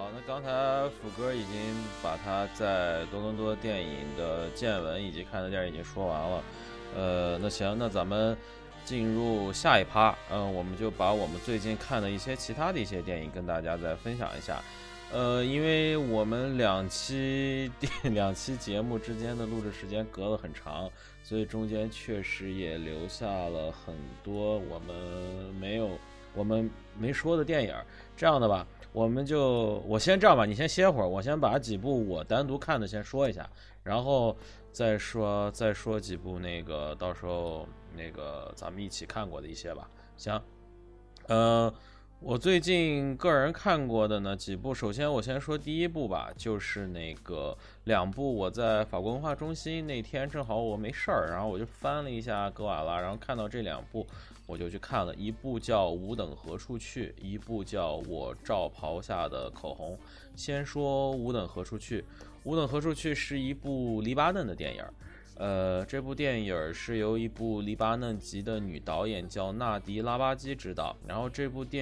那刚才福哥已经把他在多伦多电影的见闻以及看的电影已经说完了。那行，那咱们进入下一趴。我们就把我们最近看的一些其他的一些电影跟大家再分享一下。因为我们两期节目之间的录制时间隔了很长，所以中间确实也留下了很多我们没说的电影。这样的吧，我先这样吧，你先歇会儿，我先把几部我单独看的先说一下，然后再说几部那个到时候那个咱们一起看过的一些吧。行。我最近个人看过的呢几部，首先我先说第一部吧，就是那个两部我在法国文化中心那天正好我没事儿，然后我就翻了一下格瓦拉，然后看到这两部我就去看了，一部叫《吾等何处去》，一部叫《我罩袍下的口红》。先说《吾等何处去》，《吾等何处去》是一部黎巴嫩的电影。这部电影是由一部黎巴嫩籍的女导演叫纳迪拉巴基执导，然后这部的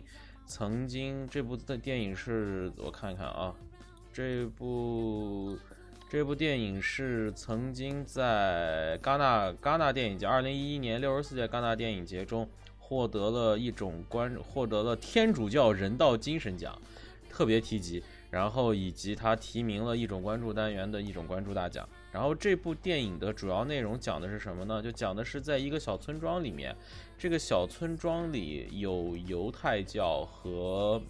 电影是我看看啊，这部电影是曾经在戛纳电影节2011年64届戛纳电影节中获得了天主教人道精神奖特别提及，然后以及他提名了一种关注单元的一种关注大奖。然后这部电影的主要内容讲的是什么呢？就讲的是在一个小村庄里面，这个小村庄里有犹太教和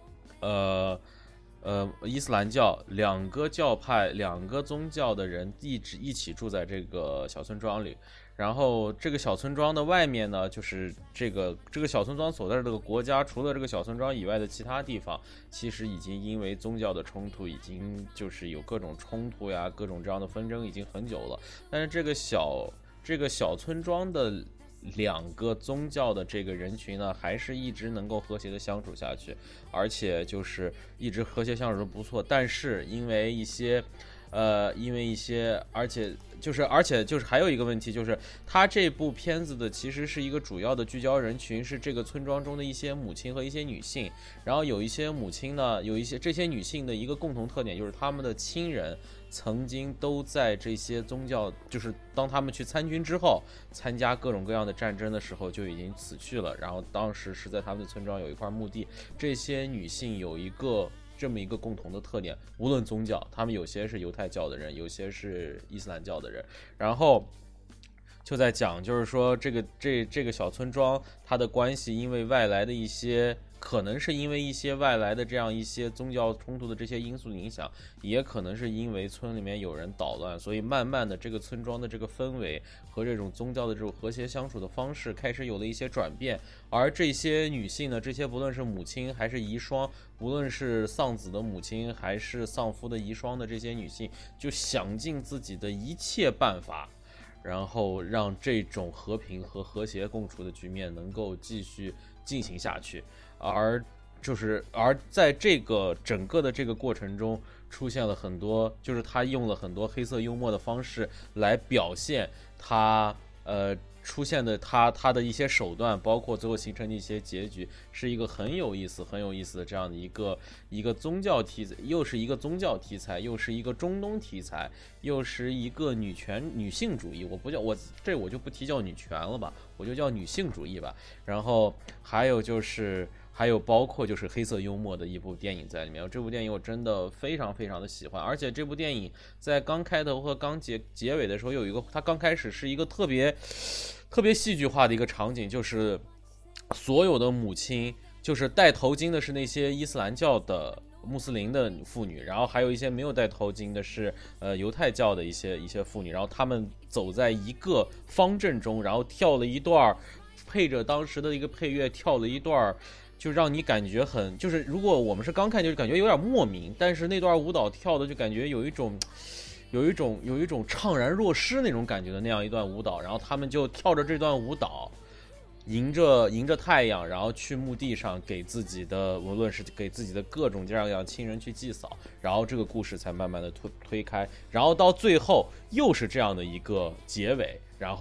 伊斯兰教两个教派、两个宗教的人一起住在这个小村庄里。然后这个小村庄的外面呢，就是这个小村庄所在的这个国家，除了这个小村庄以外的其他地方，其实已经因为宗教的冲突，已经就是有各种冲突呀，各种这样的纷争已经很久了。但是这个小村庄的两个宗教的这个人群呢，还是一直能够和谐的相处下去，而且就是一直和谐相处的不错。但是因为一些，而且就是还有一个问题，就是他这部片子的其实是一个主要的聚焦人群是这个村庄中的一些母亲和一些女性，然后有一些母亲呢，这些女性的一个共同特点就是她们的亲人曾经都在这些宗教，就是当他们去参军之后，参加各种各样的战争的时候就已经死去了，然后当时是在他们的村庄有一块墓地，这些女性有这么一个共同的特点，无论宗教，他们有些是犹太教的人，有些是伊斯兰教的人，然后就在讲，就是说这个小村庄它的关系，因为外来的一些，可能是因为一些外来的这样一些宗教冲突的这些因素影响，也可能是因为村里面有人捣乱，所以慢慢的这个村庄的这个氛围和这种宗教的这种和谐相处的方式开始有了一些转变。而这些女性呢，这些不论是母亲还是遗孀，无论是丧子的母亲还是丧夫的遗孀的这些女性，就想尽自己的一切办法，然后让这种和平和和谐共处的局面能够继续进行下去。而在这个整个的这个过程中，出现了很多，就是他用了很多黑色幽默的方式来表现他出现的他的一些手段，包括最后形成的一些结局，是一个很有意思的这样的一个宗教题材，又是一个宗教题材，又是一个中东题材，又是一个女性主义，我就不提叫女权了吧，我就叫女性主义吧。然后还有包括就是黑色幽默的一部电影在里面，这部电影我真的非常非常的喜欢，而且这部电影在刚开头和刚结尾的时候有一个，它刚开始是一个特别戏剧化的一个场景，就是所有的母亲，就是戴头巾的是那些伊斯兰教的穆斯林的妇女，然后还有一些没有戴头巾的是犹太教的一些妇女，然后他们走在一个方阵中，然后跳了一段，配着当时的一个配乐跳了一段，就让你感觉就是如果我们是刚看就感觉有点莫名，但是那段舞蹈跳的就感觉有一种怅然若失那种感觉的那样一段舞蹈，然后他们就跳着这段舞蹈，迎着太阳，然后去墓地上给自己的，无论是给自己的各种这样亲人去祭扫，然后这个故事才慢慢的推开，然后到最后又是这样的一个结尾，然后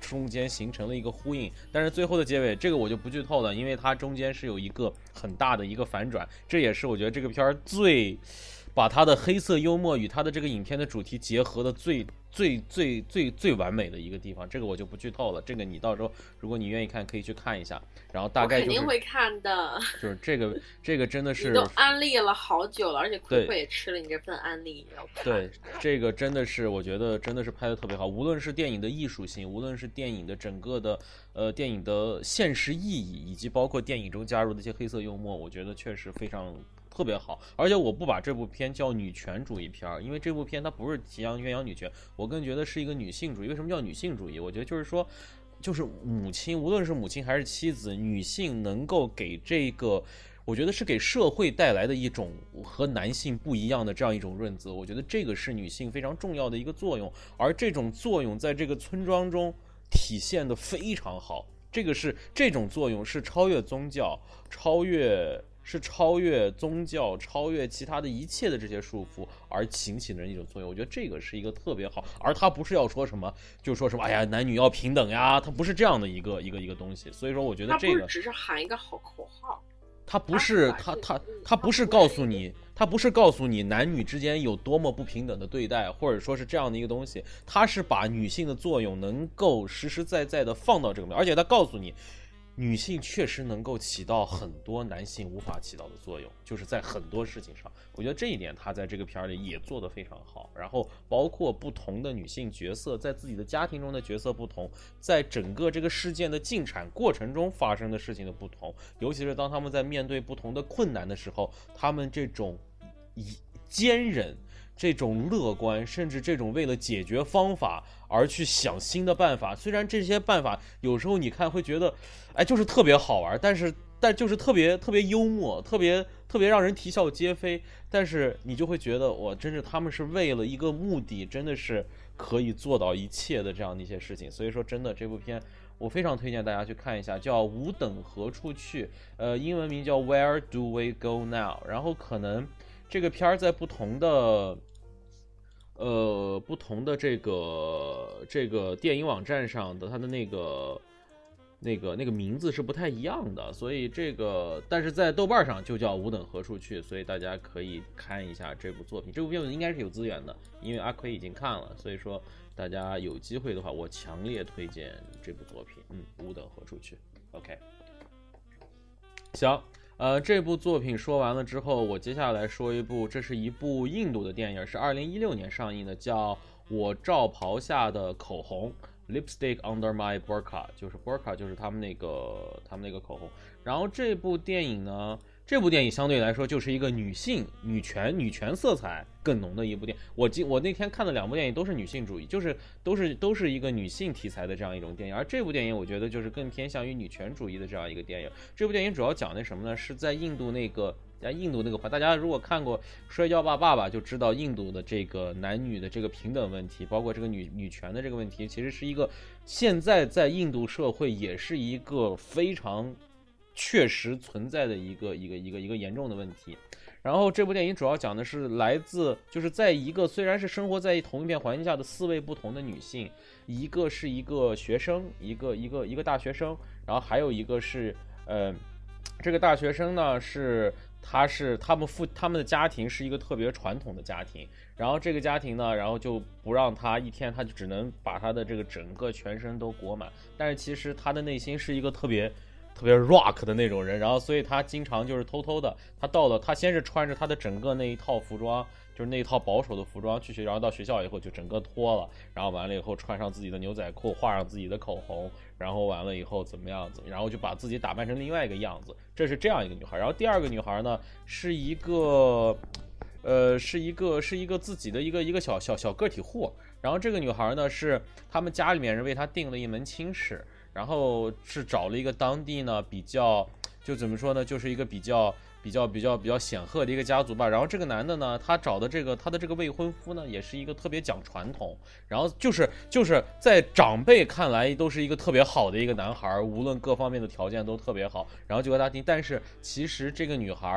中间形成了一个呼应。但是最后的结尾，这个我就不剧透了，因为它中间是有一个很大的一个反转，这也是我觉得这个片儿最把它的黑色幽默与它的这个影片的主题结合的最完美的一个地方。这个我就不剧透了，这个你到时候如果你愿意看可以去看一下。然后大概就是我肯定会看的， 就是这个真的是你都安利了好久了，而且亏亏也吃了你这份安利。 对，这个真的是我觉得真的是拍的特别好，无论是电影的艺术性，无论是电影的整个的电影的现实意义，以及包括电影中加入的一些黑色幽默，我觉得确实非常特别好。而且我不把这部片叫女权主义片，因为这部片它不是提倡宣扬女权，我更觉得是一个女性主义。为什么叫女性主义？我觉得就是说，就是母亲，无论是母亲还是妻子，女性能够给这个，我觉得是给社会带来的一种和男性不一样的这样一种润泽。我觉得这个是女性非常重要的一个作用，而这种作用在这个村庄中体现的非常好。这种作用是超越宗教，超越宗教，超越其他的一切的这些束缚而形起的一种作用。我觉得这个是一个特别好，而它不是要说什么就说什么哎呀男女要平等呀，它不是这样的一个东西。所以说我觉得这个它不是只是喊一个好口号， 它不是告诉你，它不是告诉你男女之间有多么不平等的对待，或者说是这样的一个东西。它是把女性的作用能够实实在在的放到这个，而且它告诉你，女性确实能够起到很多男性无法起到的作用，就是在很多事情上。我觉得这一点他在这个片里也做得非常好。然后包括不同的女性角色在自己的家庭中的角色不同，在整个这个事件的进展过程中发生的事情的不同，尤其是当他们在面对不同的困难的时候，他们这种坚韧，这种乐观，甚至这种为了解决方法而去想新的办法。虽然这些办法有时候你看会觉得哎就是特别好玩，但就是特别幽默，特别让人啼笑皆非，但是你就会觉得我真是他们是为了一个目的，真的是可以做到一切的这样的一些事情。所以说真的这部片我非常推荐大家去看一下，叫无等何处去，英文名叫 Where Do We Go Now。 然后可能这个片在不同的这个电影网站上的它的那个名字是不太一样的，所以但是在豆瓣上就叫无等何处去，所以大家可以看一下这部作品。这部片子应该是有资源的，因为阿奎已经看了，所以说大家有机会的话，我强烈推荐这部作品。无等何处去。OK， 行。这部作品说完了之后，我接下来说一部，这是一部印度的电影，是2016年上映的，叫《我罩袍下的口红》，Lipstick Under My Burqa， 就是 Burqa 就是他们那个口红。然后这部电影相对来说就是一个女权色彩更浓的一部电影。我那天看的两部电影都是女性主义，就是都是一个女性题材的这样一种电影，而这部电影我觉得就是更偏向于女权主义的这样一个电影。这部电影主要讲的什么呢？是在印度那个大家如果看过《摔跤吧，爸爸》就知道印度的这个男女的这个平等问题，包括这个女权的这个问题，其实是一个现在在印度社会也是一个非常确实存在的一个严重的问题。然后这部电影主要讲的是就是在一个虽然是生活在同一片环境下的4位不同的女性，一个是一个学生，一个大学生，然后还有一个是这个大学生呢他们的家庭是一个特别传统的家庭，然后这个家庭呢，然后就不让他一天，他就只能把他的这个整个全身都裹满，但是其实他的内心是一个特别 rock 的那种人，然后所以他经常就是偷偷的，他先是穿着他的整个那一套服装，就是那一套保守的服装去学，然后到学校以后就整个脱了，然后完了以后穿上自己的牛仔裤，画上自己的口红，然后完了以后怎么样子，然后就把自己打扮成另外一个样子，这是这样一个女孩。然后第二个女孩呢是一个自己的一个小个体户，然后这个女孩呢是他们家里面人为她定了一门亲事，然后是找了一个当地呢就怎么说呢，就是一个比较显赫的一个家族吧。然后这个男的呢，他找的他的这个未婚夫呢，也是一个特别讲传统，然后就是在长辈看来都是一个特别好的一个男孩，无论各方面的条件都特别好，然后就和他定。但是其实这个女孩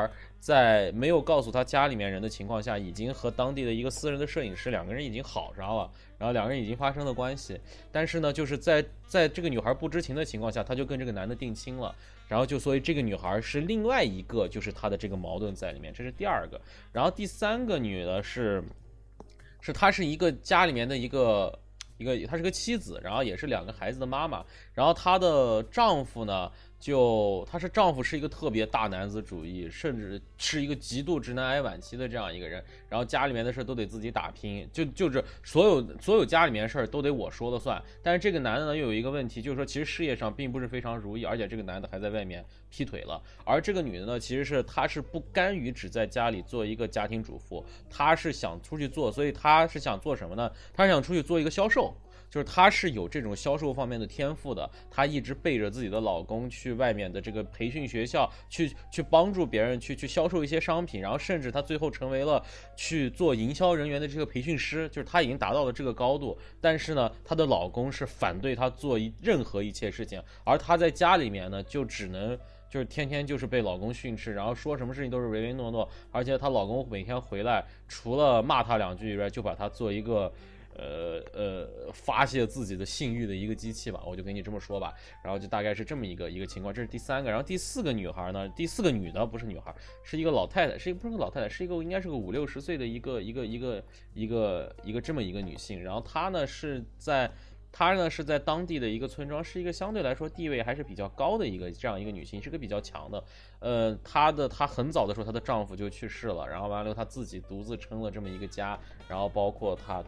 在没有告诉他家里面人的情况下，已经和当地的一个私人的摄影师两个人已经好上了，然后两个人已经发生了关系。但是呢，就是在这个女孩不知情的情况下，他就跟这个男的定亲了。然后所以这个女孩是另外一个，就是她的这个矛盾在里面，这是第二个。然后第三个女的是她是一个家里面的她是个妻子，然后也是2个孩子的妈妈。然后她的丈夫呢，丈夫是一个特别大男子主义，甚至是一个极度直男癌晚期的这样一个人。然后家里面的事都得自己打拼，就是所有家里面的事都得我说了算。但是这个男的呢，又有一个问题，就是说其实事业上并不是非常如意，而且这个男的还在外面劈腿了。而这个女的呢，其实她是不甘于只在家里做一个家庭主妇，她是想出去做，所以她是想做什么呢？她是想出去做一个销售。就是她是有这种销售方面的天赋的，她一直背着自己的老公去外面的这个培训学校去帮助别人去销售一些商品，然后甚至她最后成为了去做营销人员的这个培训师，就是她已经达到了这个高度。但是呢，她的老公是反对她做任何一切事情，而她在家里面呢，就只能就是天天就是被老公训斥，然后说什么事情都是唯唯诺诺，而且她老公每天回来除了骂她2句以外，就把她做一个发泄自己的性欲的一个机器吧，我就跟你这么说吧。然后就大概是这么一个情况，这是第3个。然后第4个女孩呢，第4个女的不是女孩，是一个老太太，不是个老太太，是一个应该是个50-60岁的一个这么一个女性。然后她呢是在当地的一个村庄，是一个相对来说地位还是比较高的这样一个女性，是个比较强的。她很早的时候，她的丈夫就去世了，然后完了她自己独自撑了这么一个家，然后包括她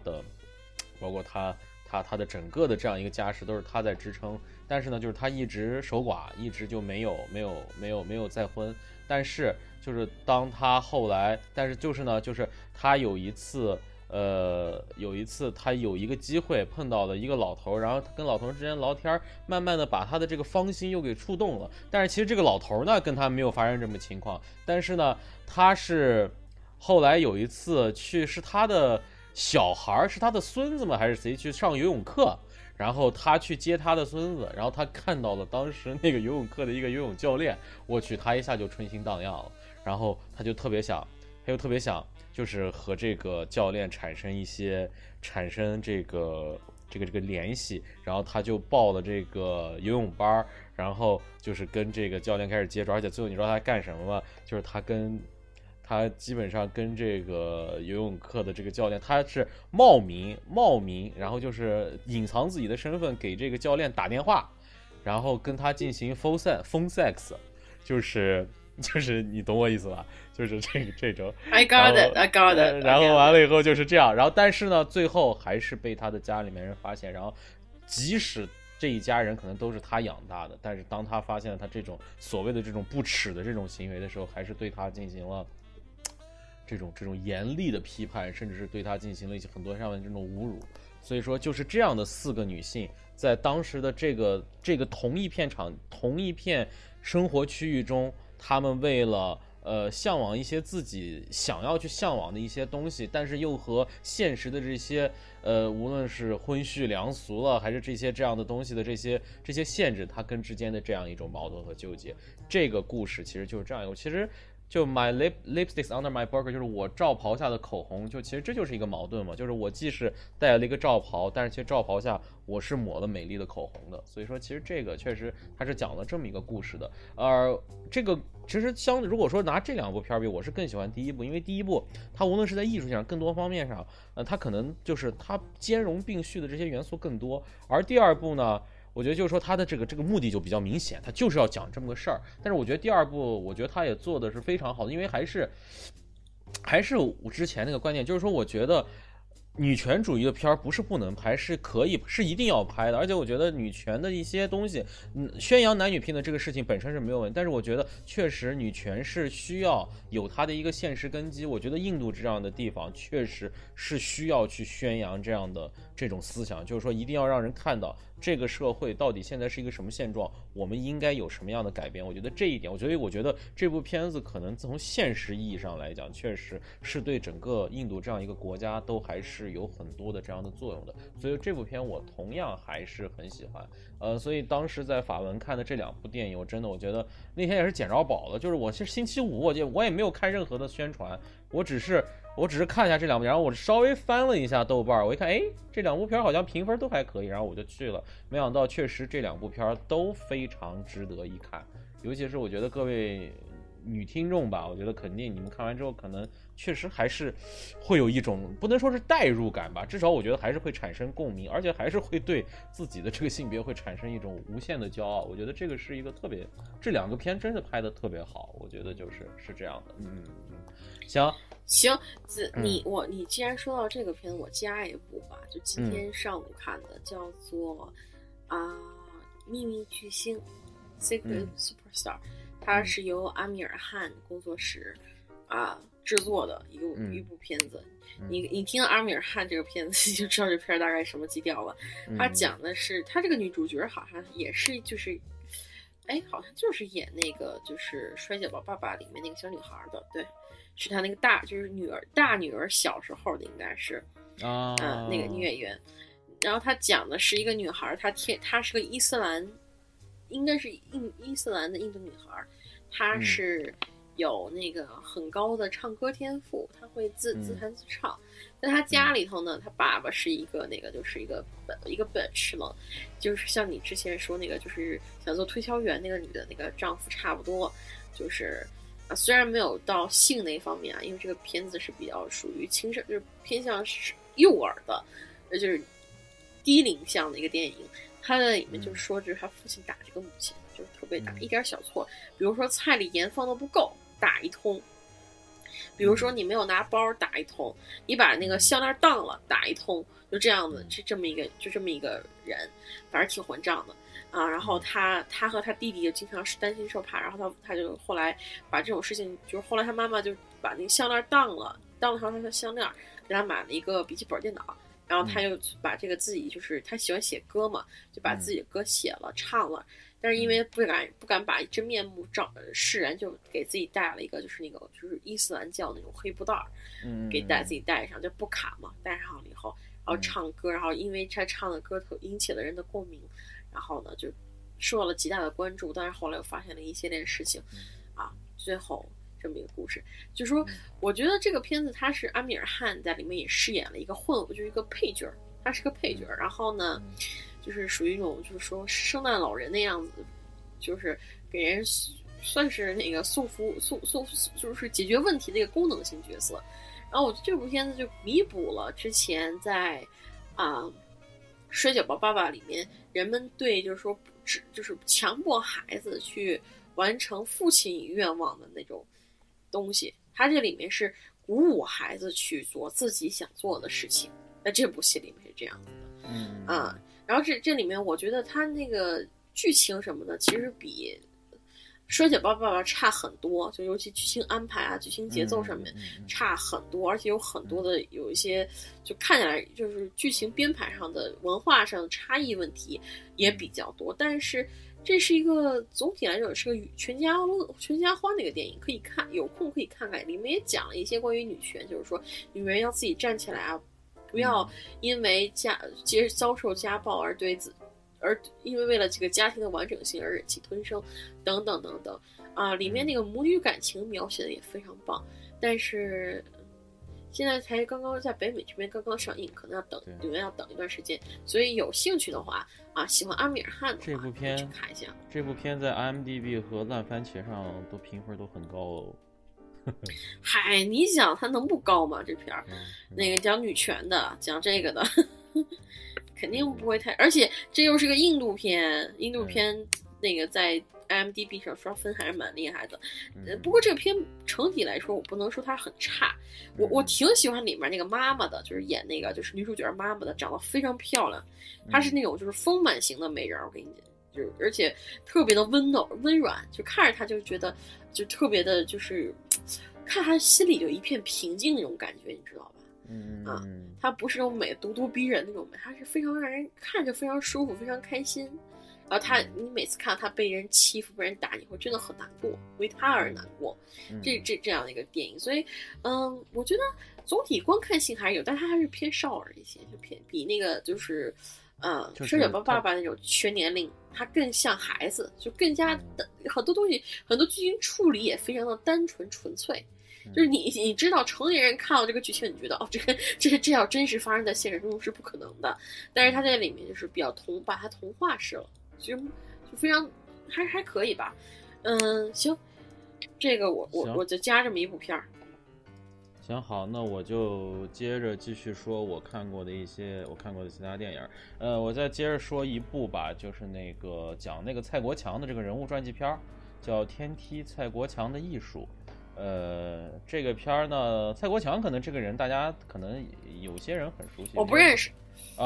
的整个的这样一个家世都是她在支撑。但是呢，就是她一直守寡，一直就没有再婚。但是就是当她后来，但是就是呢，就是她有一次他有一个机会碰到了一个老头，然后跟老头之间聊天，慢慢的把他的这个芳心又给触动了。但是其实这个老头呢，跟他没有发生这么情况，但是呢，他是后来有一次是他的小孩，是他的孙子吗还是谁去上游泳课，然后他去接他的孙子，然后他看到了当时那个游泳课的一个游泳教练，我去，他一下就春心荡漾了，然后他就特别想就是和这个教练产生这个联系，然后他就报了这个游泳班，然后就是跟这个教练开始接触。而且最后你知道他干什么吗？就是他基本上跟这个游泳课的这个教练，他是冒名，然后就是隐藏自己的身份给这个教练打电话，然后跟他进行 phone sex， 就是你懂我意思吧？就是这种 I got it。 然后完了以后就是这样，然后但是呢，最后还是被他的家里面人发现，然后即使这一家人可能都是他养大的，但是当他发现了他这种所谓的这种不耻的这种行为的时候，还是对他进行了这种严厉的批判，甚至是对他进行了一些很多上面这种侮辱。所以说就是这样的4个女性在当时的这个同一片生活区域中，她们为了向往一些自己想要去向往的一些东西，但是又和现实的这些无论是婚序良俗了，还是这样的东西的这些限制，它跟之间的这样一种矛盾和纠结。这个故事其实就是这样一个，其实就 my lipsticks under my burger， 就是我罩袍下的口红，就其实这就是一个矛盾嘛，就是我既是戴了一个罩袍，但是其实罩袍下我是抹了美丽的口红的。所以说其实这个确实它是讲了这么一个故事的。这个其实如果说拿这2部片比，我是更喜欢第1部，因为第1部它无论是在艺术上更多方面上，它可能就是它兼容并蓄的这些元素更多，而第2部呢，我觉得就是说他的这个目的就比较明显，他就是要讲这么个事儿。但是我觉得第2部，我觉得他也做的是非常好的，因为还是我之前那个观念，就是说我觉得女权主义的片不是不能拍，是可以，是一定要拍的。而且我觉得女权的一些东西，宣扬男女平等这个事情本身是没有问题，但是我觉得确实女权是需要有它的一个现实根基。我觉得印度这样的地方确实是需要去宣扬这种思想，就是说一定要让人看到这个社会到底现在是一个什么现状，我们应该有什么样的改变。我觉得这一点，我觉得这部片子可能从现实意义上来讲，确实是对整个印度这样一个国家都还是有很多的这样的作用的。所以这部片我同样还是很喜欢。所以当时在法文看的这2部电影，我觉得那天也是捡着宝的。就是我是星期五，我也没有看任何的宣传，我只是看一下这2部，然后我稍微翻了一下豆瓣，我一看，哎，这2部片好像评分都还可以，然后我就去了。没想到确实这2部片都非常值得一看，尤其是我觉得各位女听众吧，我觉得肯定你们看完之后，可能确实还是会有一种不能说是代入感吧，至少我觉得还是会产生共鸣，而且还是会对自己的这个性别会产生一种无限的骄傲。我觉得这个是一个特别，这2个片真的拍的特别好，我觉得是这样的。行， 你既然说到这个片子，我加一部吧，就今天上午看的，叫做秘密巨星 Secret Superstar，它是由阿米尔汗工作室制作的一部片子。你听阿米尔汗这个片子，就知道这片大概什么基调了。它讲的是，它这个女主角好像也是好像就是演那个就是《摔跤吧，爸爸》里面那个小女孩的，对，是她那个就是大女儿小时候的，应该是那个女演员。然后她讲的是一个女孩，她是个应该是伊斯兰的印度女孩，她是有那个很高的唱歌天赋，她会自弹自唱。在她家里头呢，她爸爸是一个就是一个 bitch 了，就是像你之前说那个就是想做推销员那个女的那个丈夫差不多，就是虽然没有到性那方面因为这个片子是比较属于青少，就是偏向是幼儿的，就是低龄向的一个电影。他在里面就是说，就是他父亲打这个母亲，就是特别打，一点小错，比如说菜里盐放的不够，打一通；比如说你没有拿包，打一通；你把那个项链当了，打一通。就这样子，这么一个人，反正挺混账的然后他和他弟弟就经常是担心受怕，然后他就后来把这种事情，就是后来他妈妈就把那个项链当了他的项链，给他买了一个笔记本电脑。然后他又把这个自己，就是他喜欢写歌嘛，就把自己的歌写了唱了，但是因为不敢把真面目示人，就给自己戴了一个就是那个就是伊斯兰教那种黑布袋给自己戴上，就布卡嘛，戴上了以后，然后唱歌，然后因为他唱的歌引起了人的共鸣，然后呢就受到了极大的关注，但是后来又发现了一系列事情最后这么一个故事。就是说我觉得这个片子它是阿米尔汗在里面也饰演了一个就是一个配角，他是个配角，然后呢就是属于一种就是说圣诞老人那样子，就是给人算是那个送就是解决问题的一个功能性角色。然后我觉得这部片子就弥补了之前在摔跤吧爸爸里面人们对就是说就是强迫孩子去完成父亲愿望的那种东西，他这里面是鼓舞孩子去做自己想做的事情，在这部戏里面是这样子的然后这里面我觉得他那个剧情什么的其实比摔跤吧爸爸差很多，就尤其剧情安排剧情节奏上面差很多，而且有很多的有一些就看起来就是剧情编排上的文化上的差异问题也比较多，但是这是一个总体来说是个全家欢的一个电影，可以看，有空可以看看。里面也讲了一些关于女权，就是说女人要自己站起来不要因为遭受家暴而因为为了这个家庭的完整性而忍气吞声，等等等等里面那个母女感情描写的也非常棒，但是现在才刚刚在北美这边刚刚上映，可能要等一段时间，所以有兴趣的话喜欢阿米尔汗的话， 这部片去看一下。 这部片在 IMDB 和烂番茄上都评分都很高哦。 嗨，你想它能不高吗？这片那个讲女权的，讲这个的肯定不会太，而且这又是个印度片那个在 IMDB 上刷分还是蛮厉害的。不过这个片整体来说我不能说它很差，我挺喜欢里面那个妈妈的，就是演那个就是女主角妈妈的，长得非常漂亮，她是那种就是丰满型的美人，我跟你讲，就是而且特别的温软，就看着她就觉得就特别的就是看她心里有一片平静那种感觉，你知道吧？ 它不是那种美咄咄逼人那种美，它是非常让人看着非常舒服，非常开心。然后你每次看到他被人欺负、被人打，你会真的很难过，为他而难过。这样的一个电影，所以，我觉得总体观看性还是有，但它还是偏少儿一些，就偏比那个就是摔跤吧爸爸那种全年龄，它更像孩子，就更加的很多东西，很多剧情处理也非常的单纯纯粹。就是你知道成年人看到这个剧情，你觉得哦，这要真实发生在现实中是不可能的，但是它在里面就是比较把它童话式了。就非常还可以吧，行，这个我就加这么一部片儿。 行，好，那我就接着继续说我看过的其他电影。我再接着说一部吧，就是那个讲那个蔡国强的这个人物传记片，叫《天梯：蔡国强的艺术》。这个片儿呢，蔡国强可能这个人大家可能有些人很熟悉， 我不认识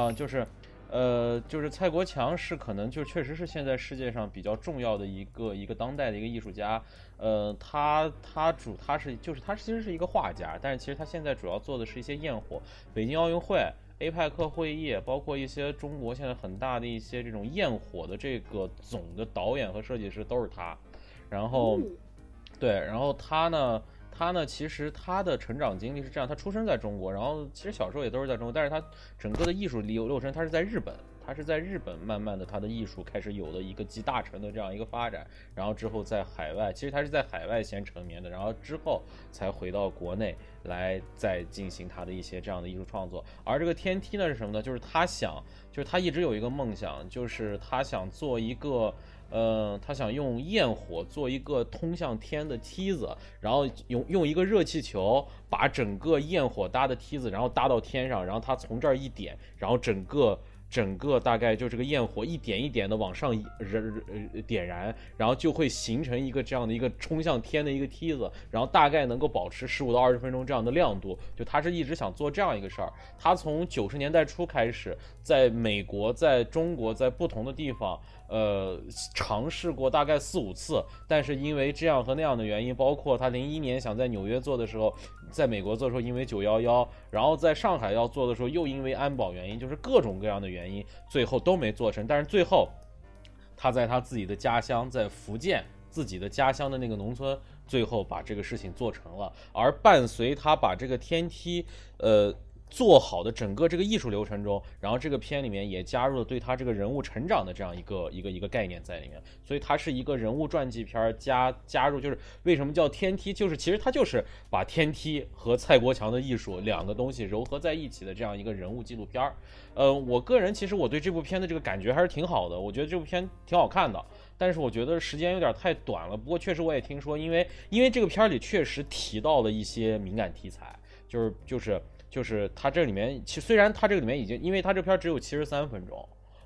就是蔡国强是可能就确实是现在世界上比较重要的一个当代的一个艺术家。他其实是一个画家，但是其实他现在主要做的是一些焰火，北京奥运会、APEC 会议，包括一些中国现在很大的一些这种焰火的这个总的导演和设计师都是他。然后，对，然后他呢，其实他的成长经历是这样，他出生在中国，然后其实小时候也都是在中国，但是他整个的艺术流程，他是在日本慢慢的他的艺术开始有了一个集大成的这样一个发展，然后之后在海外，其实他是在海外先成名的，然后之后才回到国内来再进行他的一些这样的艺术创作。而这个天梯呢是什么呢？就是他一直有一个梦想，就是他想做一个他想用焰火做一个通向天的梯子，然后用一个热气球把整个焰火搭的梯子，然后搭到天上，然后他从这儿一点，然后整个大概就这个焰火一点一点的往上点燃，然后就会形成一个这样的一个冲向天的一个梯子，然后大概能够保持15到20分钟这样的亮度。就他是一直想做这样一个事儿。他从90年代初开始，在美国、在中国、在不同的地方尝试过大概4、5次，但是因为这样和那样的原因，包括他01年想在纽约做的时候，在美国做的时候因为911，然后在上海要做的时候又因为安保原因，就是各种各样的原因，最后都没做成。但是最后他在他自己的家乡，在福建自己的家乡的那个农村，最后把这个事情做成了。而伴随他把这个天梯做好的整个这个艺术流程中，然后这个片里面也加入了对他这个人物成长的这样一个概念在里面，所以它是一个人物传记片加入，就是为什么叫天梯，就是其实它就是把天梯和蔡国强的艺术两个东西糅合在一起的这样一个人物纪录片。我个人其实我对这部片的这个感觉还是挺好的，我觉得这部片挺好看的，但是我觉得时间有点太短了。不过确实我也听说，因为这个片里确实提到了一些敏感题材，就是它这里面，虽然它这个里面已经，因为它这片只有73分钟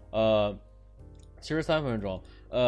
，73分钟，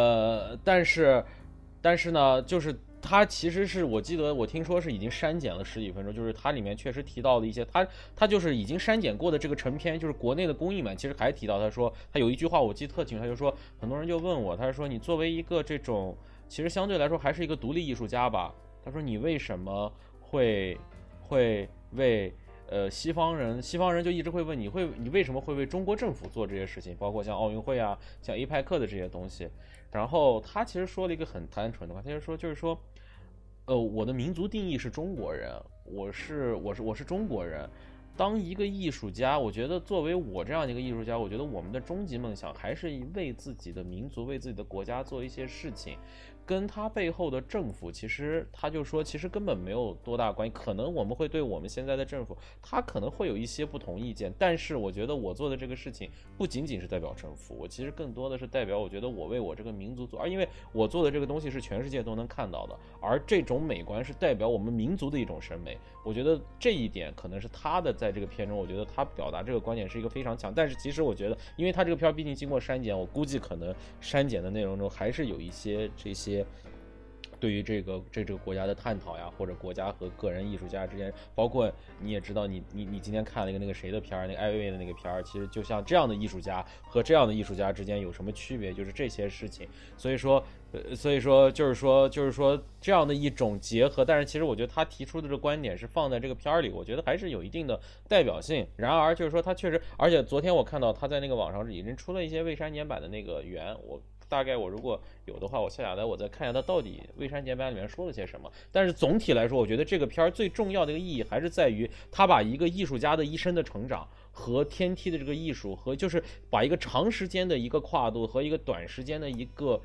但是呢，就是它其实是我记得我听说是已经删减了10几分钟，就是它里面确实提到了一些，它就是已经删减过的这个成片，就是国内的公益们其实还提到，他说他有一句话我记得特清楚，他就说很多人就问我，他说你作为一个这种其实相对来说还是一个独立艺术家吧，他说你为什么会为西方人就一直会问你为什么会为中国政府做这些事情，包括像奥运会啊，像 APEC 的这些东西。然后他其实说了一个很单纯的话，他就是说，我的民族定义是中国人，我是中国人。当一个艺术家，我觉得作为我这样的一个艺术家，我觉得我们的终极梦想还是为自己的民族、为自己的国家做一些事情。跟他背后的政府，其实他就说，其实根本没有多大关系。可能我们会对我们现在的政府，他可能会有一些不同意见，但是我觉得我做的这个事情不仅仅是代表政府，我其实更多的是代表，我觉得我为我这个民族做，而因为我做的这个东西是全世界都能看到的，而这种美观是代表我们民族的一种审美。我觉得这一点可能是他的在这个片中，我觉得他表达这个观点是一个非常强。但是其实我觉得，因为他这个片毕竟经过删减，我估计可能删减的内容中还是有一些这些对于这个国家的探讨呀，或者国家和个人艺术家之间，包括你也知道你今天看了一个那个谁的片儿，那个艾薇薇的那个片儿，其实就像这样的艺术家和这样的艺术家之间有什么区别，就是这些事情。所以说就是说这样的一种结合，但是其实我觉得他提出的这个观点是放在这个片儿里，我觉得还是有一定的代表性。然而就是说他确实，而且昨天我看到他在那个网上已经出了一些未删减版的那个原，大概我如果有的话，我下来我再看一下它到底未删减版里面说了些什么。但是总体来说，我觉得这个片儿最重要的一个意义还是在于他把一个艺术家的一生的成长和天梯的这个艺术，和就是把一个长时间的一个跨度和一个短时间的一个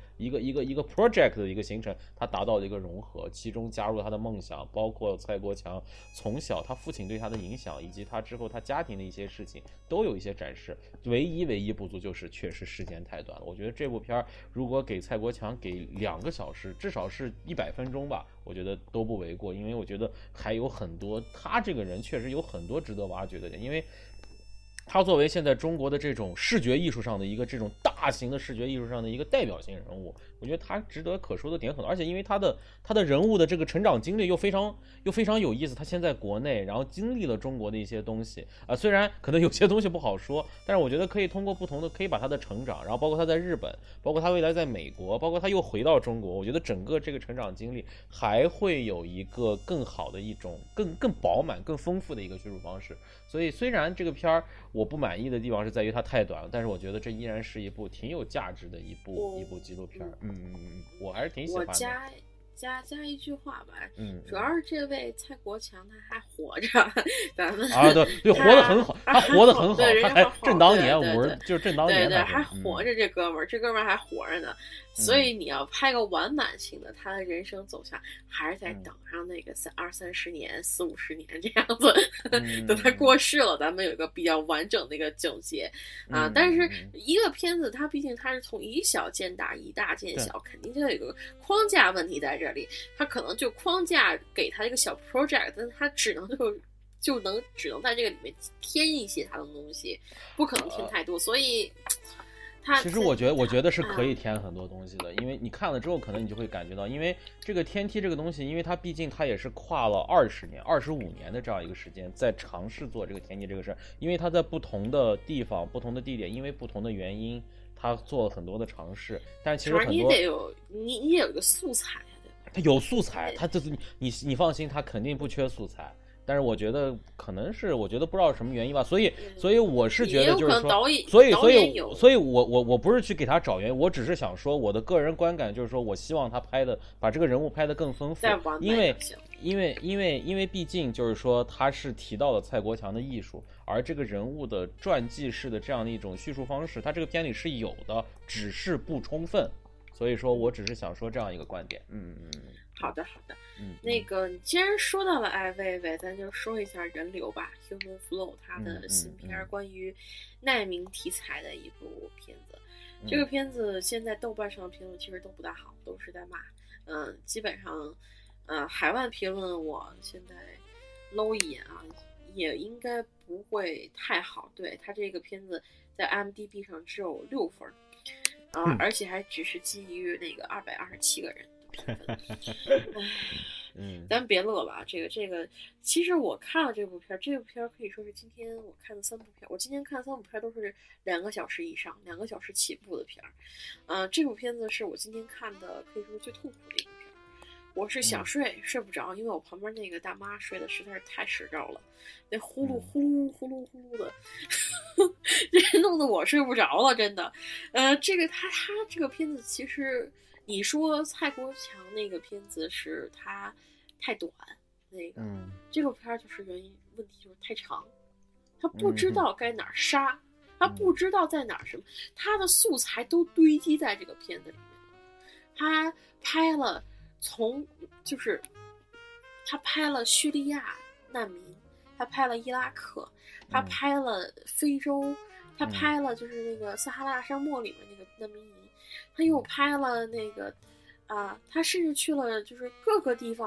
project 的一个形成，他达到了一个融合，其中加入了他的梦想，包括蔡国强从小他父亲对他的影响，以及他之后他家庭的一些事情，都有一些展示。唯一不足就是确实时间太短了。我觉得这部片如果给蔡国强给2个小时，至少是100分钟吧，我觉得都不为过，因为我觉得还有很多，他这个人确实有很多值得挖掘的点，因为他作为现在中国的这种视觉艺术上的一个这种大型的视觉艺术上的一个代表性人物，我觉得他值得可说的点很多，而且因为他的人物的这个成长经历又非常有意思，他先在国内，然后经历了中国的一些东西虽然可能有些东西不好说，但是我觉得可以通过不同的，可以把他的成长，然后包括他在日本，包括他未来在美国，包括他又回到中国，我觉得整个这个成长经历还会有一个更好的一种更饱满、更丰富的一个叙述方式。所以虽然这个片儿我不满意的地方是在于它太短了，但是我觉得这依然是一部挺有价值的一部纪录片。我还是挺喜欢的。 我加一句话吧，主要是这位蔡国强他还活着，咱们对活得很好，他活得很好，他还正当年就是正当年， 对，还活着，这哥们儿还活着呢。所以你要拍个完满性的，他的人生走向还是在等上那个20-30年、40-50年这样子，等他过世了，咱们有一个比较完整的一个总结但是一个片子，它毕竟它是从以小见大，以大见小，肯定就有一个框架问题在这里。他可能就框架给他一个小 project， 但他只能在这个里面添一些他的东西，不可能添太多，所以。 其实我觉得是可以添很多东西的，因为你看了之后，可能你就会感觉到，因为这个天梯这个东西，因为它毕竟它也是跨了20年、25年的这样一个时间，在尝试做这个天梯这个事儿，因为它在不同的地方、不同的地点，因为不同的原因，它做了很多的尝试。但其实很多你得有一个素材对吧？ 它有素材，它就是你放心，它肯定不缺素材。但是我觉得可能是，我觉得不知道什么原因吧，所以我是觉得就是说，所以我不是去给他找原因，我只是想说我的个人观感就是说我希望他把这个人物拍得更丰富，因为毕竟就是说他是提到了蔡国强的艺术，而这个人物的传记式的这样的一种叙述方式，他这个片里是有的，只是不充分，所以说我只是想说这样一个观点。 好的，那个你既然说到了艾薇薇，咱就说一下人流吧 ，Human Flow 他的新片，关于难民题材的一部片子。这个片子现在豆瓣上的评论其实都不大好，都是在骂。基本上，海外评论我现在搂一眼也应该不会太好。对，他这个片子在 IMDB 上只有6分，而且还只是基于那个227个人。咱别乐了这个其实我看了这部片可以说是今天我看的3部片，我今天看的3部片都是2个小时以上，2个小时起步的片这部片子是我今天看的可以说最痛苦的一部片。我是想睡不着，因为我旁边那个大妈睡的实在是太实着了，那呼噜呼噜呼噜呼噜的这弄得我睡不着了，真的。这个他这个片子其实你说蔡国强那个片子是他太短，那个这个片就是问题就是太长，他不知道该哪儿杀，他不知道在哪儿什么，他的素材都堆积在这个片子里面。他拍了他拍了叙利亚难民，他拍了伊拉克，他拍了非洲，他拍了就是那个撒哈拉沙漠里面那个难民营，他又拍了那个他甚至去了就是各个地方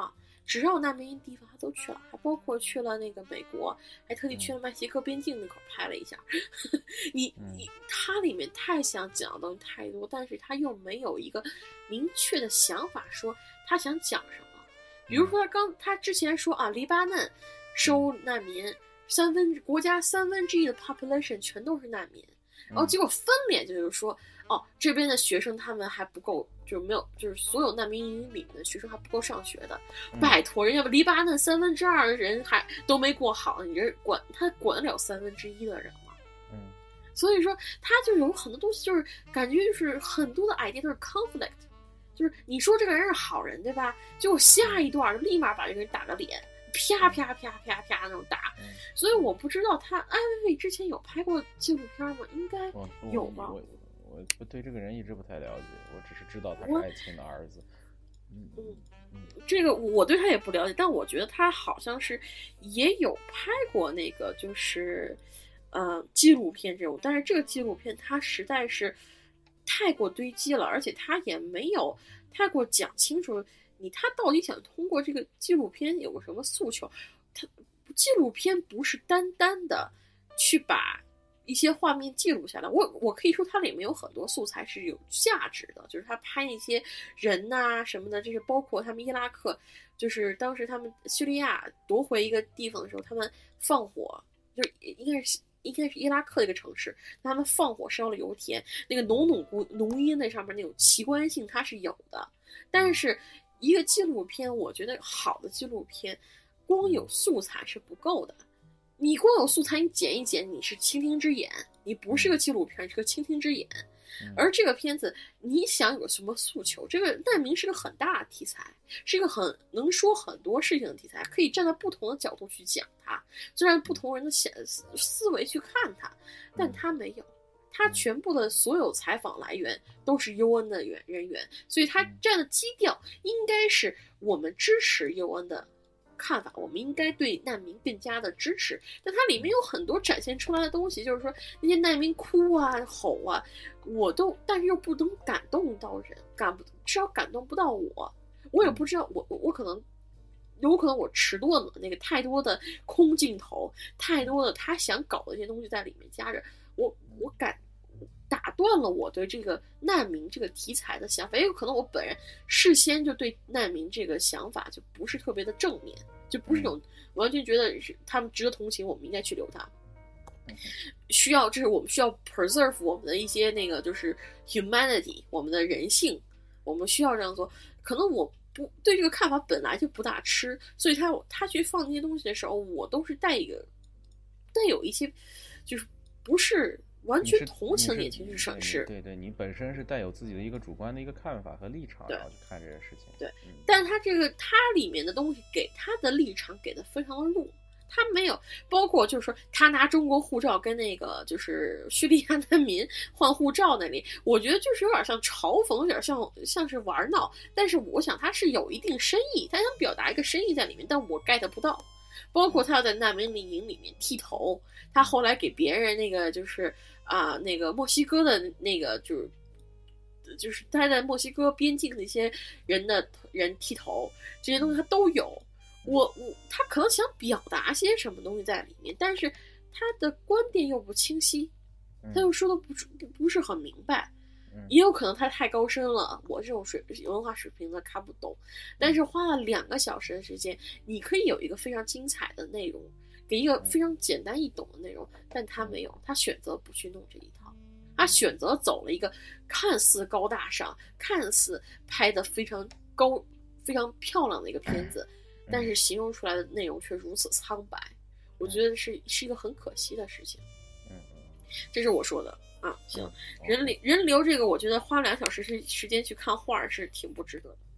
只要难民营地方他都去了，还包括去了那个美国，还特地去了墨西哥边境那块拍了一下。它里面太想讲的东西太多，但是他又没有一个明确的想法说他想讲什么。比如说他之前说啊，黎巴嫩收难民，国家1/3的 population 全都是难民，然后结果分脸就是说，哦，这边的学生他们还不够，就是没有，就是所有难民营里面的学生还不够上学的。拜托，人家黎巴嫩2/3的人还都没过好，你这管得了1/3的人吗？所以说他就有很多东西，就是感觉就是很多的 idea 都是 conflict， 就是你说这个人是好人，对吧？结果下一段立马把这个人打个脸，啪啪啪啪啪那种打。所以我不知道他艾薇薇之前有拍过纪录片吗？应该有吧。 我对这个人一直不太了解，我只是知道他是艾青的儿子。 这个我对他也不了解，但我觉得他好像是也有拍过那个就是纪录片这种，但是这个纪录片它实在是太过堆积了，而且他也没有太过讲清楚他到底想通过这个纪录片有个什么诉求。他纪录片不是单单的去把一些画面记录下来，我可以说它里面有很多素材是有价值的，就是他拍一些人呐什么的，这是包括他们伊拉克，就是当时他们叙利亚夺回一个地方的时候，他们放火，就是应该是伊拉克的一个城市，他们放火烧了油田，那个浓烟在上面那种奇观性它是有的。但是一个纪录片，我觉得好的纪录片光有素材是不够的，你光有素材你剪一剪，你是倾听之眼，你不是个纪录片，是个倾听之眼。而这个片子你想有什么诉求，这个难民是个很大的题材，是一个很能说很多事情的题材，可以站在不同的角度去讲它，虽然不同人的思维去看它，但他没有，他全部的所有采访来源都是尤恩的人员，所以他站的基调应该是我们支持尤恩的看法，我们应该对难民更加的支持。但它里面有很多展现出来的东西，就是说那些难民哭啊吼啊，但是又不能感动到人，至少感动不到我也不知道，我可能有可能我迟钝了，那个太多的空镜头，太多的他想搞的一些东西在里面夹着，我打断了我对这个难民这个题材的想法，也有可能我本人事先就对难民这个想法就不是特别的正面，就不是有完全觉得是他们值得同情，我们应该去留他。我们需要 preserve 我们的一些那个就是 humanity， 我们的人性，我们需要这样做。可能我不对这个看法本来就不大吃，所以他去放这些东西的时候，我都是带有一些就是不是完全同情的眼睛去审视。 对，你本身是带有自己的一个主观的一个看法和立场，然后去看这件事情。 对，但他里面的东西给他的立场给的非常的弱，他没有包括就是说他拿中国护照跟那个就是叙利亚难民换护照那里，我觉得就是有点像嘲讽，有点像是玩闹，但是我想他是有一定深意，他想表达一个深意在里面，但我 get 不到。包括他要在难民营里面剃头，他后来给别人那个就是那个墨西哥的那个就是他在墨西哥边境的一些人剃头，这些东西他都有。他可能想表达些什么东西在里面，但是他的观点又不清晰，他又说的不是很明白。也有可能他太高深了，我这种文化水平的看不懂。但是花了2个小时的时间，你可以有一个非常精彩的内容，给一个非常简单易懂的内容，但他没有，他选择不去弄这一套，他选择走了一个看似高大上、看似拍得非常高、非常漂亮的一个片子，但是形容出来的内容却如此苍白，我觉得是一个很可惜的事情。这是我说的。行，人流这个，我觉得花2小时时间去看画是挺不值得的。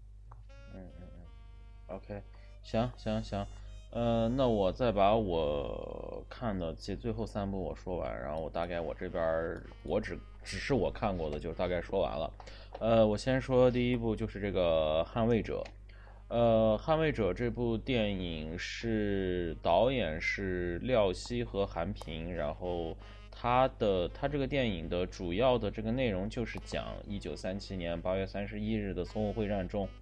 OK， 行，那我再把我看的最后3部我说完，然后我大概我这边只是我看过的就大概说完了。我先说第一部就是这个《捍卫者》。捍卫者这部电影是导演是廖希和韩平，然后他这个电影的主要的这个内容就是讲1937年8月31日的淞沪会战中，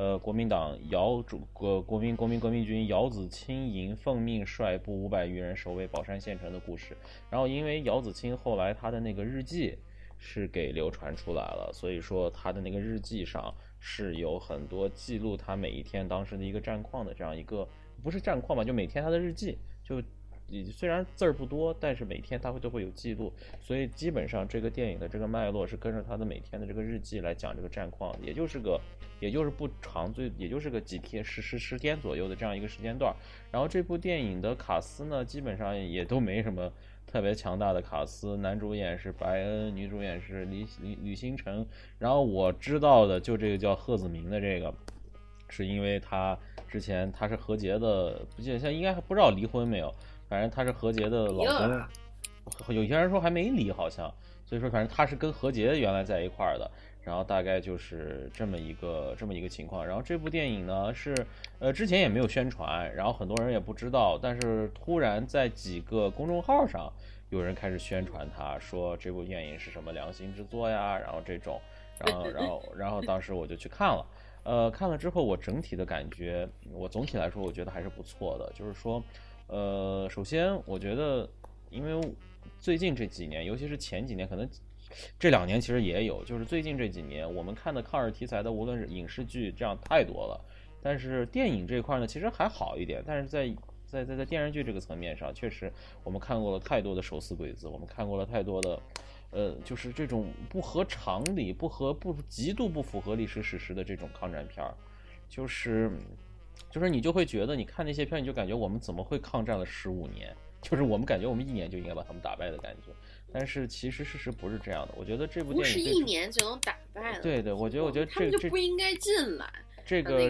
国民党国民革命军姚子青营奉命率部500余人守卫宝山县城的故事。然后因为姚子青后来他的那个日记是给流传出来了，所以说他的那个日记上是有很多记录他每一天当时的一个战况的这样一个，不是战况吧，就每天他的日记，就虽然字儿不多，但是每天他都会有记录，所以基本上这个电影的这个脉络是跟着他的每天的这个日记来讲这个战况，也就是不长，也就是个几天10天左右的这样一个时间段。然后这部电影的卡司呢，基本上也都没什么特别强大的卡司，男主演是白恩，女主演是吕星辰。然后我知道的就这个叫贺子铭的这个，是因为他之前他是何洁的，不记得现在应该不知道离婚没有，反正他是何洁的老公，有些人说还没离好像，所以说反正他是跟何洁原来在一块儿的。然后大概就是这么一个情况。然后这部电影呢是之前也没有宣传，然后很多人也不知道，但是突然在几个公众号上有人开始宣传它，说这部电影是什么良心之作呀，然后这种，然后当时我就去看了。看了之后我整体的感觉，我总体来说我觉得还是不错的。就是说首先我觉得因为最近这几年，尤其是前几年，可能这2年其实也有，就是最近这几年我们看的抗日题材的无论是影视剧这样太多了，但是电影这一块呢其实还好一点。但是在电视剧这个层面上，确实我们看过了太多的手撕鬼子，我们看过了太多的就是这种不合常理、极度不符合历史事实的这种抗战片儿，就是你就会觉得你看那些片，你就感觉我们怎么会抗战了15年，就是我们感觉我们1年就应该把他们打败的感觉。但是其实事实不是这样的，我觉得这部电影不是1年就能打败了。 对，我觉得他们就不应该进来。 这个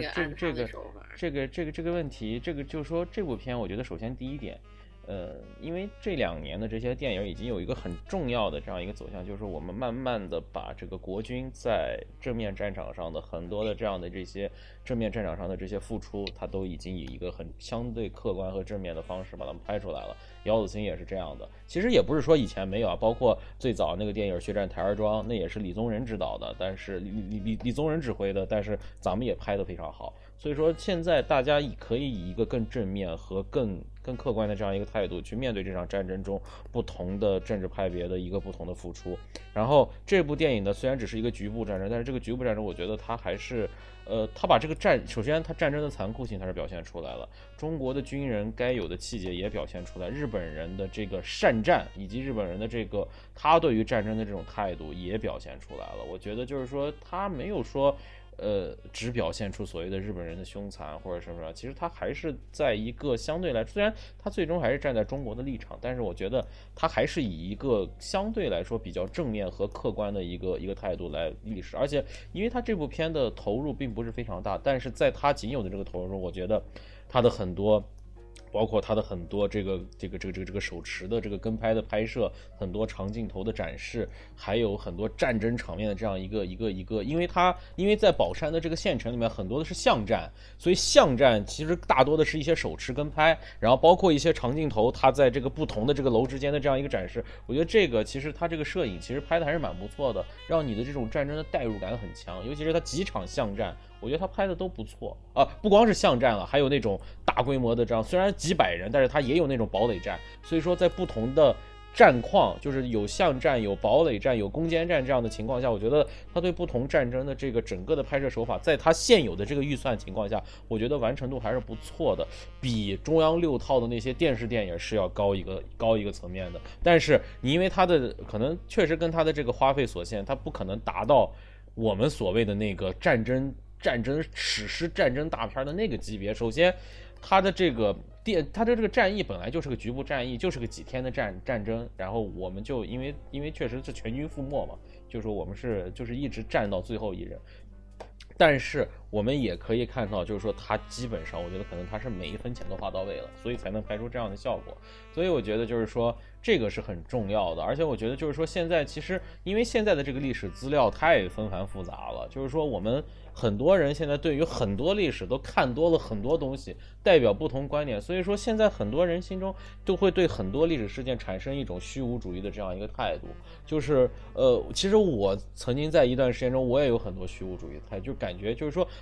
问题，这个就是说这部片，我觉得首先第一点，因为这2年的这些电影已经有一个很重要的这样一个走向，就是我们慢慢的把这个国军在正面战场上的很多的这样的这些正面战场上的这些付出，它都已经以一个很相对客观和正面的方式把它们拍出来了。姚子青也是这样的，其实也不是说以前没有啊，包括最早那个电影《血战台儿庄》，那也是李宗仁执导的，但是李宗仁指挥的，但是咱们也拍得非常好。所以说现在大家可以以一个更正面和更客观的这样一个态度去面对这场战争中不同的政治派别的一个不同的付出。然后这部电影呢虽然只是一个局部战争，但是这个局部战争我觉得它还是他把这个首先他战争的残酷性它是表现出来了，中国的军人该有的气节也表现出来，日本人的这个善战以及日本人的这个他对于战争的这种态度也表现出来了。我觉得就是说他没有说只表现出所谓的日本人的凶残或者什么，其实他还是在一个相对来说，虽然他最终还是站在中国的立场，但是我觉得他还是以一个相对来说比较正面和客观的一个态度来历史。而且因为他这部片的投入并不是非常大，但是在他仅有的这个投入中，我觉得他的很多包括他的很多这个手持的这个跟拍的拍摄，很多长镜头的展示，还有很多战争场面的这样一个，因为在宝山的这个县城里面很多的是巷战，所以巷战其实大多的是一些手持跟拍，然后包括一些长镜头，它在这个不同的这个楼之间的这样一个展示，我觉得这个其实它这个摄影其实拍的还是蛮不错的，让你的这种战争的代入感很强，尤其是它几场巷战。我觉得他拍的都不错啊，不光是巷战了，还有那种大规模的这样，虽然几百人，但是他也有那种堡垒战。所以说，在不同的战况，就是有巷战、有堡垒战、有攻坚战这样的情况下，我觉得他对不同战争的这个整个的拍摄手法，在他现有的这个预算情况下，我觉得完成度还是不错的，比中央6套的那些电视电影是要高一个层面的。但是你因为他的可能确实跟他的这个花费所限，他不可能达到我们所谓的那个战争史诗战争大片的那个级别。首先他的这个战役本来就是个局部战役，就是个几天的战争，然后我们就因为确实是全军覆没嘛，就是说我们就是一直战到最后一人。但是我们也可以看到，就是说他基本上我觉得可能他是每一分钱都花到位了，所以才能拍出这样的效果。所以我觉得就是说这个是很重要的。而且我觉得就是说现在其实因为现在的这个历史资料太纷繁复杂了，就是说我们很多人现在对于很多历史都看多了很多东西，代表不同观点，所以说现在很多人心中都会对很多历史事件产生一种虚无主义的这样一个态度。就是其实我曾经在一段时间中我也有很多虚无主义的态度，就感觉就是说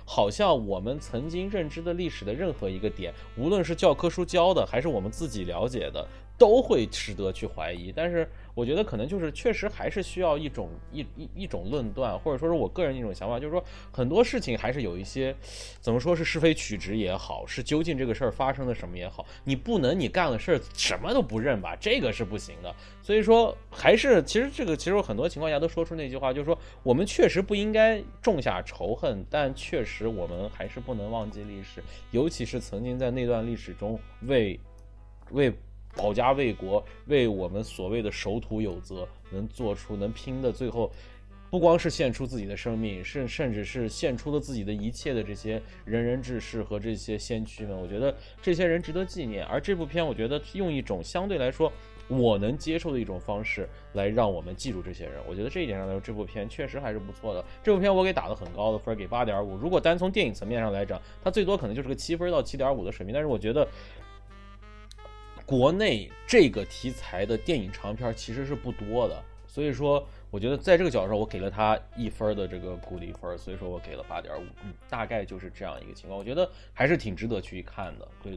好像我们曾经认知的历史的任何一个点，无论是教科书教的，还是我们自己了解的，都会值得去怀疑。但是我觉得可能就是确实还是需要一种论断，或者说是我个人一种想法，就是说很多事情还是有一些怎么说是非曲直也好，是究竟这个事儿发生的什么也好，你不能你干了事儿什么都不认吧，这个是不行的。所以说还是其实很多情况下都说出那句话，就是说我们确实不应该种下仇恨，但确实我们还是不能忘记历史，尤其是曾经在那段历史中为保家卫国，为我们所谓的守土有责，能拼的最后不光是献出自己的生命，甚至是献出了自己的一切的这些仁人志士和这些先驱们，我觉得这些人值得纪念。而这部片我觉得用一种相对来说我能接受的一种方式来让我们记住这些人，我觉得这一点上来说这部片确实还是不错的。这部片我给打了很高的分，给 8.5， 如果单从电影层面上来讲，它最多可能就是个7分到 7.5 的水平，但是我觉得国内这个题材的电影长片其实是不多的，所以说我觉得在这个角度上我给了他1分的这个鼓励分，所以说我给了 8.5，大概就是这样一个情况，我觉得还是挺值得去看的。对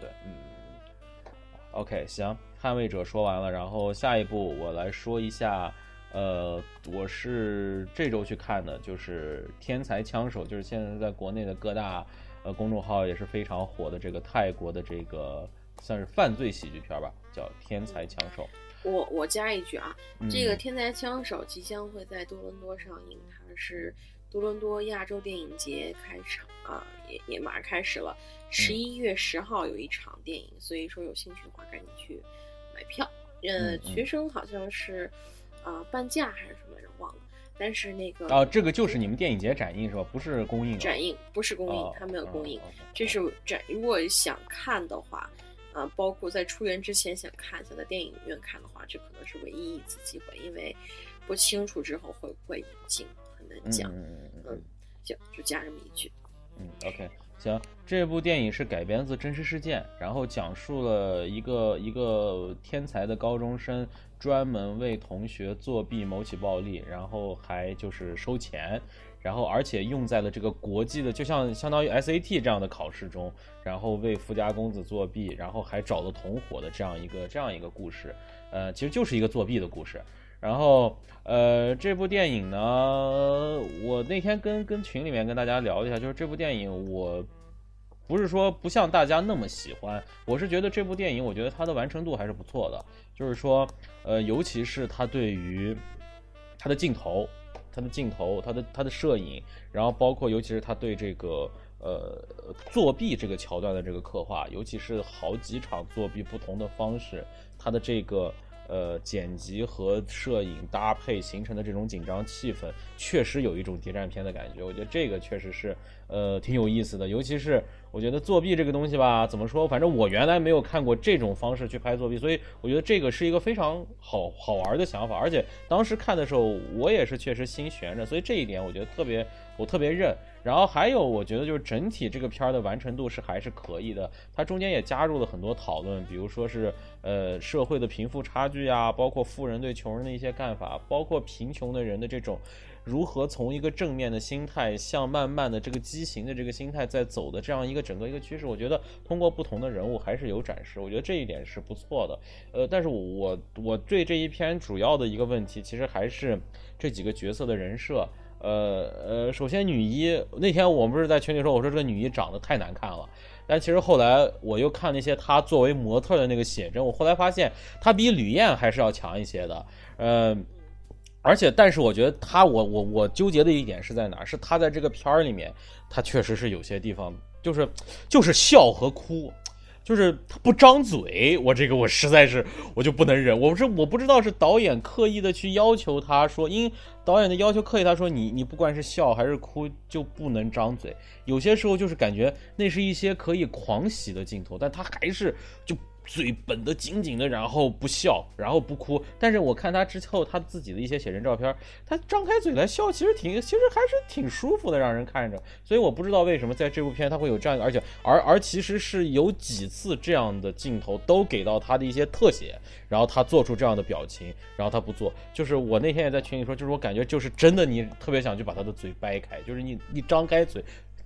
OK， 行，捍卫者说完了，然后下一步我来说一下我是这周去看的，就是天才枪手，就是现在在国内的各大公众号也是非常火的这个泰国的这个算是犯罪喜剧片吧，叫天才枪手。 我加一句啊，这个天才枪手即将会在多伦多上映，它是多伦多亚洲电影节开场啊，也马上开始了，11月10号有一场电影，所以说有兴趣的话赶紧去买票。学生好像是半价还是什么来着忘了，但是那个这个就是你们电影节展映是吧？不是公映？ 展映不是公映，它没有公映，这是如果想看的话。包括在出园之前想在电影院看的话，这可能是唯一一次机会，因为不清楚之后会不会引进，很难讲。行，就加这么一句。 OK， 行，这部电影是改编自真实事件，然后讲述了一个天才的高中生专门为同学作弊谋起暴利，然后还就是收钱。然后而且用在了这个国际的就像相当于 SAT 这样的考试中，然后为富家公子作弊，然后还找了同伙的这样一个故事，其实就是一个作弊的故事。然后这部电影呢，我那天跟群里面跟大家聊一下，就是这部电影我不是说不像大家那么喜欢，我是觉得这部电影我觉得它的完成度还是不错的，就是说尤其是它对于它的镜头，它的摄影，然后包括尤其是它对这个作弊这个桥段的这个刻画，尤其是好几场作弊不同的方式，它的这个剪辑和摄影搭配形成的这种紧张气氛，确实有一种谍战片的感觉。我觉得这个确实是挺有意思的，尤其是我觉得作弊这个东西吧，怎么说，反正我原来没有看过这种方式去拍作弊，所以我觉得这个是一个非常好玩的想法，而且当时看的时候我也是确实心悬着，所以这一点我觉得我特别认。然后还有我觉得就是整体这个片的完成度还是可以的，它中间也加入了很多讨论，比如说是社会的贫富差距啊，包括富人对穷人的一些看法，包括贫穷的人的这种如何从一个正面的心态向慢慢的这个畸形的这个心态在走的这样一个整个一个趋势，我觉得通过不同的人物还是有展示，我觉得这一点是不错的。但是我对这一篇主要的一个问题其实还是这几个角色的人设。首先女一那天我们不是在群里说，我说这个女一长得太难看了，但其实后来我又看那些她作为模特的那个写真，我后来发现她比吕燕还是要强一些的。而且但是我觉得她我纠结的一点是在哪，是她在这个片儿里面她确实是有些地方就是笑和哭，就是他不张嘴，我实在是我就不能忍。我不知道是导演刻意的去要求他说，因导演的要求刻意他说你不管是笑还是哭就不能张嘴。有些时候就是感觉那是一些可以狂喜的镜头，但他还是就嘴绷得紧紧的，然后不笑，然后不哭。但是我看他之后他自己的一些写真照片，他张开嘴来笑，其实还是挺舒服的，让人看着。所以我不知道为什么在这部片他会有这样的，而其实是有几次这样的镜头都给到他的一些特写，然后他做出这样的表情，然后他不做。就是我那天也在群里说，就是我感觉就是真的你特别想去把他的嘴掰开，就是你张开嘴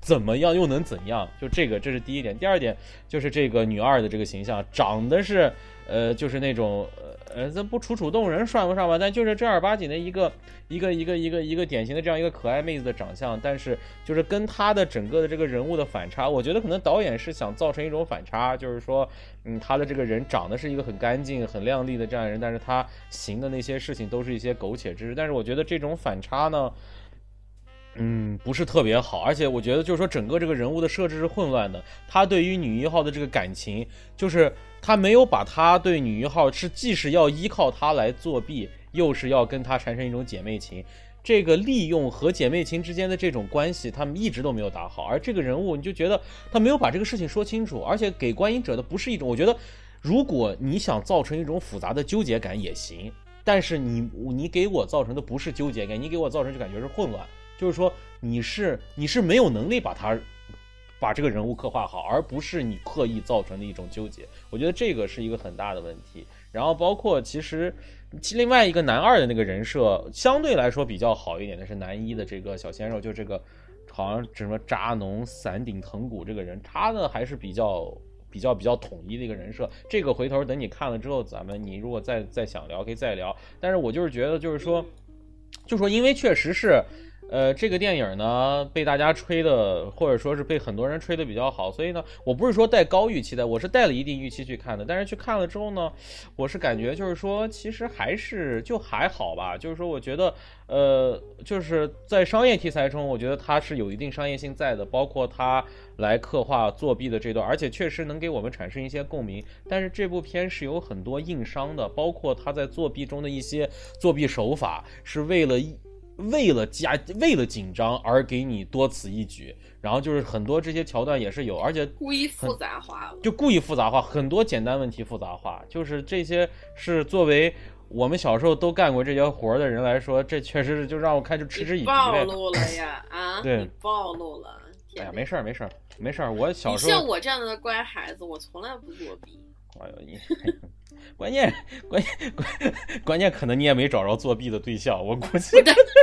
怎么样又能怎样？就这是第一点。第二点就是这个女二的这个形象长得是就是那种这不楚楚动人算不上吧，但就是正儿八经的一个典型的这样一个可爱妹子的长相，但是就是跟她的整个的这个人物的反差，我觉得可能导演是想造成一种反差，就是说她的这个人长得是一个很干净很靓丽的这样的人，但是她行的那些事情都是一些苟且之事，但是我觉得这种反差呢不是特别好，而且我觉得就是说整个这个人物的设置是混乱的。他对于女一号的这个感情，就是他没有把他对女一号是既是要依靠他来作弊，又是要跟他产生一种姐妹情。这个利用和姐妹情之间的这种关系，他们一直都没有打好。而这个人物，你就觉得他没有把这个事情说清楚，而且给观影者的不是一种，我觉得如果你想造成一种复杂的纠结感也行，但是你给我造成的不是纠结感，你给我造成就感觉是混乱。就是说你是没有能力把这个人物刻画好，而不是你刻意造成的一种纠结。我觉得这个是一个很大的问题。然后包括其实另外一个男二的那个人设相对来说比较好一点的是男一的这个小鲜肉，就这个好像什么扎农散顶藤谷这个人，他呢还是比较统一的一个人设。这个回头等你看了之后，你如果再想聊可以再聊。但是我就是觉得就是说因为确实是这个电影呢被大家吹的，或者说是被很多人吹的比较好，所以呢我不是说带高预期的，我是带了一定预期去看的。但是去看了之后呢，我是感觉就是说其实还好吧，就是说我觉得就是在商业题材中，我觉得它是有一定商业性在的，包括它来刻画作弊的这段，而且确实能给我们产生一些共鸣。但是这部片是有很多硬伤的，包括它在作弊中的一些作弊手法是为了紧张而给你多此一举，然后就是很多这些桥段也是有，而且故意复杂化了， 就故意复杂化很多简单问题复杂化，就是这些是作为我们小时候都干过这些活的人来说，这确实是就让我看就嗤之以鼻。 暴露了呀啊！ 对， 你暴露了。 哎呀，没事，我小时候你像我这样的乖孩子，我从来不作弊。 哎呦你。关键可能你也没找着作弊的对象，我估计。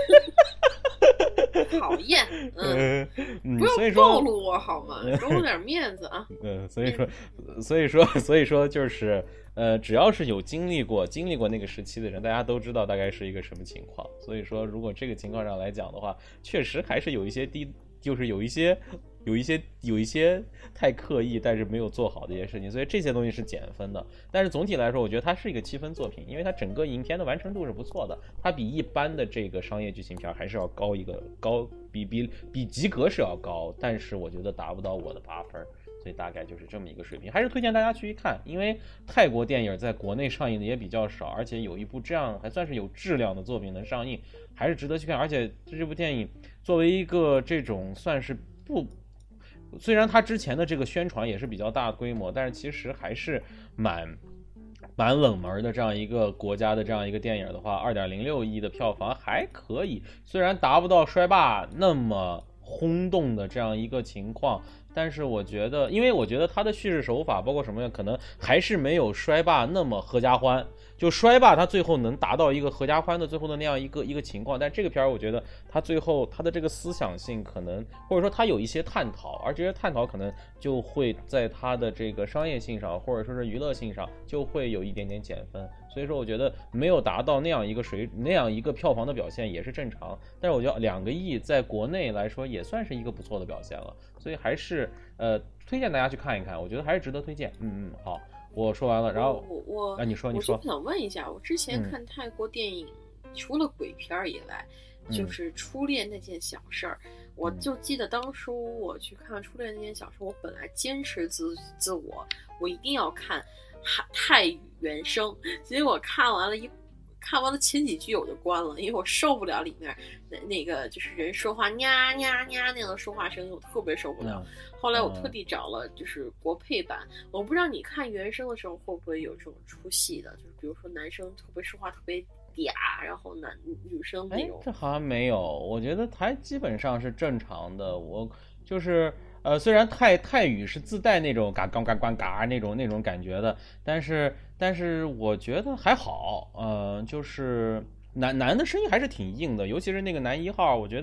讨厌，不要暴露我好吗？给我点面子啊！ 所以说就是只要是有经历过那个时期的人，大家都知道大概是一个什么情况。所以说，如果这个情况上来讲的话，确实还是有一些就是有一些太刻意但是没有做好的一些事情，所以这些东西是减分的。但是总体来说我觉得它是一个7分作品，因为它整个影片的完成度是不错的，它比一般的这个商业剧情片还是要高比及格是要高，但是我觉得达不到我的8分，所以大概就是这么一个水平。还是推荐大家去看，因为泰国电影在国内上映的也比较少，而且有一部这样还算是有质量的作品能上映，还是值得去看。而且这部电影作为一个这种算是虽然它之前的这个宣传也是比较大规模，但是其实还是蛮冷门的这样一个国家的这样一个电影的话，2.06亿的票房还可以，虽然达不到衰霸那么轰动的这样一个情况，但是因为我觉得它的叙事手法包括什么样，可能还是没有衰霸那么合家欢。就衰霸它最后能达到一个合家欢的最后的那样一个情况，但这个片儿我觉得它最后它的这个思想性可能，或者说它有一些探讨，而这些探讨可能就会在它的这个商业性上或者说是娱乐性上就会有一点点减分。所以说我觉得没有达到那样一个票房的表现也是正常，但是我觉得2个亿在国内来说也算是一个不错的表现了，所以还是推荐大家去看一看，我觉得还是值得推荐。好，我说完了，然后你说， 我就想问一下，我之前看泰国电影，除了鬼片以外，就是《初恋那件小事儿》，我就记得当初我去看《初恋那件小事》，我本来坚持自我一定要看泰语原声，结果看完了前几句我就关了，因为我受不了里面那个就是人说话nha nha nha那样的说话声音，我特别受不了。后来我特地找了就是国配版，我不知道你看原声的时候会不会有这种出戏的，就是比如说男生特别说话特别嗲，然后女生那种。 这好像没有，我觉得它基本上是正常的。我就是虽然泰语是自带那种嘎嘎嘎嘎嘎那种感觉的，但是我觉得还好，就是男的声音还是挺硬的，尤其是那个男1号，我觉得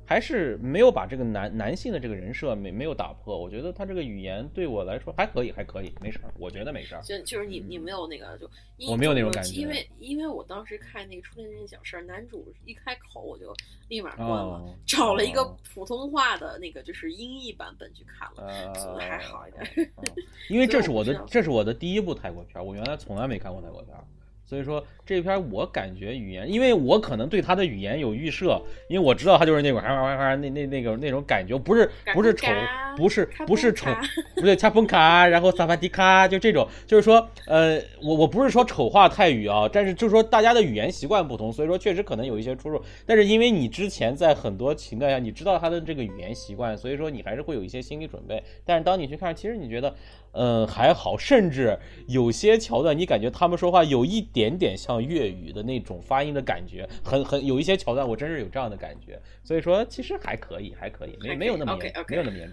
还是没有把这个男性的这个人设没有打破。我觉得他这个语言对我来说还可以，没事儿，我觉得没事儿。 就是你没有那个我没有那种感觉， 因为我当时看那个《初恋这件小事》，男主一开口我就立马关了，找了一个普通话的那个就是英译版本去看了，所以还好一点。 因为这是我的第一部泰国片，我原来从来没看过泰国片。所以说这篇我感觉语言，因为我可能对他的语言有预设，因为我知道他就是那种那种感觉，不是丑，不是丑，不对，恰崩卡，然后萨巴迪卡，就这种，就是说我不是说丑化泰语啊，但是就是说大家的语言习惯不同，所以说确实可能有一些出入。但是因为你之前在很多情况下你知道他的这个语言习惯，所以说你还是会有一些心理准备。但是当你去看，其实你觉得还好，甚至有些桥段你感觉他们说话有一点点像粤语的那种发音的感觉，很有一些桥段我真是有这样的感觉，所以说其实还可以，没有那么严重。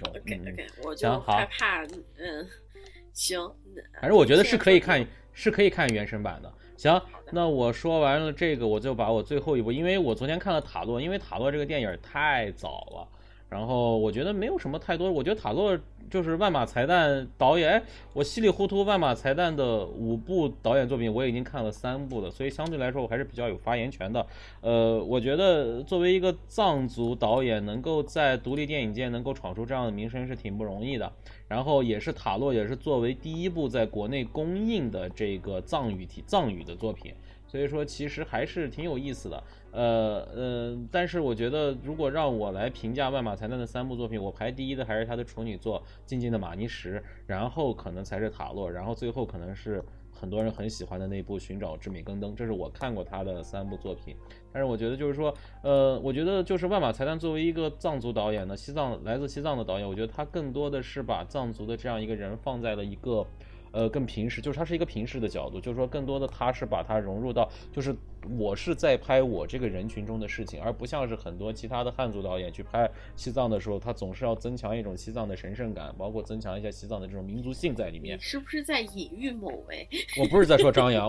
OK， 我就害怕，行， 反正我觉得是可以看原声版的。行，那我说完了这个，我就把我最后一部，因为我昨天看了塔洛，因为塔洛这个电影太早了，然后我觉得没有什么太多，我觉得塔洛就是万马才旦导演，我稀里糊涂万马才旦的5部导演作品我已经看了3部了，所以相对来说我还是比较有发言权的。我觉得作为一个藏族导演能够在独立电影界能够闯出这样的名声是挺不容易的，然后也是塔洛也是作为第一部在国内公映的这个藏语的作品，所以说其实还是挺有意思的。但是我觉得如果让我来评价万马才旦的3部作品，我排第一的还是他的处女作《静静的玛尼石》，然后可能才是塔洛，然后最后可能是很多人很喜欢的那部《寻找之美更登》，这是我看过他的3部作品。但是我觉得就是说，我觉得就是万马才旦作为一个藏族导演呢，来自西藏的导演，我觉得他更多的是把藏族的这样一个人放在了一个更平视，就是它是一个平视的角度，就是说更多的它是把它融入到，就是我是在拍我这个人群中的事情，而不像是很多其他的汉族导演去拍西藏的时候，他总是要增强一种西藏的神圣感，包括增强一下西藏的这种民族性在里面。 你是不是在隐喻某位？ 我不是在说张扬，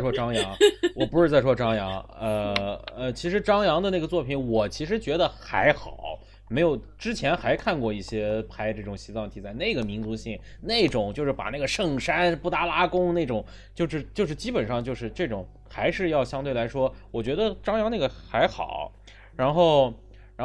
其实张扬的那个作品，我其实觉得还好。没有之前还看过一些拍这种西藏题材，那个民族性，那种就是把那个圣山布达拉宫那种，就是基本上就是这种，还是要相对来说，我觉得张扬那个还好。然后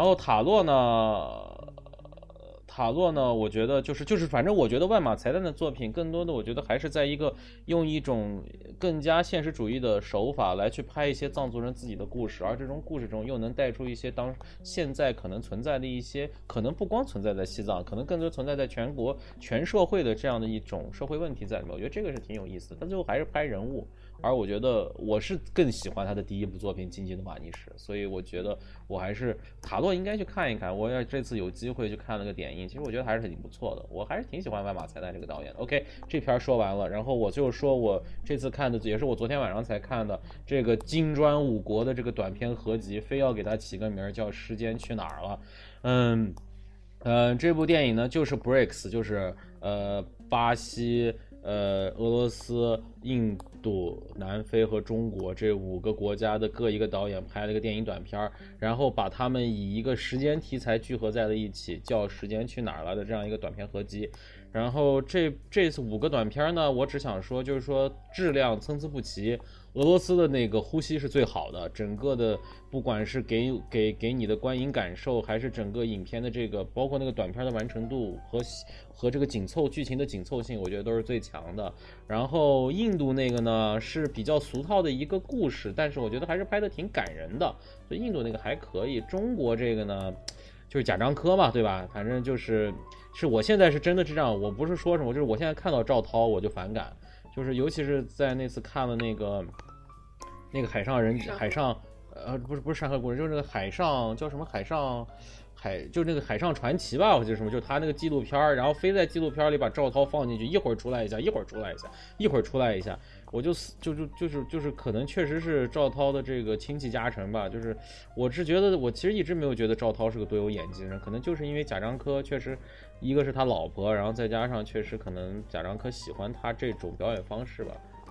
塔洛呢，我觉得就是反正我觉得万马才旦的作品更多的我觉得还是在一个用一种更加现实主义的手法来去拍一些藏族人自己的故事，而这种故事中又能带出一些现在可能存在的一些，可能不光存在在西藏，可能更多存在在全国全社会的这样的一种社会问题在里面，我觉得这个是挺有意思的。但最后还是拍人物，而我觉得我是更喜欢他的第一部作品《静静的玛尼石》，所以我觉得我还是塔洛应该去看一看。我要这次有机会去看了个点映，其实我觉得还是挺不错的，我还是挺喜欢万马才旦这个导演的。OK， 这篇说完了，然后我就说我这次看的也是我昨天晚上才看的这个金砖5国的这个短片合集，非要给它起个名叫《时间去哪儿了》。这部电影呢就是 BRICS， 就是巴西、俄罗斯、印度、南非和中国这5个国家的各一个导演拍了一个电影短片，然后把他们以一个时间题材聚合在了一起，叫《时间去哪儿了》的这样一个短片合集。然后这次5个短片呢，我只想说就是说质量参差不齐。俄罗斯的那个呼吸是最好的，整个的不管是给你的观影感受，还是整个影片的这个包括那个短片的完成度和这个剧情的紧凑性，我觉得都是最强的。然后印度那个呢是比较俗套的一个故事，但是我觉得还是拍的挺感人的，所以印度那个还可以。中国这个呢就是贾樟柯嘛，对吧？反正是我现在是真的这样，我不是说什么，就是我现在看到赵涛我就反感，就是尤其是在那次看了那个海上不是山河故事，就是那个海上叫什么就那个海上传奇吧，或者什么，就他那个纪录片，然后非在纪录片里把赵涛放进去，一会儿出来一下，一会儿出来一下，我就是可能确实是赵涛的这个亲戚加成吧，就是我是觉得我其实一直没有觉得赵涛是个多有演技的人，可能就是因为贾樟柯确实一个是他老婆，然后再加上确实可能贾樟柯喜欢他这种表演方式吧。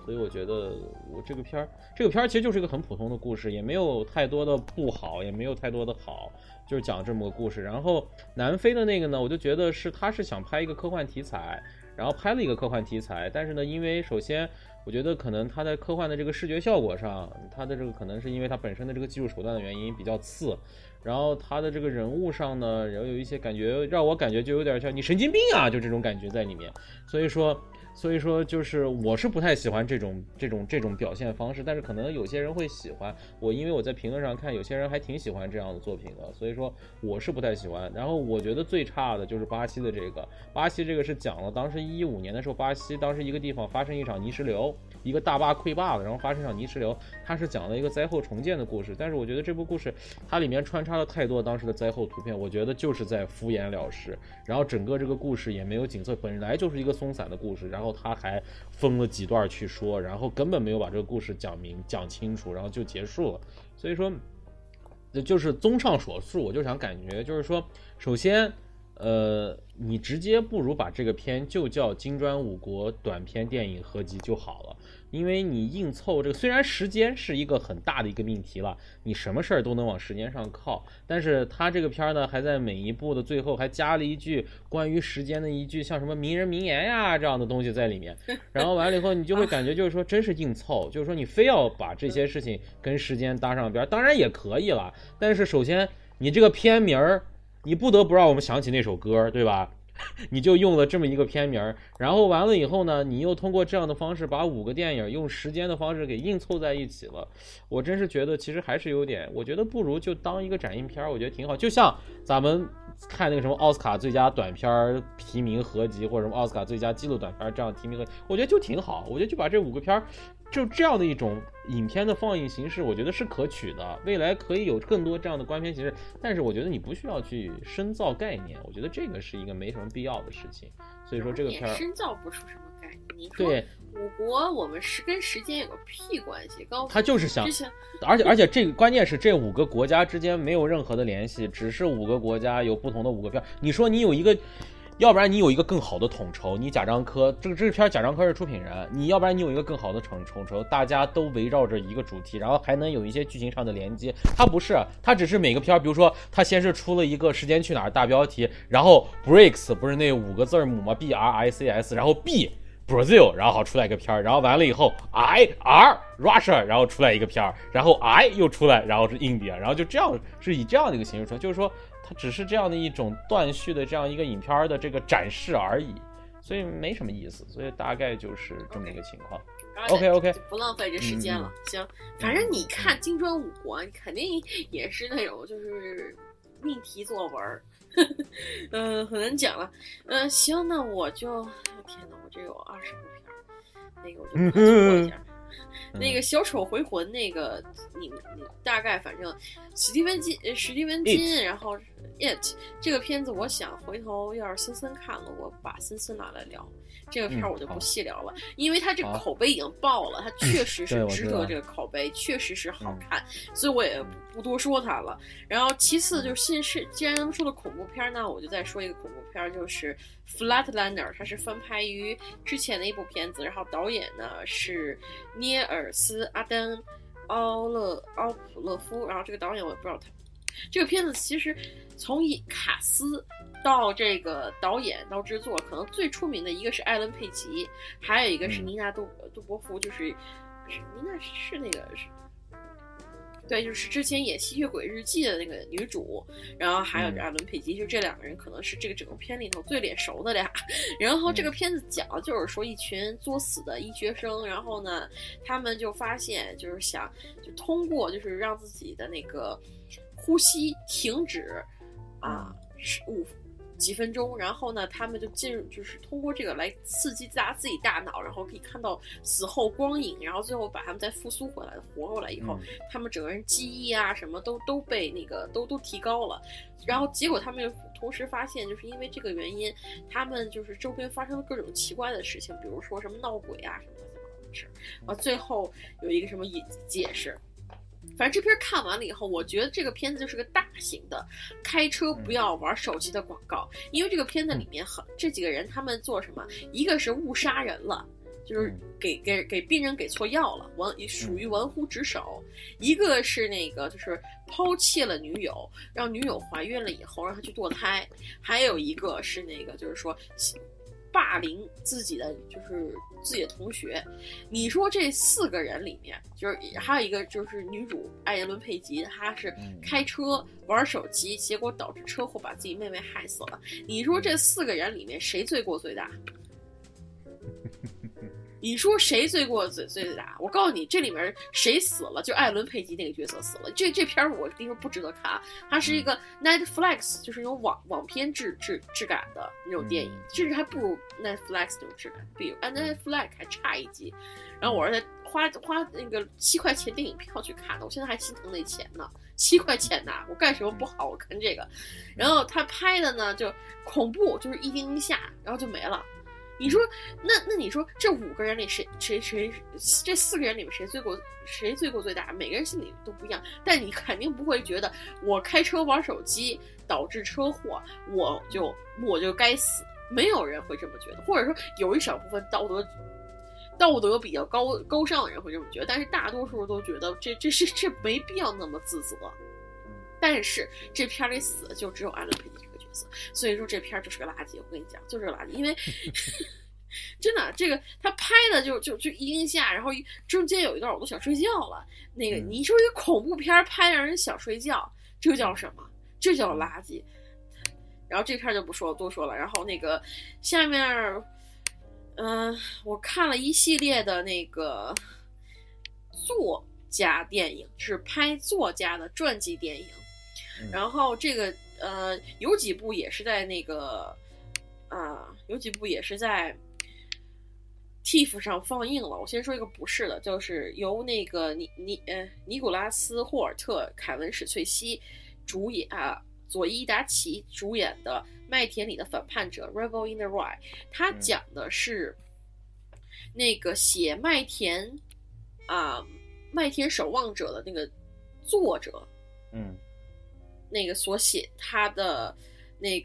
所以我觉得我这个片儿其实就是一个很普通的故事，也没有太多的不好，也没有太多的好，就是讲这么个故事。然后南非的那个呢，我就觉得他是想拍一个科幻题材，然后拍了一个科幻题材，但是呢，因为首先我觉得可能他在科幻的这个视觉效果上，他的这个可能是因为他本身的这个技术手段的原因比较次，然后他的这个人物上呢，然后有一些感觉让我感觉就有点像你神经病啊，就这种感觉在里面。所以说就是我是不太喜欢这种表现方式，但是可能有些人会喜欢我，因为我在评论上看有些人还挺喜欢这样的作品的，所以说我是不太喜欢。然后我觉得最差的就是巴西的巴西这个是讲了当时2015年的时候，巴西当时一个地方发生一场泥石流，一个大坝溃坝了，然后发生一场泥石流，它是讲了一个灾后重建的故事，但是我觉得这部故事它里面穿插了太多当时的灾后图片，我觉得就是在敷衍了事，然后整个这个故事也没有紧凑，本来就是一个松散的故事，然后他还分了几段去说，然后根本没有把这个故事讲清楚，然后就结束了。所以说就是综上所述，我就想感觉就是说，首先你直接不如把这个片就叫金砖五国短片电影合集就好了，因为你硬凑这个，虽然时间是一个很大的一个命题了，你什么事儿都能往时间上靠，但是他这个片呢，还在每一部的最后还加了一句关于时间的一句像什么名人名言呀这样的东西在里面，然后完了以后你就会感觉就是说真是硬凑，就是说你非要把这些事情跟时间搭上边，当然也可以了，但是首先你这个片名儿，你不得不让我们想起那首歌，对吧？你就用了这么一个片名，然后完了以后呢，你又通过这样的方式把5个电影用时间的方式给硬凑在一起了。我真是觉得其实还是有点，我觉得不如就当一个展映片，我觉得挺好。就像咱们看那个什么奥斯卡最佳短片提名合集，或者什么奥斯卡最佳纪录短片这样提名合集，我觉得就挺好。我觉得就把这5个片就这样的一种影片的放映形式，我觉得是可取的，未来可以有更多这样的观片形式，但是我觉得你不需要去深造概念，我觉得这个是一个没什么必要的事情。所以说这个片深造不出什么概念。你说五国我们是跟时间有个屁关系？ 他就是想，而且这个关键是这5个国家之间没有任何的联系，只是5个国家有不同的5个片。你说你有一个。要不然你有一个更好的统筹，你贾樟柯这个片贾樟柯是出品人，你要不然你有一个更好的统筹，大家都围绕着一个主题，然后还能有一些剧情上的连接。他不是，他只是每个片，比如说他先是出了一个时间去哪儿大标题，然后 BRICS 不是那5个字母吗 BRICS， 然后 B Brazil， 然后好出来一个片，然后完了以后 IR Russia， 然后出来一个片，然后 I 又出来，然后是 India， 然后就这样是以这样的一个形式出来，就是说它只是这样的一种断续的这样一个影片的这个展示而已，所以没什么意思，所以大概就是这么一个情况。OK， 不浪费这时间了。行，反正你看金砖五国，你肯定也是那种就是命题作文，很难讲了。行，那我就天哪，我这有20部片，那个我就过一下。那个小丑回魂那个，你大概反正史蒂文金，然后 It 这个片子，我想回头要是森森看了，我把森森拿来聊这个片儿，我就不细聊了，因为他这个口碑已经爆了，他确实是值得这个口碑，确实是好看，所以我也不多说它了。然后其次就是既然咱们说的恐怖片呢，我就再说一个恐怖片，就是Flatlander， 它是翻拍于之前的一部片子，然后导演呢是涅尔斯·阿丹·奥普勒夫，然后这个导演我也不知道他。这个片子其实从卡斯到这个导演到制作，可能最出名的一个是艾伦·佩吉，还有一个是妮娜·杜波夫，就是妮娜是那个是。对，就是之前演《吸血鬼日记》的那个女主，然后还有艾伦·佩吉，就这2个人可能是这个整个片里头最脸熟的俩。然后这个片子讲的就是说一群作死的医学生，然后呢，他们就发现就是想就通过就是让自己的那个呼吸停止几分钟，然后呢，他们就进入，就是通过这个来刺激自己大脑，然后可以看到死后光影，然后最后把他们再复苏回来，活过来以后，他们整个人记忆啊什么都被那个都提高了，然后结果他们又同时发现，就是因为这个原因，他们就是周边发生了各种奇怪的事情，比如说什么闹鬼啊什么的事，最后有一个什么解释。反正这片看完了以后，我觉得这个片子就是个大型的开车不要玩手机的广告，因为这个片子里面这几个人他们做什么，一个是误杀人了， 就是给病人给错药了，属于玩忽职守。一个是那个就是抛弃了女友，让女友怀孕了以后让她去堕胎，还有一个是那个就是说霸凌自己的同学。你说这4个人里面，就是还有一个就是女主艾耶伦佩吉，她是开车玩手机，结果导致车祸把自己妹妹害死了。你说这4个人里面谁罪过最大？你说谁罪过最大？我告诉你，这里面谁死了，就艾伦佩吉那个角色死了。这片我跟你说不值得看，它是一个 Netflix 就是那种网片质感的那种电影，甚至还不如 Netflix 那种质感，比 Netflix 还差一级。然后我是在花那个7块钱电影票去看的，我现在还心疼那钱呢。7块钱呐，我干什么不好？我看这个，然后他拍的呢就恐怖，就是一惊一吓，然后就没了。你说，那你说这5个人里谁这4个人里面谁罪过最大？每个人心里都不一样，但你肯定不会觉得我开车玩手机导致车祸，我就该死，没有人会这么觉得，或者说有一少部分道德比较高尚的人会这么觉得，但是大多数都觉得这没必要那么自责。但是这片里死的就只有艾伦佩吉这个角色，所以说这片就是个垃圾。我跟你讲，就是个垃圾，因为真的这个他拍的就一惊吓，然后中间有一段我都想睡觉了。那个你说一个恐怖片拍让人想睡觉，这叫什么？这叫垃圾。然后这片就不多说了。然后那个下面，我看了一系列的那个作家电影，是拍作家的传记电影。然后这个有几部也是在那个有几部也是在 TIFF 上放映了。我先说一个不是的，就是由那个尼古拉斯·霍尔特、凯文·史翠西主演佐伊·达奇主演的《麦田里的反叛者》 Rebel in the Rye。 他讲的是那个写麦田守望者的那个作者，那个所写他的应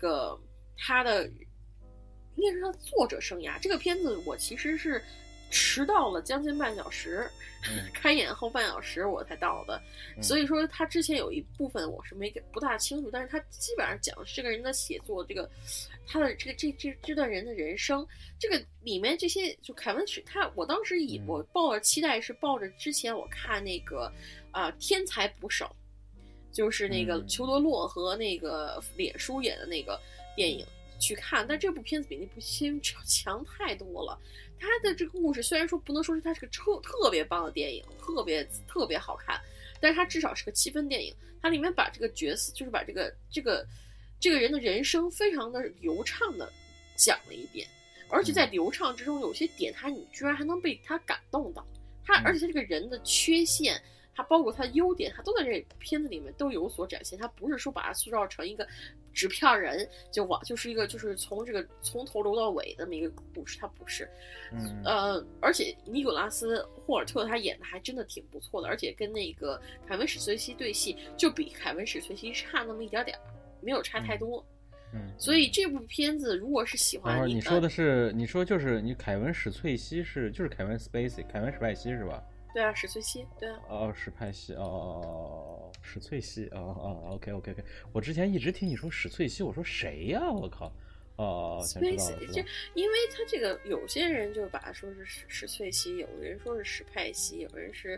该是他的作者生涯。这个片子我其实是迟到了将近半小时，开演后半小时我才到的，所以说他之前有一部分我是不大清楚，但是他基本上讲的是这个人的写作，他的这段人的人生。这个里面这些就凯文史我当时我抱着期待是抱着之前我看那个天才捕手，就是那个裘德洛和那个脸书演的那个电影去看，但这部片子比那部片强太多了。他的这个故事虽然说不能说是他是个特别棒的电影，特别好看，但是他至少是个7分电影。它里面把这个角色，就是把这个人的人生非常的流畅的讲了一遍，而且在流畅之中有些点你居然还能被他感动到。而且他这个人的缺陷，它包括他的优点，它都在这片子里面都有所展现。他不是说把它塑造成一个纸片人，就是一个就是从头流到尾的那么一个故事，它不是。而且尼古拉斯·霍尔特他演的还真的挺不错的，而且跟那个凯文·史翠西对戏，就比凯文·史翠西差那么一点点，没有差太多。所以这部片子如果是喜欢你说的是你说就是你凯文·史翠西就是凯文·凯文·史派西是吧？ 对啊，史翠西，对啊。 史派西，史翠西，OK，我之前一直听你说史翠西，我说谁呀？我靠，想知道了。 就因为他这个有些人就把它说是史翠西，有人说是史派西，有人是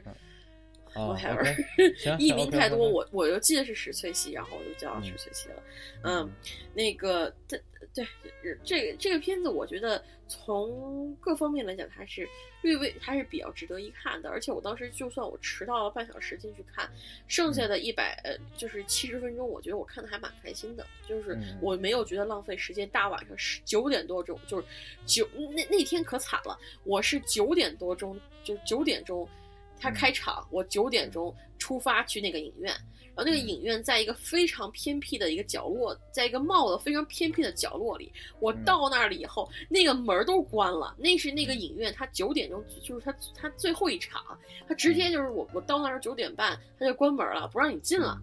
whatever， 译名太多，我就记得是史翠西，然后我就叫史翠西了。那个对这个片子，我觉得从各方面来讲，它是略微还是比较值得一看的。而且我当时就算我迟到了半小时进去看，剩下的就是70分钟，我觉得我看的还蛮开心的，就是我没有觉得浪费时间。大晚上9点多钟，就是那天可惨了，我是9点多钟，就9点钟他开场，我9点钟出发去那个影院。然后那个影院在一个非常偏僻的一个角落，在一个mall的非常偏僻的角落里。我到那儿了以后，那个门都关了。那是那个影院，他9点钟就是他最后一场，他直接就是我到那儿9点半，他就关门了，不让你进了。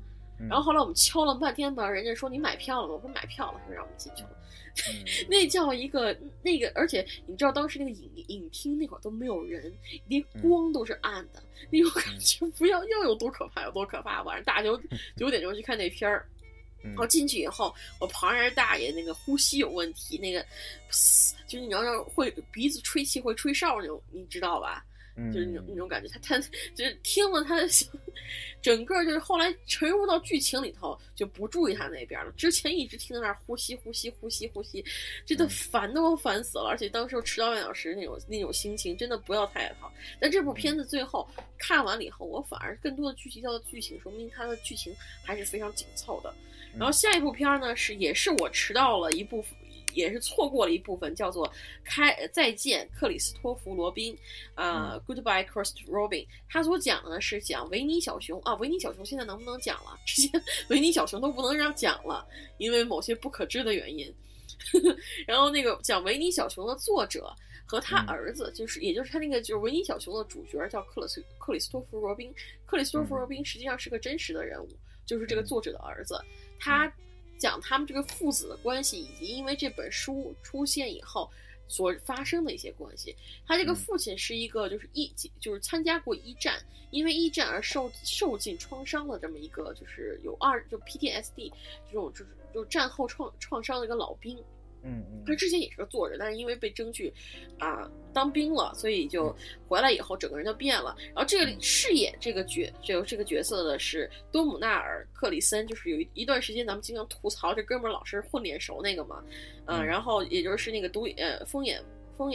然后后来我们敲了半天吧，人家说你买票了吗？我说买票了，就让我们进去了。那叫一个那个，而且你知道当时那个影厅那会儿都没有人，连光都是暗的，那种感觉不要有多可怕有多可怕。晚上大9点钟去看那片儿。然后进去以后，我旁边大爷那个呼吸有问题，那个就是你要是会鼻子吹气会吹哨那种，你知道吧？就是那种感觉，他就是听了他整个就是后来沉入到剧情里头就不注意他那边了。之前一直听在那儿呼吸，真的烦得我烦死了。而且当时迟到半小时那种心情，真的不要太好。但这部片子最后看完了以后，我反而更多的聚集到剧情，说明它的剧情还是非常紧凑的。然后下一部片呢也是我迟到了一部分。也是错过了一部分，叫做再见克里斯托弗罗宾，Goodbye Christopher Robin。他所讲的呢是讲维尼小熊啊，维尼小熊现在能不能讲了？之前维尼小熊都不能让讲了，因为某些不可知的原因。然后那个讲维尼小熊的作者和他儿子，也就是他那个就是维尼小熊的主角叫克里斯托弗罗宾。克里斯托弗罗宾实际上是个真实的人物，就是这个作者的儿子，他。讲他们这个父子的关系，以及因为这本书出现以后所发生的一些关系。他这个父亲是一个就是参加过一战，因为一战而受尽创伤的这么一个就是就 PTSD 这种就是战后创伤的一个老兵。他之前也是个作者，但是因为被征去当兵了，所以就回来以后整个人就变了。然后这个饰演这个角色的是多姆纳尔克里森，就是有一段时间咱们经常吐槽这哥们儿老是混脸熟那个嘛，然后也就是那个风眼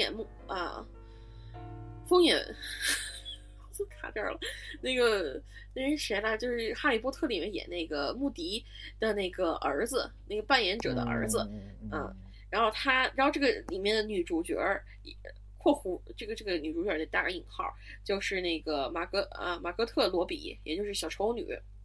卡这儿了，那人谁来？就是《哈利波特》里面演那个穆迪的那个儿子，那个扮演者的儿子，然后这个里面的女主角括弧这个女主角得打个引号，就是那个玛格特罗比，也就是小丑女。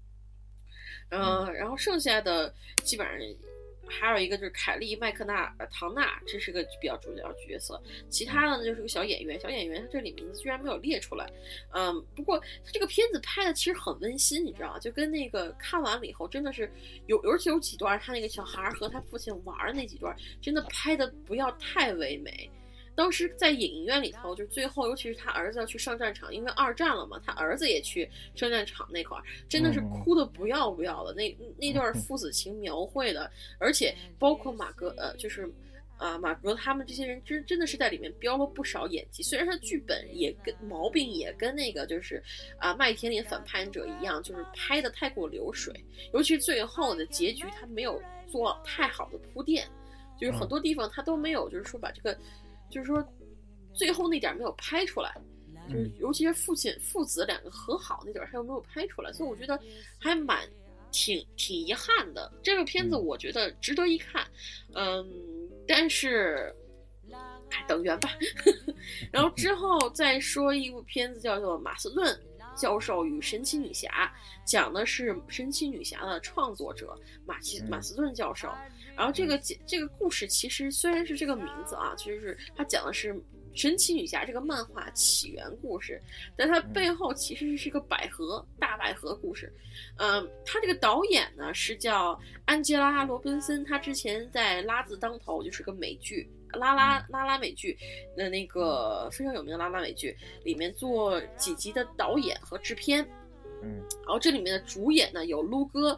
然后剩下的基本上还有一个就是凯莉麦克唐纳，这是个比较主要角色。其他的呢就是个小演员，他这里名字居然没有列出来。不过他这个片子拍的其实很温馨，你知道吗？就跟那个看完了以后真的是尤其有几段他那个小孩和他父亲玩的那几段，真的拍的不要太唯美。当时在影院里头，就最后尤其是他儿子要去上战场，因为2战了嘛，他儿子也去上战场那块儿，真的是哭的不要的。那段父子情描绘的，而且包括马格他们这些人真的是在里面标了不少演技。虽然他剧本也跟毛病也跟那个就是麦田里反叛者一样，就是拍的太过流水，尤其是最后的结局他没有做太好的铺垫，就是很多地方他都没有就是说把这个就是说最后那点没有拍出来，就是尤其是父子两个和好那点他又没有拍出来，所以我觉得还挺遗憾的。这个片子我觉得值得一看，但是等缘吧。然后之后再说一部片子叫做《马斯顿教授与神奇女侠》，讲的是神奇女侠的创作者马斯顿教授。然后这个故事其实虽然是这个名字啊，就是它讲的是神奇女侠这个漫画起源故事，但它背后其实是个大百合故事。他这个导演呢是叫安吉拉·罗宾森，他之前在《拉字当头》就是个美剧拉拉美剧的那个非常有名的拉拉美剧里面做几集的导演和制片。然后这里面的主演呢有卢克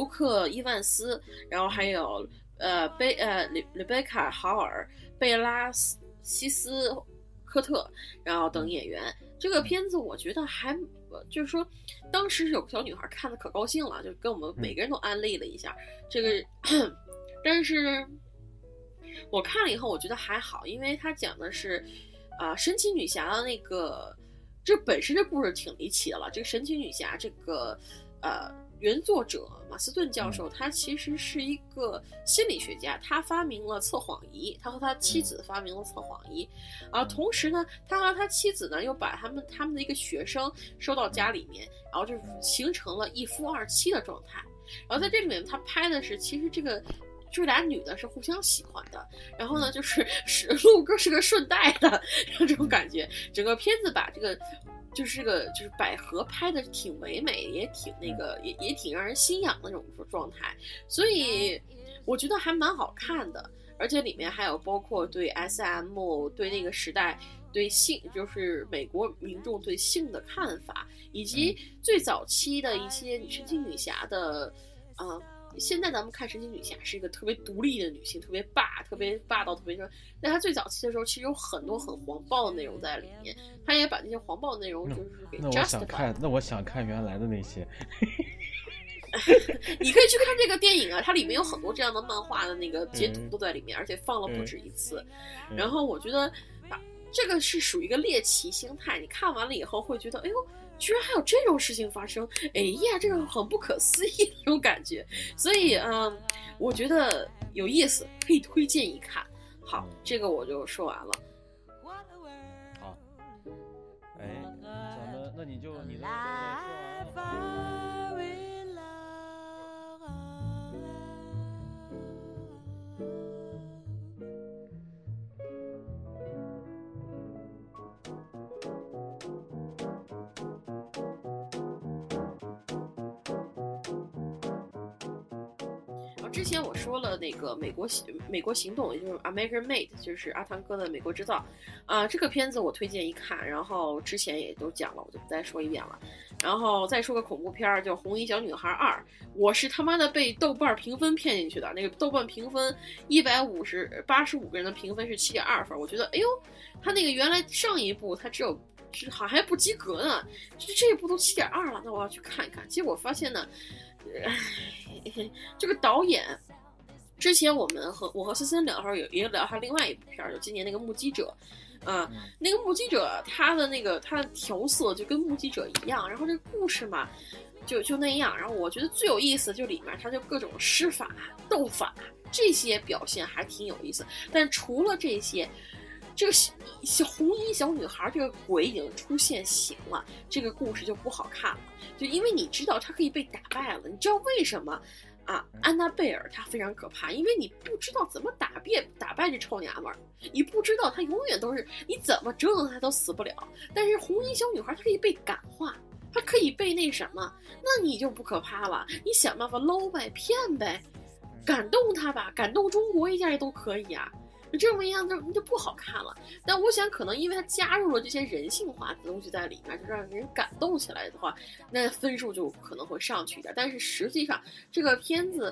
·伊万斯，然后还有里贝卡·豪尔、贝拉西斯科特，然后等演员。这个片子我觉得还就是说当时有个小女孩看的可高兴了，就跟我们每个人都安利了一下这个但是我看了以后我觉得还好，因为它讲的是神奇女侠的那个，这本身这故事挺离奇的了。这个神奇女侠这个原作者马斯顿教授，他其实是一个心理学家，他发明了测谎仪，他和他妻子发明了测谎仪，同时呢，他和他妻子呢又把他们的一个学生收到家里面，然后就形成了一夫二妻的状态。然后在这里面他拍的是，其实这个这俩女的是互相喜欢的，然后呢就是陆哥是个顺带的，这种感觉。整个片子把这个就是百合拍的挺唯美，也挺那个也挺让人心痒的那种状态，所以我觉得还蛮好看的。而且里面还有包括对 SM 对那个时代对性，就是美国民众对性的看法，以及最早期的一些神奇女侠的现在咱们看神奇女侠是一个特别独立的女性，特别霸道，特别说，但她最早期的时候其实有很多很黄暴的内容在里面，她也把那些黄暴的内容就是给 justify。 那我想看原来的那些。 你可以去看这个电影啊，它里面有很多这样的漫画的那个截图都在里面，而且放了不止一次。然后我觉得这个是属于一个猎奇心态，你看完了以后会觉得，哎呦，居然还有这种事情发生，哎呀，这个很不可思议的那种感觉。所以我觉得有意思，可以推荐一看。好，这个我就说完了。 好，哎，咱们那你的说完了。 之前我说了那个美国行动，也就是 American Made， 就是阿汤哥的美国制造这个片子我推荐一看，然后之前也都讲了，我就不再说一遍了。然后再说个恐怖片叫《红衣小女孩2》，我是他妈的被豆瓣评分骗进去的。那个豆瓣评分85个人的评分是7.2分，我觉得哎呦，他那个原来上一部他好像还不及格呢，这一部都7.2了，那我要去看一看。结果发现呢，这个导演，之前我和森森聊的时候也聊他另外一部片，就今年那个《目击者》那个《目击者》他的调色就跟《目击者》一样，然后这个故事嘛就那样，然后我觉得最有意思就里面他就各种施法斗法这些表现还挺有意思，但除了这些。这个红衣小女孩这个鬼已经出现形了，这个故事就不好看了。就因为你知道她可以被打败了，你知道为什么安娜贝尔她非常可怕，因为你不知道怎么打败这臭娘们儿，你不知道她永远都是你怎么折腾她都死不了。但是红衣小女孩她可以被感化，她可以被那什么，那你就不可怕了。你想办法搂呗，骗呗，感动她吧，感动中国一下也都可以啊。这么一样就不好看了。但我想可能因为它加入了这些人性化的东西在里面，就让人感动起来的话，那分数就可能会上去一点。但是实际上这个片子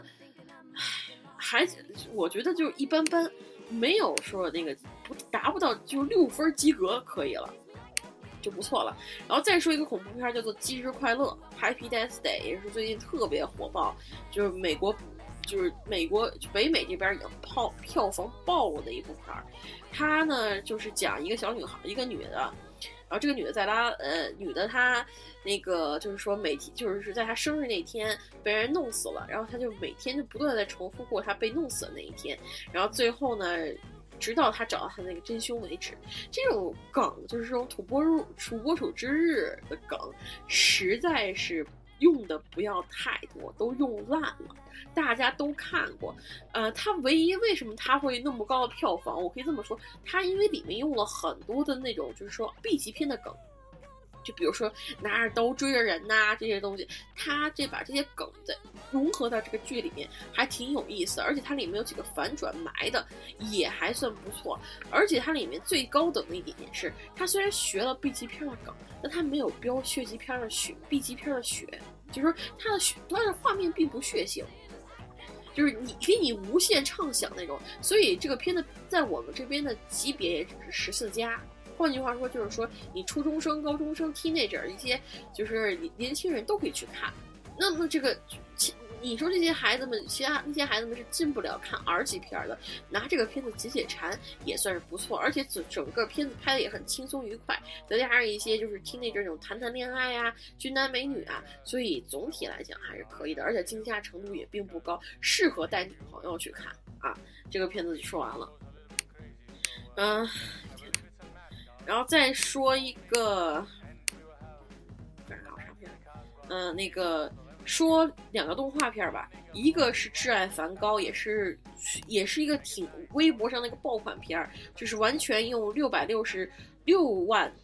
我觉得就一般般，没有说那个达不到就6分及格可以了，就不错了。然后再说一个恐怖片叫做《忌日快乐》 Happy Death Day， 也是最近特别火爆，就是美国北美这边已经票房爆了的一部片儿。它呢就是讲一个小女孩，一个女的，然后这个女的她那个就是说每天就是在她生日那天被人弄死了，然后她就每天就不断的在重复过她被弄死的那一天，然后最后呢直到她找到她那个真凶为止。这种梗就是这种土拨鼠之日的梗，实在是用的不要太多，都用烂了，大家都看过。它唯一为什么它会那么高的票房，我可以这么说，它因为里面用了很多的那种就是说 B 级片的梗，就比如说拿着刀追着人呐这些东西，它把这些梗的融合到这个剧里面还挺有意思的，而且它里面有几个反转埋的也还算不错。而且它里面最高等的一点是，它虽然学了 B 级片的梗，但它没有标血级片的血 B 级片的血，就是说它的画面并不血腥，就是给你无限畅想那种。所以这个片子在我们这边的级别也只是14+。换句话说，就是说你初中生、高中生、teenager 一些就是年轻人都可以去看。那么这个你说这些孩子们，那些孩子们是进不了看R级片的，拿这个片子解馋也算是不错。而且整个片子拍的也很轻松愉快，再加上一些就是teenager这种谈恋爱啊、俊男美女啊，所以总体来讲还是可以的，而且惊吓程度也并不高，适合带女朋友去看啊。这个片子就说完了。然后再说一个，那个说2个动画片吧，一个是《挚爱梵高》，也是一个挺微博上的一个爆款片，就是完全用666万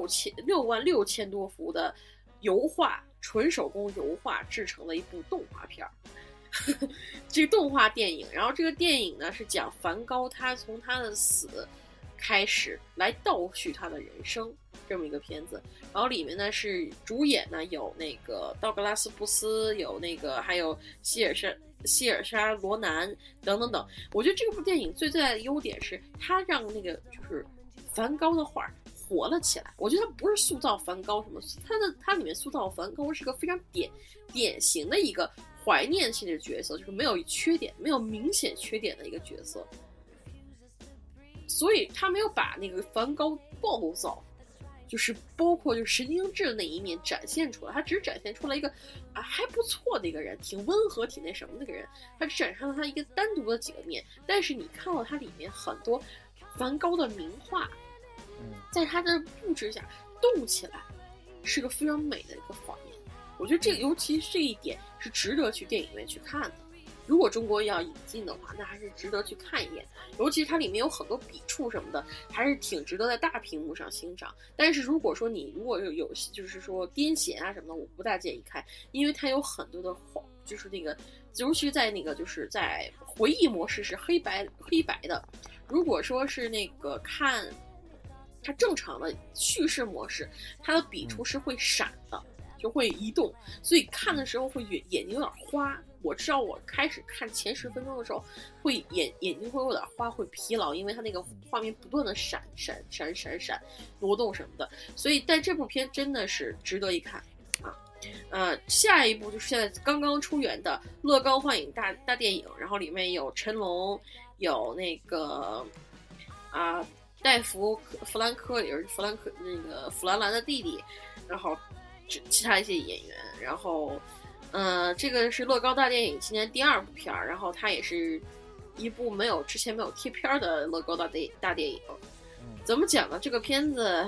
6千多幅的油画，纯手工油画制成的一部动画片。这个动画电影，然后这个电影呢是讲梵高他从他的死开始来倒叙他的人生这么一个片子。然后里面呢是主演呢有那个道格拉斯布斯，有那个还有希尔莎罗南等等等。我觉得这部电影最大的优点是它让那个就是梵高的画活了起来。我觉得它不是塑造梵高什么，它里面塑造梵高是个非常典型的一个怀念性的角色，就是没有缺点，没有明显缺点的一个角色。所以他没有把那个梵高暴躁，就是包括就是神经质的那一面展现出来，他只是展现出来一个还不错的一个人，挺温和挺那什么的一个人，他只展现了他一个单独的几个面。但是你看到他里面很多梵高的名画，在他的布置下动起来，是个非常美的一个画面。我觉得尤其是这一点是值得去电影院去看的。如果中国要引进的话，那还是值得去看一眼。尤其是它里面有很多笔触什么的，还是挺值得在大屏幕上欣赏。但是如果说你如果有就是说癫痫啊什么的，我不大建议看，因为它有很多的就是那个，尤其是在那个就是在回忆模式是黑白的。如果说是那个看它正常的叙事模式，它的笔触是会闪的，就会移动，所以看的时候会眼睛有点花。我知道我开始看前10分钟的时候，会眼睛会有点花，会疲劳，因为它那个画面不断的闪，挪动什么的。所以，但这部片真的是值得一看啊。下一部就是现在刚刚出源的乐高幻影大电影，然后里面有成龙，有那个戴弗弗兰科，也是那个弗兰兰的弟弟，然后其他一些演员，然后。这个是乐高大电影今年第2部片，然后它也是一部之前没有贴片的乐高大电影。怎么讲呢？这个片子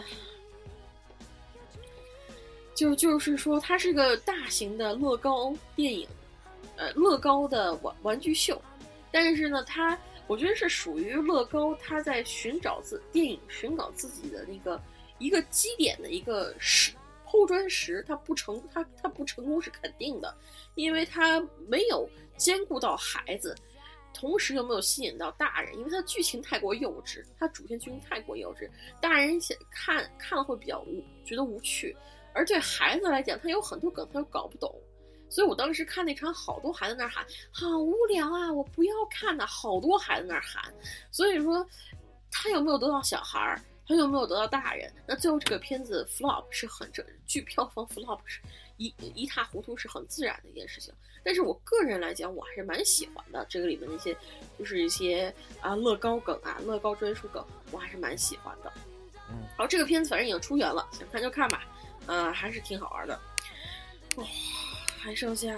就是说它是个大型的乐高电影，乐高的玩具秀。但是呢，我觉得是属于乐高他在电影寻找自己的那个一个基点的一个抛砖石，它不成功是肯定的，因为它没有兼顾到孩子，同时又没有吸引到大人，因为它剧情太过幼稚，它主线剧情太过幼稚，大人看了会比较觉得无趣，而对孩子来讲，他有很多梗他又搞不懂。所以我当时看那场，好多孩子那儿喊好无聊啊，我不要看呐，好多孩子那儿喊。所以说他有没有得到小孩，他有没有得到大人？那最后这个片子 flop 是据票房 flop 是一塌糊涂，是很自然的一件事情。但是我个人来讲，我还是蛮喜欢的。这个里面的一些就是一些乐高梗乐高专属梗，我还是蛮喜欢的。然后这个片子反正已经出源了，想看就看吧。还是挺好玩的。还剩下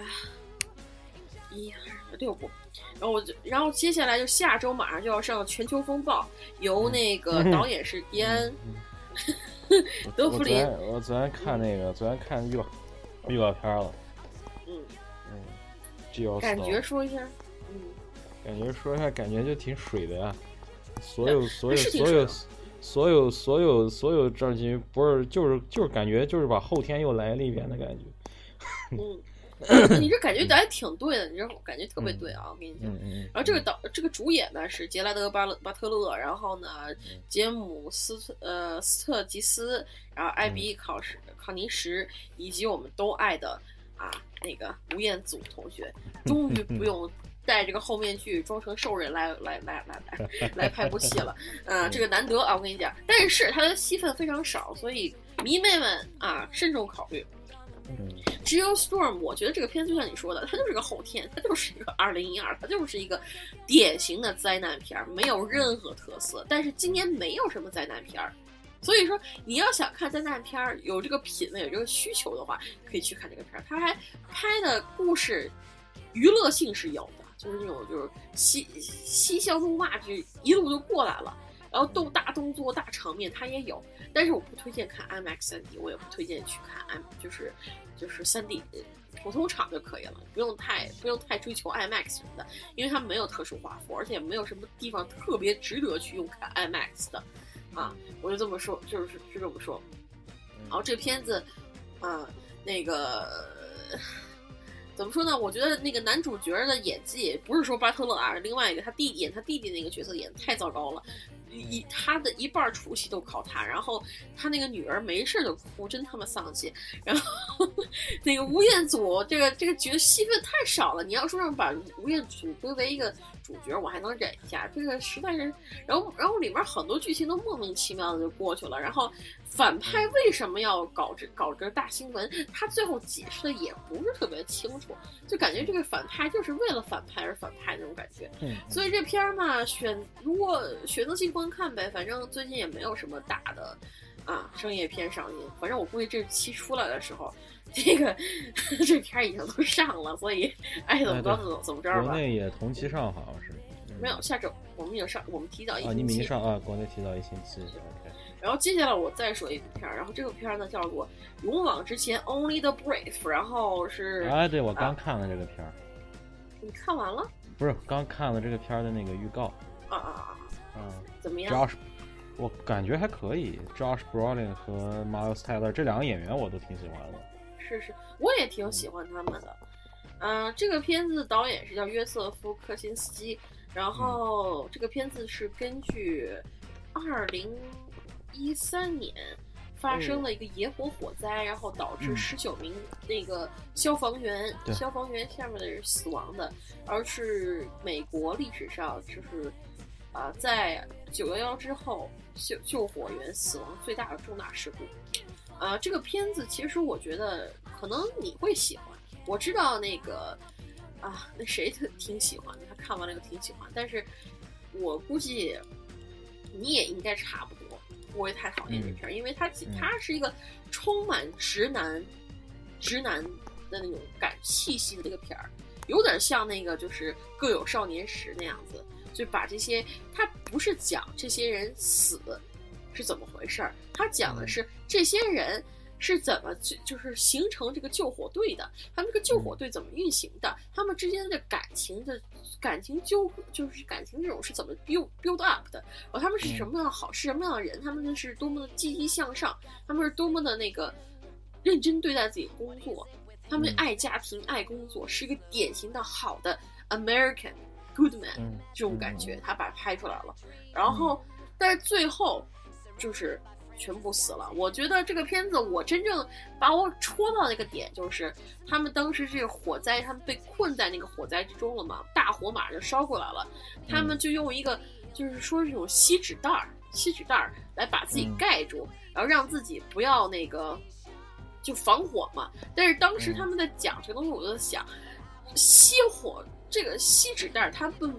6部。然后接下来就下周马上就要上《全球风暴》，由那个导演是迪安德弗林。 我昨天看预告片了。 感觉说一下。 感觉就挺水的呀。所有证据不是就是感觉就是把后天又来了一遍的感觉。 你这感觉还挺对的，你这感觉特别对啊！我跟你讲，然后这个主演呢是杰拉德巴特勒，然后呢杰姆斯特吉斯，然后艾比考尼什，以及我们都爱的那个吴彦祖同学，终于不用带这个后面具装成兽人来拍部戏了。这个难得啊，我跟你讲，但是他的戏份非常少，所以迷妹们慎重考虑。Geostorm 我觉得这个片子就像你说的，它就是个后天，它就是一个2012，它就是一个典型的灾难片，没有任何特色。但是今年没有什么灾难片，所以说你要想看灾难片，有这个品味有这个需求的话，可以去看这个片。它还拍的故事娱乐性是有的，就是那种就是嬉笑怒骂，就一路就过来了。 然后大动作、大场面它也有，但是我不推荐看 IMAX 3D， 我也不推荐去看就是3D 普通场就可以了，不用太追求 IMAX 什么的，因为它没有特殊画幅，而且没有什么地方特别值得去用看 IMAX 的啊，我就这么说，就这么说。然后这片子那个怎么说呢？我觉得那个男主角的演技不是说巴特勒啊，另外一个他弟弟那个角色演得太糟糕了，他的一半出戏都靠他，然后他那个女儿没事就哭，真他妈丧气。然后那个吴彦祖这个角戏份太少了，你要说让把吴彦祖归为一个主角，我还能忍一下，这个实在是，然后里面很多剧情都莫名其妙的就过去了，然后反派为什么要搞这大新闻，他最后解释的也不是特别清楚，就感觉这个反派就是为了反派而反派那种感觉。所以这片儿嘛，如果选择性观看呗，反正最近也没有什么大的商业片上映，反正我估计这期出来的时候，这片已经都上了，所以爱怎么着怎么着吧。 国内也同期上，好像是。 没有，下周我们有上，我们提早一星期。 你们一上国内提早1星期。OK。 然后接下来我再说一部片，然后这个片呢叫做《勇往直前 Only the Brave》，然后是对，我刚看了这个片你看完了？ 不是，刚看了这个片的那个预告。 怎么样 ？Josh，我感觉还可以。Josh Brolin 和 Miles Teller 这两个演员我都挺喜欢的。 是，我也挺喜欢他们的。这个片子的导演是叫约瑟夫·科辛斯基，然后这个片子是根据2013年发生了一个野火火灾，然后导致19名那个消防员下面的人死亡的，而是美国历史上就是在911之后救火员死亡最大的重大事故。这个片子其实我觉得可能你会喜欢，我知道那个那谁挺喜欢的，他看完了挺喜欢，但是我估计你也应该差不多不会太讨厌这片，因为它是一个充满直男的那种气息的这个片儿，有点像那个就是各有少年时那样子，就把这些，他不是讲这些人死是怎么回事儿，他讲的是这些人是怎么就是形成这个救火队的，他们这个救火队怎么运行的，他们之间的感情就是感情这种是怎么 build up 的，他们是什么样的是什么样的人，他们是多么的积极向上，他们是多么的那个认真对待自己的工作，他们爱家庭爱工作，是一个典型的好的 American good man 这种感觉，他把它拍出来了，然后但是最后就是全部死了。我觉得这个片子我真正把我戳到那个点，就是他们当时这个火灾，他们被困在那个火灾之中了嘛，大火马上就烧过来了，他们就用一个就是说这种锡纸袋来把自己盖住，然后让自己不要那个就防火嘛。但是当时他们在讲这个东西，我就在想，熄火这个锡纸袋，他们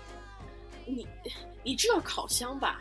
你知道烤箱吧？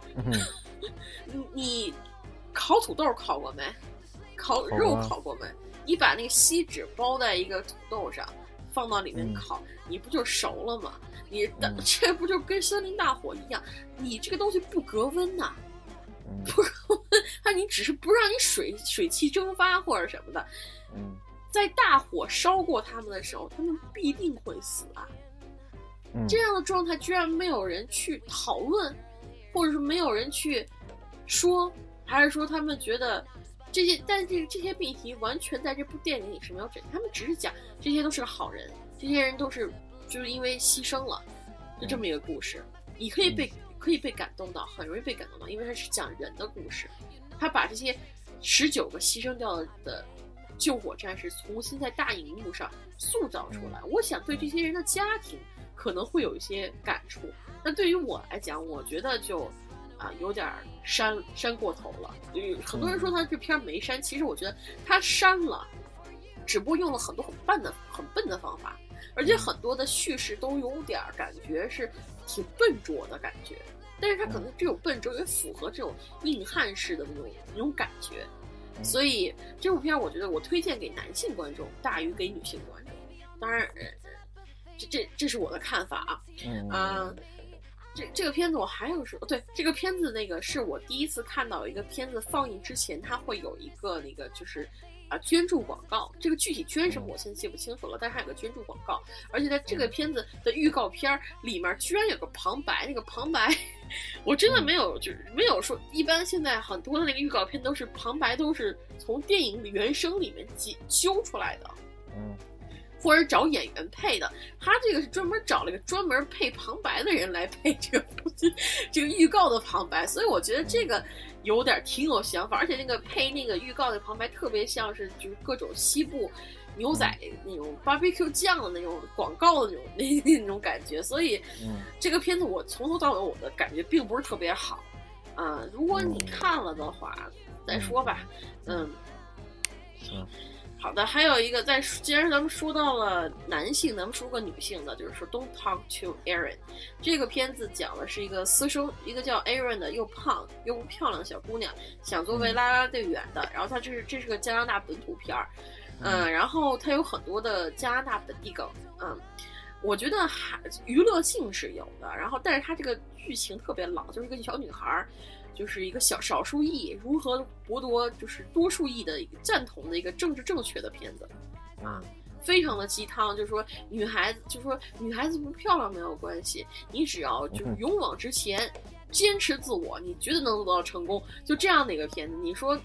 你烤土豆烤过没？烤肉烤过没？你把那个锡纸包在一个土豆上，放到里面烤，你不就熟了吗？你这不就跟森林大火一样？你这个东西不隔温呐，不隔温，你只是不让你水汽蒸发或者什么的。在大火烧过他们的时候，他们必定会死啊。这样的状态居然没有人去讨论，或者是没有人去说，还是说他们觉得这些，但是这些命题完全在这部电影里是没有展现，他们只是讲这些都是好人，这些人都是就是因为牺牲了，就这么一个故事，你可以被感动到，很容易被感动到，因为它是讲人的故事，他把这些19个牺牲掉的救火战士重新在大荧幕上塑造出来，我想对这些人的家庭可能会有一些感触。那对于我来讲，我觉得就有点删过头了。很多人说他这片没删，其实我觉得他删了，只不过用了很多很笨的方法，而且很多的叙事都有点感觉是挺笨拙的感觉。但是他可能这种笨拙也符合这种硬汉式的那种感觉。所以这部片我觉得我推荐给男性观众大于给女性观众。当然，这是我的看法啊。 这个片子我还有说，对，这个片子那个是我第一次看到一个片子放映之前，它会有一个那个就是捐助广告。这个具体捐什么我现在记不清楚了，但是还有个捐助广告。而且在这个片子的预告片里面居然有个旁白，那个旁白我真的没有，就是没有说，一般现在很多的那个预告片都是旁白都是从电影原声里面揪出来的。或者找演员配的，他这个是专门找了一个专门配旁白的人来配这个这个预告的旁白，所以我觉得这个有点挺有想法，而且那个配那个预告的旁白特别像是就是各种西部牛仔那种 barbecue 酱的那种广告的那种感觉，所以这个片子我从头到尾我的感觉并不是特别好如果你看了的话再说吧。好的，还有一个既然咱们说到了男性，咱们说个女性的，就是说 Don't Talk to Erin。这个片子讲的是一个私生，一个叫 Erin 的又胖又不漂亮的小姑娘，想作为啦啦队员的。然后她这是个加拿大本土片然后她有很多的加拿大本地梗，我觉得娱乐性是有的。然后，但是她这个剧情特别老，就是一个小女孩。就是一个少数裔如何剥夺就是多数裔的一个赞同的一个政治正确的片子非常的鸡汤，就是说女孩子不漂亮没有关系，你只要就是勇往直前，坚持自我，你绝对能得到成功，就这样的一个片子。你说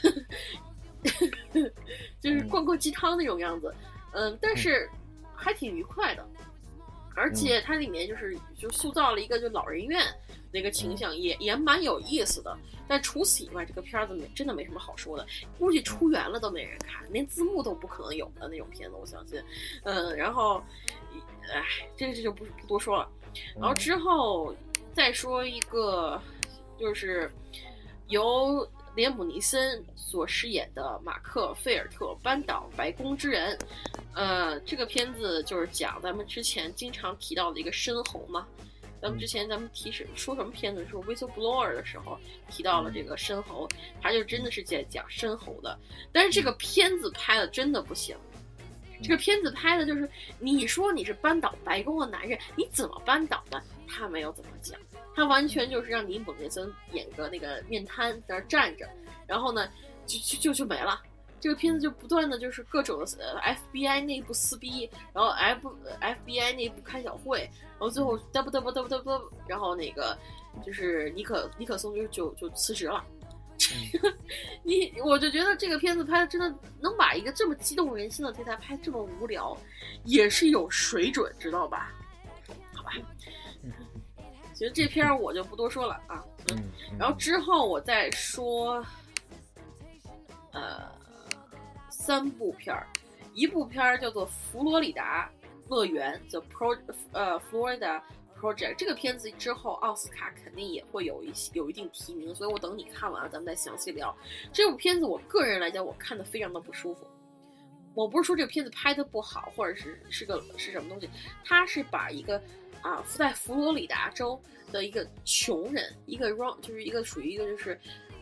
就是灌鸡汤那种样子但是还挺愉快的，而且它里面就塑造了一个就老人院那个倾向也蛮有意思的。但除此以外，这个片子真的没什么好说的，估计出源了都没人看，连字幕都不可能有的那种片子，我相信。然后这就不多说了。然后之后再说一个，就是由连姆尼森所饰演的马克·费尔特扳倒白宫之人。这个片子就是讲咱们之前经常提到的一个深喉嘛。咱们说什么片子的时候 Whistleblower 的时候提到了这个深喉，他就真的是在讲深喉的。但是这个片子拍的真的不行，这个片子拍的就是你说你是扳倒白宫的男人，你怎么扳倒的？他没有怎么讲，他完全就是让尼姆内森演个那个面瘫在那站着，然后呢就没了。这个片子就不断的就是各种FBI 内部撕逼，然后 FBI 内部开小会，然后最后然后那个就是尼克松就辞职了。我就觉得这个片子拍的真的能把一个这么激动人心的题材拍这么无聊，也是有水准，知道吧？好吧。其实这片我就不多说了然后之后我再说3部片一部片叫做《佛罗里达乐园》The Florida Project。这个片子之后奥斯卡肯定也会有一定提名，所以我等你看完了咱们再详细聊。这部片子我个人来讲，我看的非常的不舒服。我不是说这个片子拍的不好，或者是什么东西，它是把一个在佛罗里达州的一个穷人，就是一个属于一个就是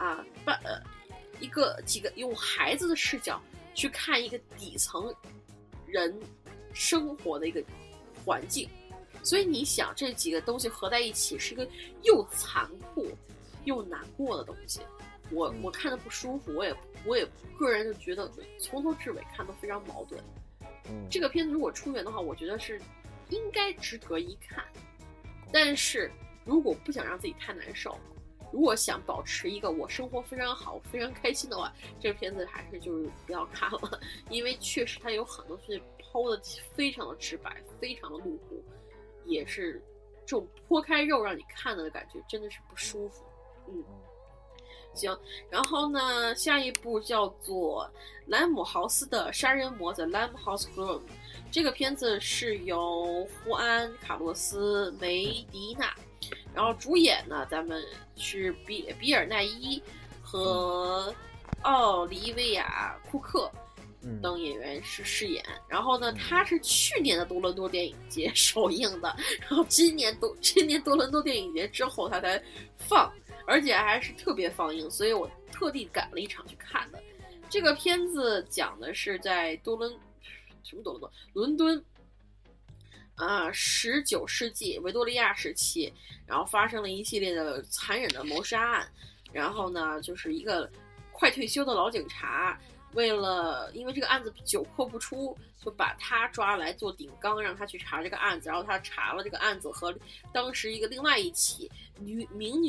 几个用孩子的视角去看一个底层人生活的一个环境，所以你想这几个东西合在一起是一个又残酷又难过的东西。我看的不舒服，我也个人就觉得从头至尾看都非常矛盾。这个片子如果出源的话，我觉得是应该值得一看，但是如果不想让自己太难受，如果想保持一个我生活非常好非常开心的话，这个片子还是就是不要看了，因为确实它有很多东西抛的非常的直白，非常的露骨，也是这种剖开肉让你看的感觉真的是不舒服。行，然后呢，下一部叫做兰姆豪斯的杀人魔 The Limehouse Groom。这个片子是由胡安·卡洛斯·梅迪纳，然后主演呢，咱们是比尔奈伊和奥利维亚·库克等演员是饰演。然后呢，他是去年的多伦多电影节首映的，然后今年多伦多电影节之后他才放。而且还是特别放映，所以我特地赶了一场去看的。这个片子讲的是在伦敦， 19世纪维多利亚时期，然后发生了一系列的残忍的谋杀案。然后呢，就是一个快退休的老警察，因为这个案子久破不出，就把他抓来做顶缸，让他去查这个案子。然后他查了这个案子和当时另外一起名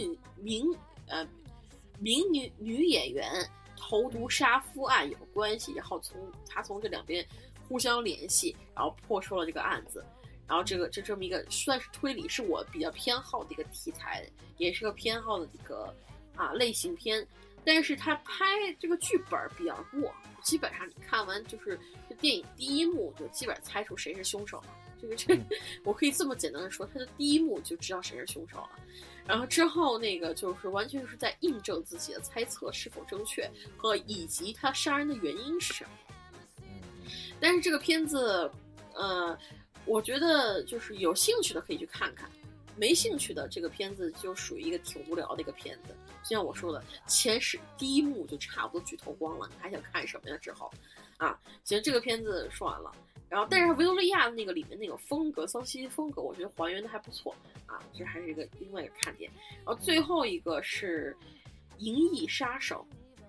女演员投毒杀夫案有关系，然后从这两边互相联系，然后破出了这个案子。然后这么一个算是推理，是我比较偏好的一个题材，也是个偏好的一个类型片。但是他拍这个剧本比较弱，基本上你看完就是这电影第一幕就基本上猜出谁是凶手了。我可以这么简单的说，他的第一幕就知道谁是凶手了。然后之后那个就是完全是在印证自己的猜测是否正确，以及他杀人的原因是什么。但是这个片子，我觉得就是有兴趣的可以去看看，没兴趣的这个片子就属于一个挺无聊的一个片子。就像我说的，第一幕就差不多剧透光了，你还想看什么呀？之后行，这个片子说完了。然后，但是维多利亚那个里面那个风格，桑西风格，我觉得还原的还不错这还是另外一个看点。然后最后一个是《银翼杀手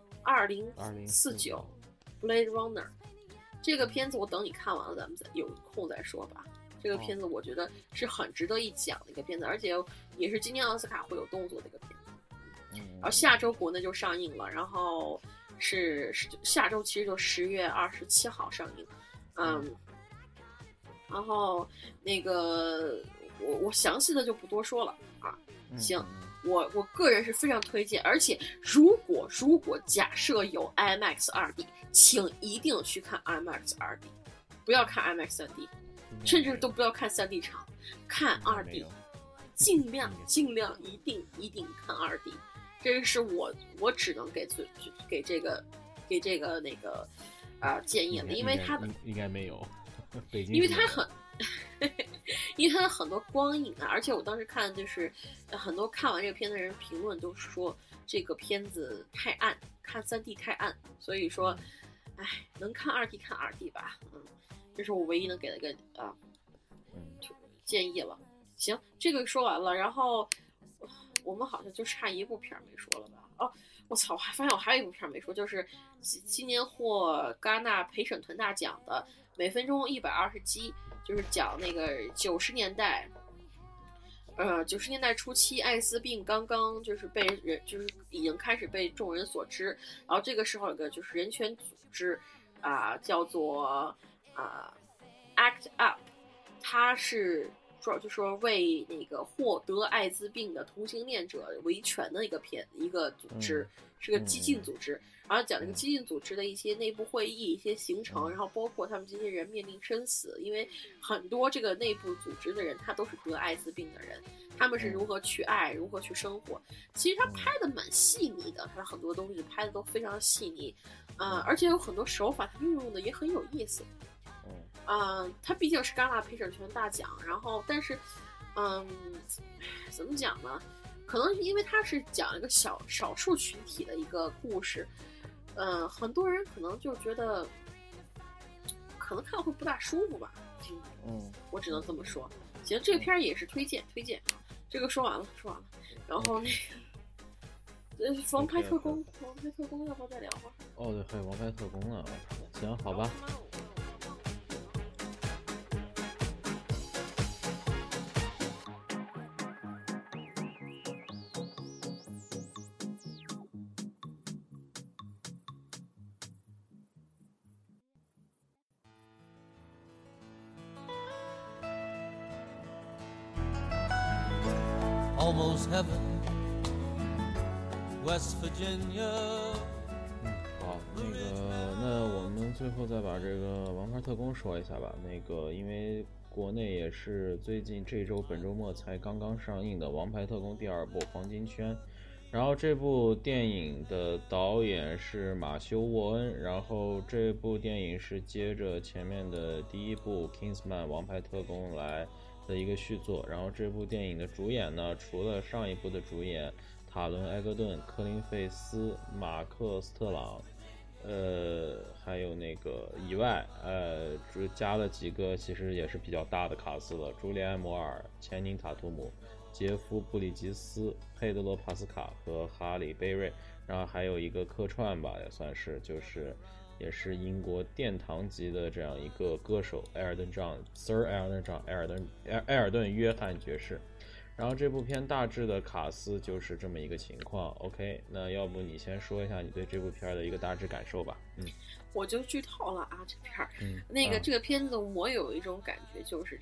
2049 Blade Runner》，这个片子我等你看完了，咱们有空再说吧。这个片子我觉得是很值得一讲的一个片子，而且也是今年奥斯卡会有动作的一个片子。然后下周国内就上映了，然后下周其实就10月27号上映。然后那个我详细的就不多说了行，我个人是非常推荐，而且如果假设有 IMAX 2D， 请一定去看 IMAX 2D， 不要看 IMAX 3D， 甚至都不要看 3D 场，看 2D， 尽量一定看 2D。这是我只能给这个那个建议了，因为它的应该没有。 因为它因为它的很多光影而且我当时看就是很多看完这个片的人评论都说这个片子太暗，看 3D 太暗，所以说能看 2D 看 2D 吧。这是我唯一能给的一个建议了。行，这个说完了，然后我们好像就差一部片没说了吧？我操！我还发现我还有一部片没说，就是今年获戛纳陪审团大奖的每分钟120击，就是讲那个90年代初期，艾滋病刚刚就是已经开始被众人所知。然后这个时候有个就是人权组织叫做ACT UP， 它是就说为那个获得艾滋病的同性恋者维权的一个组织，是个激进组织。然后讲这个激进组织的一些内部会议、一些行程，然后包括他们这些人面临生死，因为很多这个内部组织的人他都是得艾滋病的人，他们是如何去爱、如何去生活。其实他拍的蛮细腻的，他很多东西拍的都非常细腻，而且有很多手法他运用的也很有意思。他毕竟是戛纳陪审团大奖，然后但是怎么讲呢？可能是因为他是讲一个少数群体的一个故事，很多人可能就觉得可能看会不大舒服吧。我只能这么说。行，这个片儿也是推荐。这个说完了。然后那个王牌特工要不要再聊会儿？ 对，还有王牌特工呢。行，好吧。 Almost heaven, West Virginia。 好，那我们最后再把这个《王牌特工》说一下吧。因为国内也是最近本周末才刚刚上映的《王牌特工》第2部《黄金圈》，然后这部电影的导演是马修·沃恩，然后这部电影是接着前面的第1部《Kingsman 王牌特工》来的一个续作。然后这部电影的主演呢，除了上一部的主演塔伦·埃格顿、科林·费斯、马克·斯特朗，还有有那个以外，加了几个其实也是比较大的卡司的，朱利安·摩尔、钱宁·塔图姆、杰夫·布里吉斯、佩德罗·帕斯卡和哈里·贝瑞，然后还有一个客串吧，也算是也是英国殿堂级的这样一个歌手埃尔顿·张 Sir 埃尔顿·张埃尔顿·约翰爵士。然后这部片大致的卡司就是这么一个情况。 OK， 那要不你先说一下你对这部片的一个大致感受吧。 我就剧透了啊，这片这个片子我有一种感觉，就是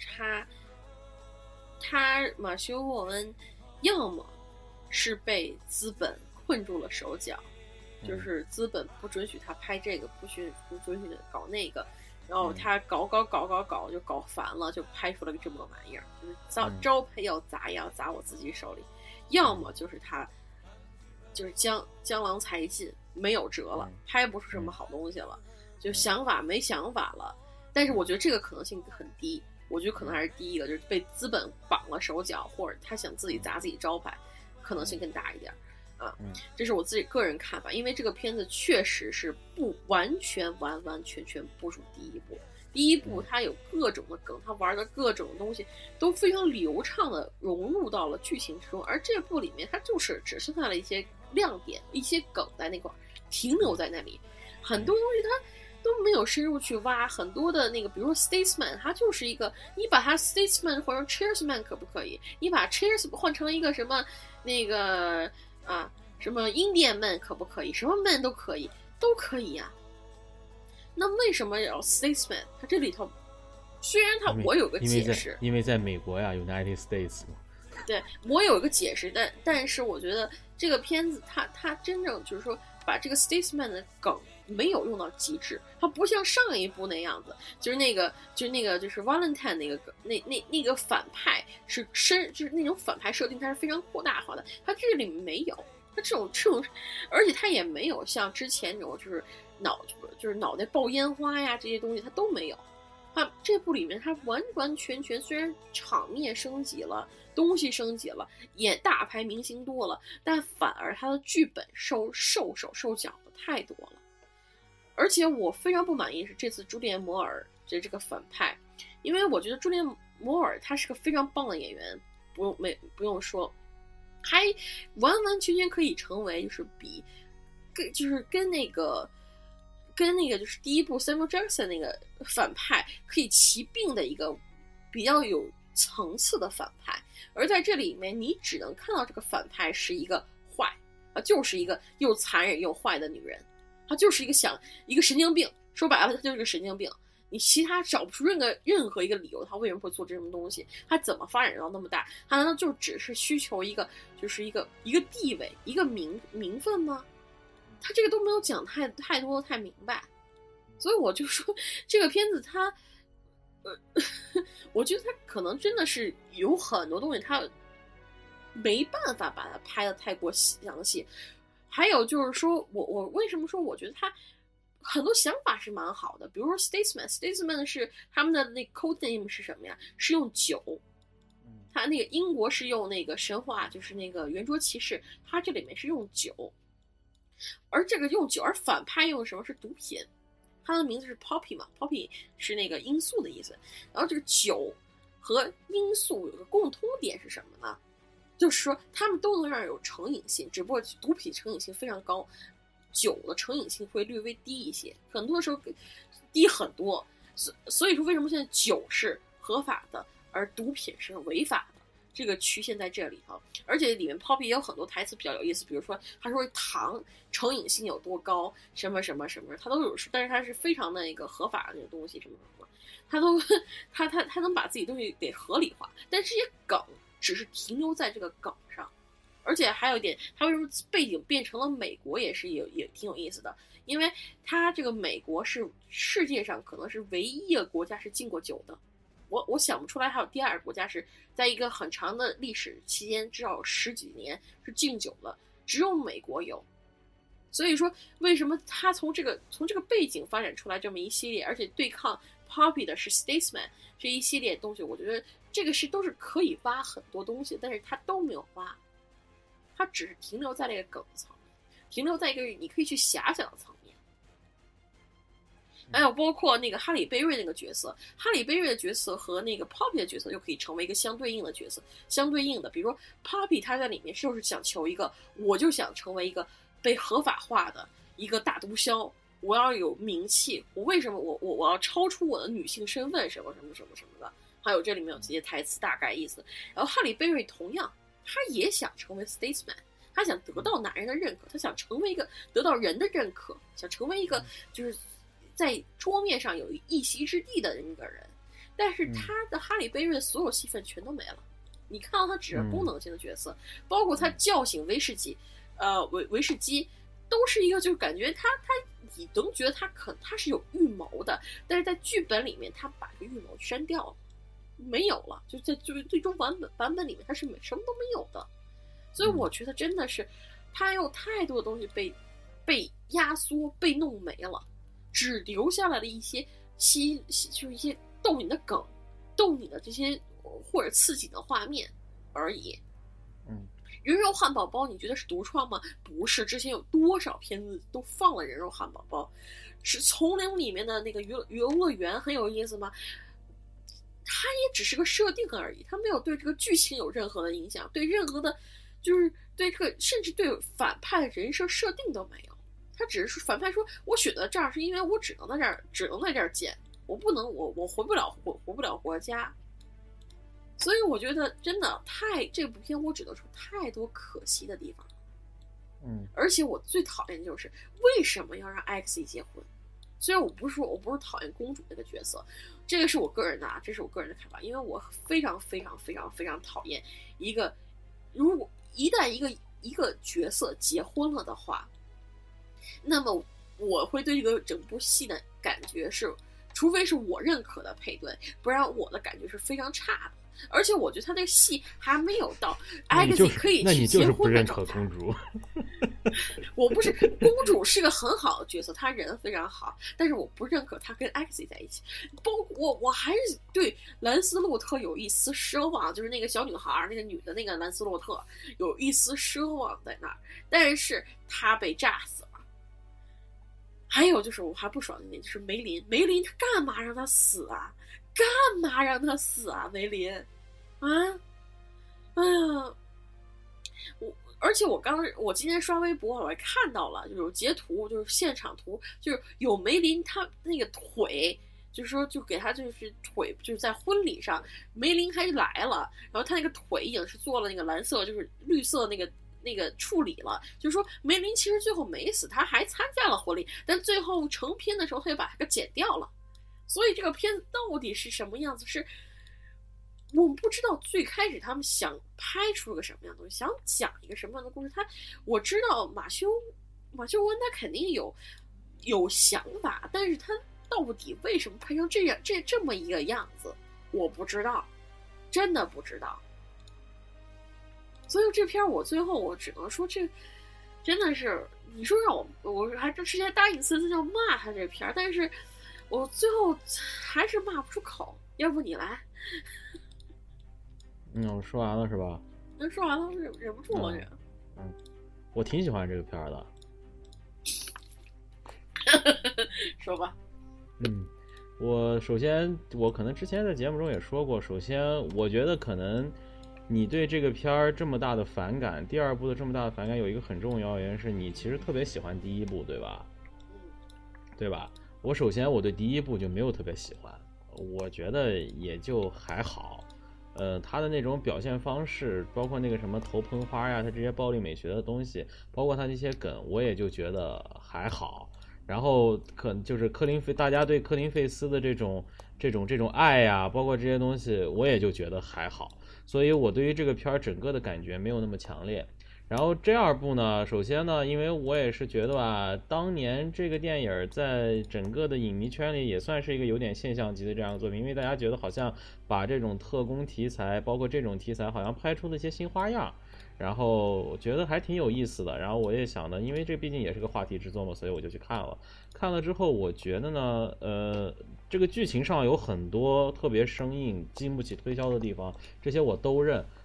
他马修·沃恩要么是被资本困住了手脚，就是资本不准许他拍这个，不准许他搞那个，然后他搞就搞烦了，就拍出了这么个玩意儿，就是招牌要砸我自己手里，要么就是他就是江郎才尽，没有辙了，拍不出什么好东西了，就想法没想法了。但是我觉得这个可能性很低，我觉得可能还是第一个，就是被资本绑了手脚，或者他想自己砸自己招牌，可能性更大一点。这是我自己个人看法，因为这个片子确实是不完全不属第一部。第一部它有各种的梗，它玩的各种东西都非常流畅的融入到了剧情之中，而这部里面它就是只剩下了一些亮点，一些梗在那块停留在那里，很多东西它都没有深入去挖。很多的那个比如说 Statesman， 它就是一个，你把它 Statesman 换成 Chairsman 可不可以？你把 Chairs 换成一个什么那个什么 Indian man 可不可以？什么 man 都可以啊。那为什么要 Statesman？ 它这里头虽然我有个解释， 因为在美国呀 ，United States 嘛。 对，我有一个解释，但是我觉得这个片子它真正就是说把这个 Statesman 的梗没有用到极致，它不像上一部那样子，就是那个就是 Valentine 那个反派就是那种反派设定，它是非常扩大化的，它这里没有。它这种，而且它也没有像之前那种就是脑袋爆烟花呀这些东西，它都没有。它这部里面它完全虽然场面升级了，东西升级了，也大牌明星多了，但反而它的剧本受手受脚的太多了。而且我非常不满意是这次朱莉安·摩尔这个反派，因为我觉得朱莉安·摩尔他是个非常棒的演员，不用说。还完全可以成为就是跟那个就是第一部 Samuel Jackson 那个反派可以齐并的一个比较有层次的反派。而在这里面你只能看到这个反派是一个坏就是一个又残忍又坏的女人，她就是一个神经病，说白了她就是个神经病。你其他找不出任何一个理由，他为什么会做这种东西？他怎么发展到那么大？他难道就只是需求一个地位、一个名分吗？他这个都没有讲太多太明白，所以我就说这个片子它，我觉得他可能真的是有很多东西他没办法把它拍得太过详细。还有就是说我为什么说我觉得他很多想法是蛮好的，比如说 Statesman 是他们的那 code name 是什么呀？是用酒。他那个英国是用那个神话，就是那个圆桌骑士，他这里面是用酒。而这个用酒，而反派用什么是毒品？他的名字是 Poppy 嘛 ，Poppy 是那个罂粟的意思。然后这个酒和罂粟有个共通点是什么呢？就是说他们都能让人有成瘾性，只不过毒品成瘾性非常高。酒的成瘾性会略微低一些，很多时候低很多，所以说为什么现在酒是合法的，而毒品是违法的，这个曲线在这里头。而且里面 Poppy 也有很多台词比较有意思，比如说他说糖成瘾性有多高，什么他都有说，但是他是非常的一个合法的那个东西，什么他能把自己东西给合理化，但这些梗只是停留在这个梗上。而且还有一点，他为什么背景变成了美国也挺有意思的，因为他这个美国是世界上可能是唯一一个国家是禁过酒的，我想不出来还有第二个国家是在一个很长的历史期间，至少10几年是禁酒的，只有美国有。所以说为什么他从这个背景发展出来这么一系列，而且对抗 Poppy 的是 Statesman 这一系列东西，我觉得这个都是可以挖很多东西，但是他都没有挖。它只是停留在那个梗层面，停留在一个你可以去遐想的层面。 还有包括那个哈里贝瑞那个角色，哈里贝瑞的角色和那个 Poppy 的角色又可以成为一个相对应的角色，相对应的，比如说 Poppy 他在里面就是想求一个，我就想成为一个被合法化的一个大毒枭，我要有名气，我为什么我要超出我的女性身份什么什么什么什么的，还有这里面有这些台词大概意思。然后哈里贝瑞同样，他也想成为 statesman， 他想得到男人的认可，他想成为一个得到人的认可，想成为一个就是在桌面上有一席之地的一个人。但是他的哈里贝瑞的所有戏份全都没了，你看到他只是功能性的角色，包括他叫醒威士忌，维士基，都是一个就是感觉他你能觉得他是有预谋的，但是在剧本里面他把这个预谋删掉了，没有了，就是最终版本里面他是什么都没有的。所以我觉得真的是他有太多的东西被压缩被弄没了，只留下来了一些就是一些逗你的梗，逗你的这些或者刺激的画面而已。人肉汉堡包你觉得是独创吗？不是，之前有多少片子都放了人肉汉堡包。是丛林里面的那个游乐园很有意思吗？它也只是个设定而已，它没有对这个剧情有任何的影响，对任何的就是对这个甚至对反派的人设设定都没有。他只是反派说我选择这儿是因为我只能在这儿建，我不能我回不了国家。所以我觉得真的这部片我只能说太多可惜的地方。而且我最讨厌的就是为什么要让 X 结婚？虽然我不是讨厌公主这个角色，这个是我个人的这是我个人的看法，因为我非常非常非常非常讨厌如果一旦一个角色结婚了的话，那么我会对这个整部戏的感觉是，除非是我认可的配对，不然我的感觉是非常差的。而且我觉得他这个戏还没有到 X 可以去结婚的状态。那你就是不认可公主。我不是，公主是个很好的角色，她人非常好，但是我不认可她跟 X 在一起。包括我还是对兰斯洛特有一丝奢望，就是那个小女孩，那个女的那个兰斯洛特有一丝奢望在那儿，但是她被炸死了。还有就是我还不爽的一点就是梅林，她干嘛让她死啊？干嘛让他死啊，梅林？啊，哎呀，而且我今天刷微博，我还看到了，就是有截图，就是现场图，就是有梅林他那个腿，就是说就给他就是腿就是在婚礼上，梅林还来了，然后他那个腿已经是做了那个蓝色就是绿色那个处理了，就是说梅林其实最后没死，他还参加了婚礼，但最后成片的时候他就把它给剪掉了。所以这个片子到底是什么样子？是我们不知道最开始他们想拍出个什么样的东西，想讲一个什么样的故事。我知道马修文他肯定有想法，但是他到底为什么拍成这么一个样子，我不知道，真的不知道。所以这片我最后我只能说，这真的是你说让我还之前答应森森要骂他这片，但是我最后还是骂不出口，要不你来？ 我说完了是吧？ 那说完了，忍不住了这。 我挺喜欢这个片的。 说吧。 首先我可能之前在节目中也说过，首先我觉得可能你对这个片儿这么大的反感，第二部的这么大的反感有一个很重要的原因是你其实特别喜欢第一部，对吧？对吧？首先我对第一部就没有特别喜欢，我觉得也就还好。他的那种表现方式，包括那个什么头喷花呀，他这些暴力美学的东西，包括他这些梗，我也就觉得还好。然后就是大家对科林费斯的这种爱呀，包括这些东西，我也就觉得还好。所以我对于这个片儿整个的感觉没有那么强烈。然后这二部呢，首先呢，因为我也是觉得吧，当年这个电影在整个的影迷圈里也算是一个有点现象级的这样的作品，因为大家觉得好像把这种特工题材，包括这种题材，好像拍出了一些新花样，然后我觉得还挺有意思的。然后我也想呢，因为这毕竟也是个话题之作嘛，所以我就去看了。看了之后，我觉得呢，这个剧情上有很多特别生硬、经不起推销的地方，这些我都认。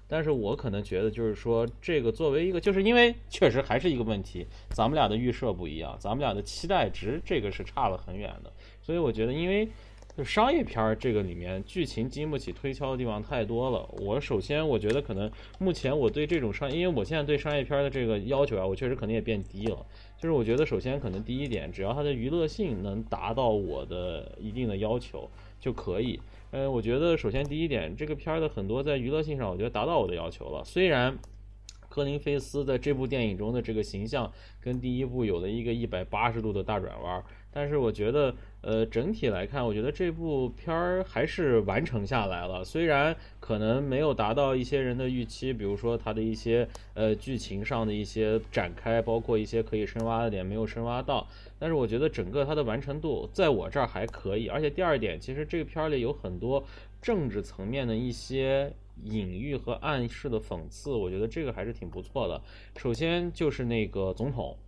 但是我可能觉得就是说这个作为一个，就是因为确实还是一个问题，咱们俩的预设不一样，咱们俩的期待值这个是差了很远的，所以我觉得因为就商业片这个里面剧情经不起推敲的地方太多了。首先我觉得可能目前我对这种因为我现在对商业片的这个要求啊，我确实可能也变低了。就是我觉得首先可能第一点，只要它的娱乐性能达到我的一定的要求就可以。我觉得首先第一点，这个片的很多在娱乐性上，我觉得达到我的要求了。虽然科林菲斯在这部电影中的这个形象跟第一部有了一个180度的大转弯，但是我觉得整体来看，我觉得这部片儿还是完成下来了。虽然可能没有达到一些人的预期，比如说它的一些剧情上的一些展开，包括一些可以深挖的点没有深挖到，但是我觉得整个它的完成度在我这儿还可以。而且第二点，其实这个片儿里有很多政治层面的一些隐喻和暗示的讽刺，我觉得这个还是挺不错的。首先就是那个总统，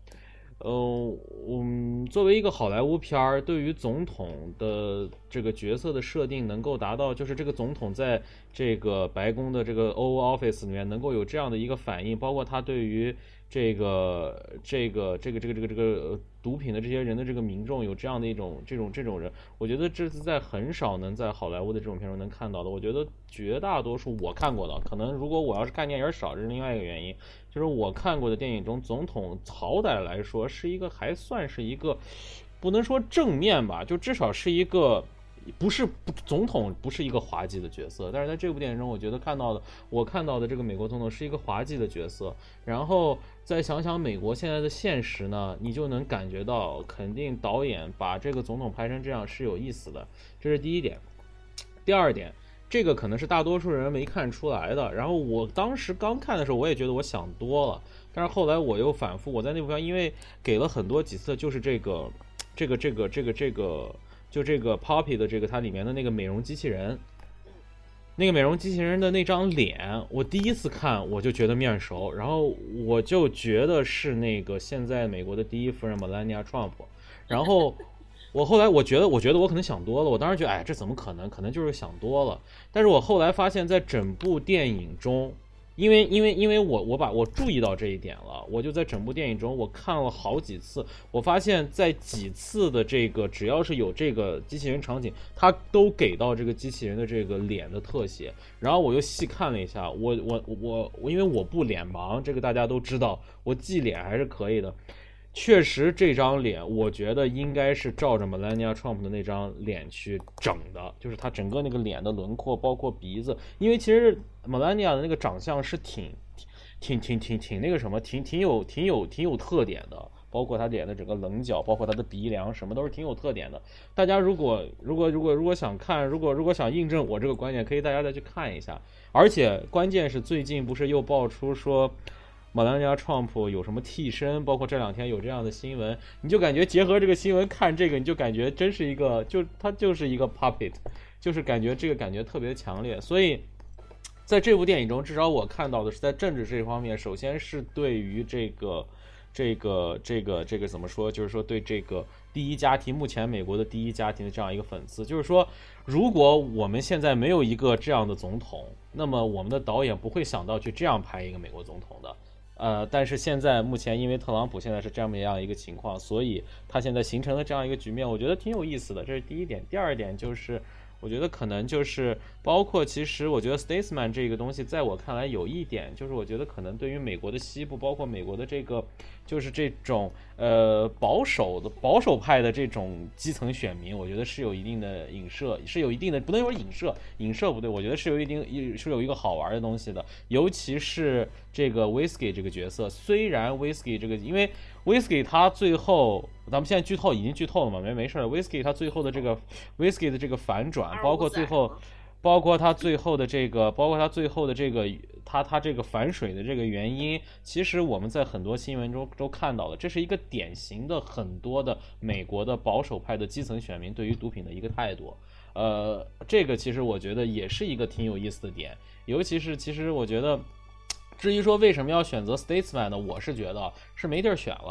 作为一个好莱坞片儿，对于总统的这个角色的设定能够达到，就是这个总统在这个白宫的这个 Oval Office 里面能够有这样的一个反应，包括他对于这个毒品的这些人的这个民众有这样的一种这种人，我觉得这是在很少能在好莱坞的这种片中能看到的。我觉得绝大多数我看过的，可能如果我要是看电影少，这是另外一个原因。就是我看过的电影中，总统好歹来说是一个还算是一个，不能说正面吧，就至少是一个。总统不是一个滑稽的角色，但是在这部电影中，我觉得我看到的这个美国总统是一个滑稽的角色。然后再想想美国现在的现实呢，你就能感觉到，肯定导演把这个总统拍成这样是有意思的，这是第一点。第二点，这个可能是大多数人没看出来的。然后我当时刚看的时候，我也觉得我想多了，但是后来我又反复，我在那部片因为给了很多几次，就是这个 Poppy 的这个它里面的那个美容机器人，那个美容机器人的那张脸，我第一次看我就觉得面熟，然后我就觉得是那个现在美国的第一夫人 Melania Trump。然后我后来我觉得我可能想多了，我当时觉得这怎么可能就是想多了。但是我后来发现在整部电影中，因为我注意到这一点了，我就在整部电影中我看了好几次，我发现在几次的这个只要是有这个机器人场景，它都给到这个机器人的这个脸的特写。然后我又细看了一下，我因为我不脸盲，这个大家都知道，我记脸还是可以的。确实这张脸我觉得应该是照着 Melania Trump 的那张脸去整的，就是他整个那个脸的轮廓包括鼻子，因为其实 Melania 的那个长相是挺那个什么，挺有特点的，包括他脸的整个棱角，包括他的鼻梁，什么都是挺有特点的。大家如果想看，如果想印证我这个观点，可以大家再去看一下。而且关键是最近不是又爆出说Melania Trump 有什么替身，包括这两天有这样的新闻，你就感觉结合这个新闻看这个，你就感觉真是一个，它就是一个 puppet， 就是感觉这个感觉特别强烈。所以在这部电影中，至少我看到的是在政治这方面，首先是对于这个怎么说，就是说对这个第一家庭，目前美国的第一家庭的这样一个讽刺，就是说如果我们现在没有一个这样的总统，那么我们的导演不会想到去这样拍一个美国总统的。但是现在目前因为特朗普现在是这么样一个情况，所以他现在形成了这样一个局面，我觉得挺有意思的，这是第一点。第二点就是我觉得可能就是包括其实我觉得 Statesman 这个东西在我看来有一点，就是我觉得可能对于美国的西部，包括美国的这个就是这种保守派的这种基层选民，我觉得是有一定的影射，是有一定的，不能说影射不对，我觉得是有一个好玩的东西的。尤其是这个 Whiskey 这个角色，虽然 Whiskey 这个，因为 Whiskey 他最后咱们现在已经剧透了嘛，没事了。Whiskey 他最后的这个 Whiskey 的这个反转，包括他最后的这个他这个反水的这个原因，其实我们在很多新闻中都看到了，这是一个典型的很多的美国的保守派的基层选民对于毒品的一个态度。这个其实我觉得也是一个挺有意思的点，尤其是其实我觉得，至于说为什么要选择 Statesman 呢，我是觉得是没地儿选了。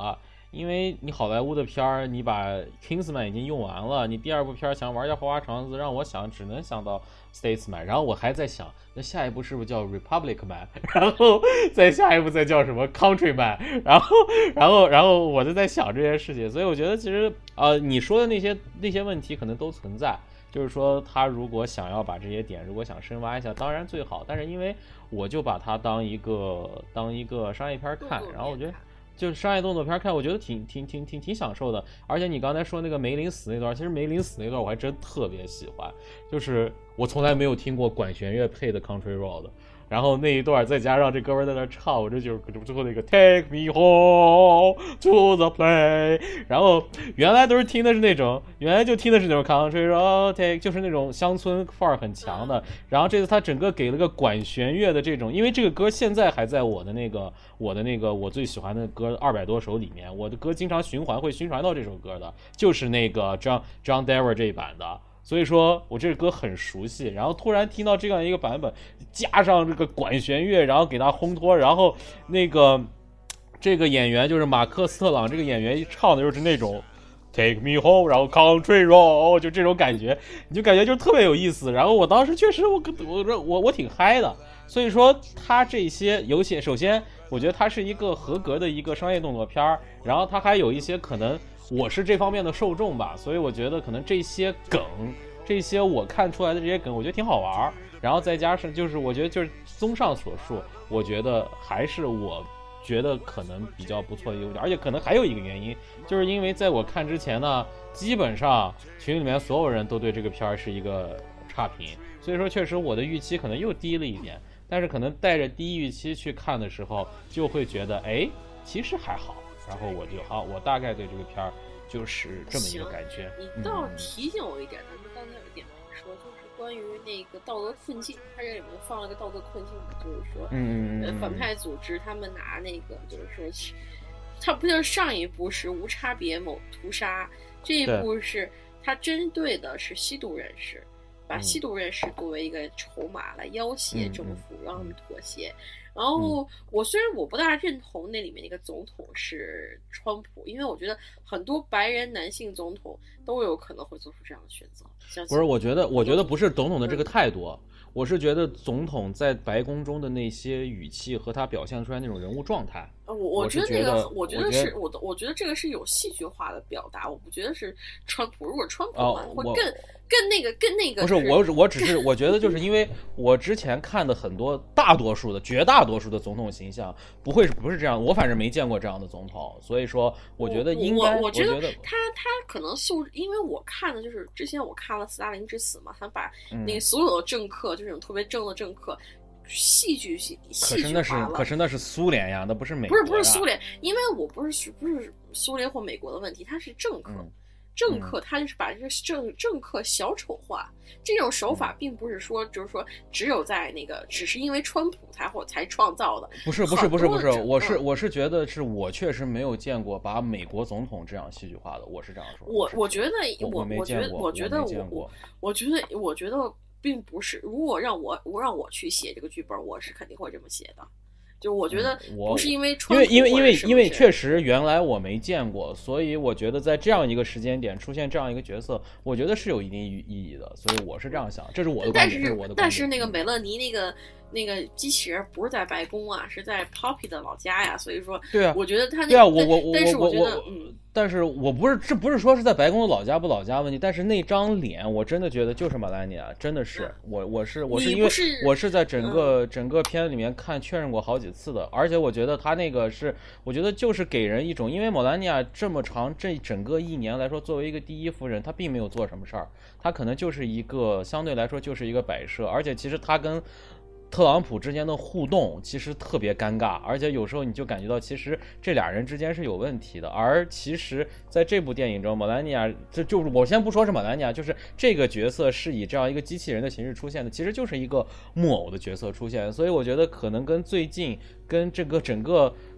因为你好莱坞的片儿，你把 Kingsman 已经用完了，你第二部片儿想玩一下花花肠子，让我想只能想到 Statesman， 然后我还在想，那下一步是不是叫 Republic Man， 然后再下一步再叫什么 Countryman， 然后我就在想这件事情，所以我觉得其实你说的那些问题可能都存在。就是说，他如果想要把这些点，如果想深挖一下，当然最好。但是因为我就把它当一个商业片看，然后我觉得就是商业动作片看，我觉得挺享受的。而且你刚才说那个梅林死那段，其实梅林死那段我还真特别喜欢，就是我从来没有听过管弦乐配的 Country Road。然后那一段再加上这哥们在那唱，我这就是最后那个 Take me home to the play， 然后原来就听的是那种 Country Road， 就是那种乡村范儿很强的。然后这次他整个给了个管弦乐的这种，因为这个歌现在还在我的那个我最喜欢的歌200多首里面，我的歌经常会循环到这首歌的，就是那个 John Denver 这一版的。所以说我这个歌很熟悉，然后突然听到这样一个版本，加上这个管弦乐，然后给它烘托，然后这个演员就是马克斯特朗，这个演员唱的就是那种 Take me home， 然后 Country Road， 就这种感觉，你就感觉就特别有意思。然后我当时确实我挺嗨的，所以说他这些游戏，首先我觉得它是一个合格的一个商业动作片，然后它还有一些可能。我是这方面的受众吧，所以我觉得可能这些梗，这些我看出来的这些梗，我觉得挺好玩。然后再加上就是我觉得就是综上所述，我觉得还是我觉得可能比较不错的优点。而且可能还有一个原因，就是因为在我看之前呢，基本上群里面所有人都对这个片儿是一个差评，所以说确实我的预期可能又低了一点。但是可能带着低预期去看的时候，就会觉得其实还好。然后我大概对这个片儿就是这么一个感觉。 你倒提醒我一点，咱们刚才有一点没说，就是关于那个道德困境，它这里面放了个道德困境，就是说，反派组织他们拿那个，就是说，它不就是上一部是无差别屠杀，这一部是它针对的是吸毒人士。把吸毒人士作为一个筹码来要挟政府，让他们妥协。然后我虽然我不大认同那里面那个总统是川普，因为我觉得很多白人男性总统都有可能会做出这样的选择。 不是，我觉得不是总统的这个态度，我是觉得总统在白宫中的那些语气和他表现出来那种人物状态。 我觉得那个，我觉得这个是有戏剧化的表达，我不觉得是川普。如果川普会更那个不是我只是我觉得就是因为我之前看的很多绝大多数的总统形象不是这样，我反正没见过这样的总统，所以说我觉得应该我觉得他可能因为我看的就是之前我看了《斯大林之死》嘛，他把那个所有的政客就是那种特别正的政客。戏剧化了， 可是那是苏联呀，那不是美国呀。 不是苏联，因为我不是苏联或美国的问题，他是政客。政客他就是把这个政客小丑化，这种手法并不是说就是说只有在那个只是因为川普才创造的。 不是，我是觉得是我确实没有见过把美国总统这样戏剧化的，我是这样说。 我觉得我觉得并不是，如果让我去写这个剧本，我是肯定会这么写的。就我觉得不是因为川普， 因为确实原来我没见过，所以我觉得在这样一个时间点出现这样一个角色，我觉得是有一定意义的，所以我是这样想，这是我的观点。 但是那个美乐妮那个机器人不是在白宫啊，是在 Poppy 的老家呀，所以说， 对啊， 我觉得他对啊，但是我这不是说是在白宫的老家不老家问题，但是那张脸我真的觉得就是马兰尼亚，真的是我是因为我是在整个片里面确认过好几次的，而且我觉得他那个是我觉得就是给人一种，因为马兰尼亚这么长这整个1年来说，作为一个第一夫人，她并没有做什么事儿，她可能就是一个相对来说就是一个摆设，而且其实她跟特朗普之间的互动其实特别尴尬，而且有时候你就感觉到其实这俩人之间是有问题的。而其实在这部电影中，马兰尼亚就是我先不说是马兰尼亚，就是这个角色是以这样一个机器人的形式出现的，其实就是一个木偶的角色出现。所以我觉得可能跟最近跟这个整个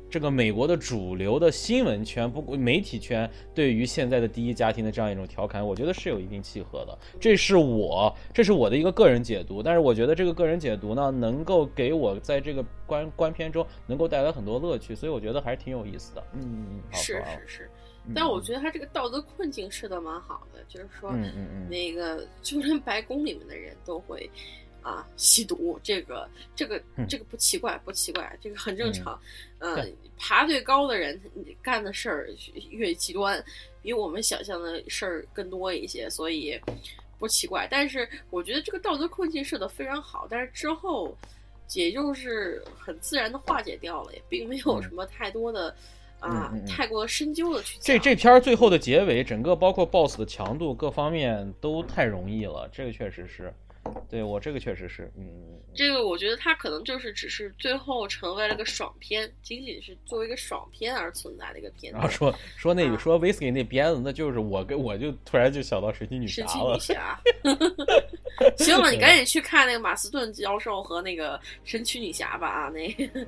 这个美国的主流的新闻圈，不过媒体圈对于现在的第一家庭的这样一种调侃，我觉得是有一定契合的。这是我的一个个人解读，但是我觉得这个个人解读呢，能够给我在这个观片中能够带来很多乐趣，所以我觉得还是挺有意思的。 是。但我觉得他这个道德困境设的蛮好的，就是说，那个就连白宫里面的人都会吸毒，这个不奇怪，这个很正常。爬最高的人干的事儿越极端，比我们想象的事儿更多一些，所以不奇怪。但是我觉得这个道德困境设得非常好，但是之后也就是很自然的化解掉了，也并没有什么太多的太过深究的去讲。 这片最后的结尾，整个包括 BOSS 的强度各方面都太容易了，这个确实是。对，我这个确实是， 这个我觉得它可能就是只是最后成为了个爽片，仅仅是作为一个爽片而存在的一个片。 然后说说 Whisky 那鞭子，那就是我就突然就想到神奇女侠了。 行了，你赶紧去看那个马斯顿教授和那个神奇女侠吧那个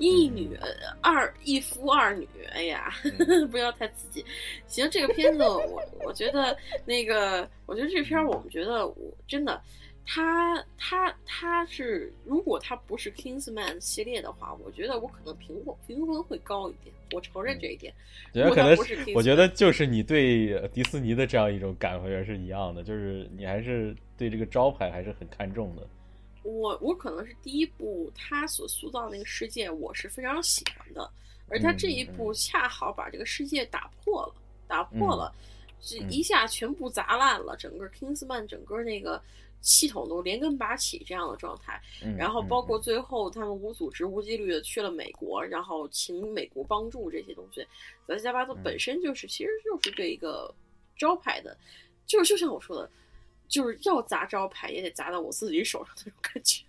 一夫二女，哎呀，不要太刺激。行，这个片子我觉得我觉得这片我们觉得我真的。他是，如果他不是 Kingsman 系列的话，我觉得我可能评分会高一点，我承认这一点。 可能我觉得就是你对迪士尼的这样一种感觉是一样的，就是你还是对这个招牌还是很看重的。 我可能是第一部他所塑造那个世界，我是非常喜欢的，而他这一部恰好把这个世界打破了，一下全部砸烂了，整个 Kingsman 整个那个系统都连根拔起这样的状态，然后包括最后他们无组织无纪律的去了美国，然后请美国帮助这些东西，杂七杂八的本身其实就是对一个招牌的，就像我说的，就是要砸招牌也得砸到我自己手上那种感觉。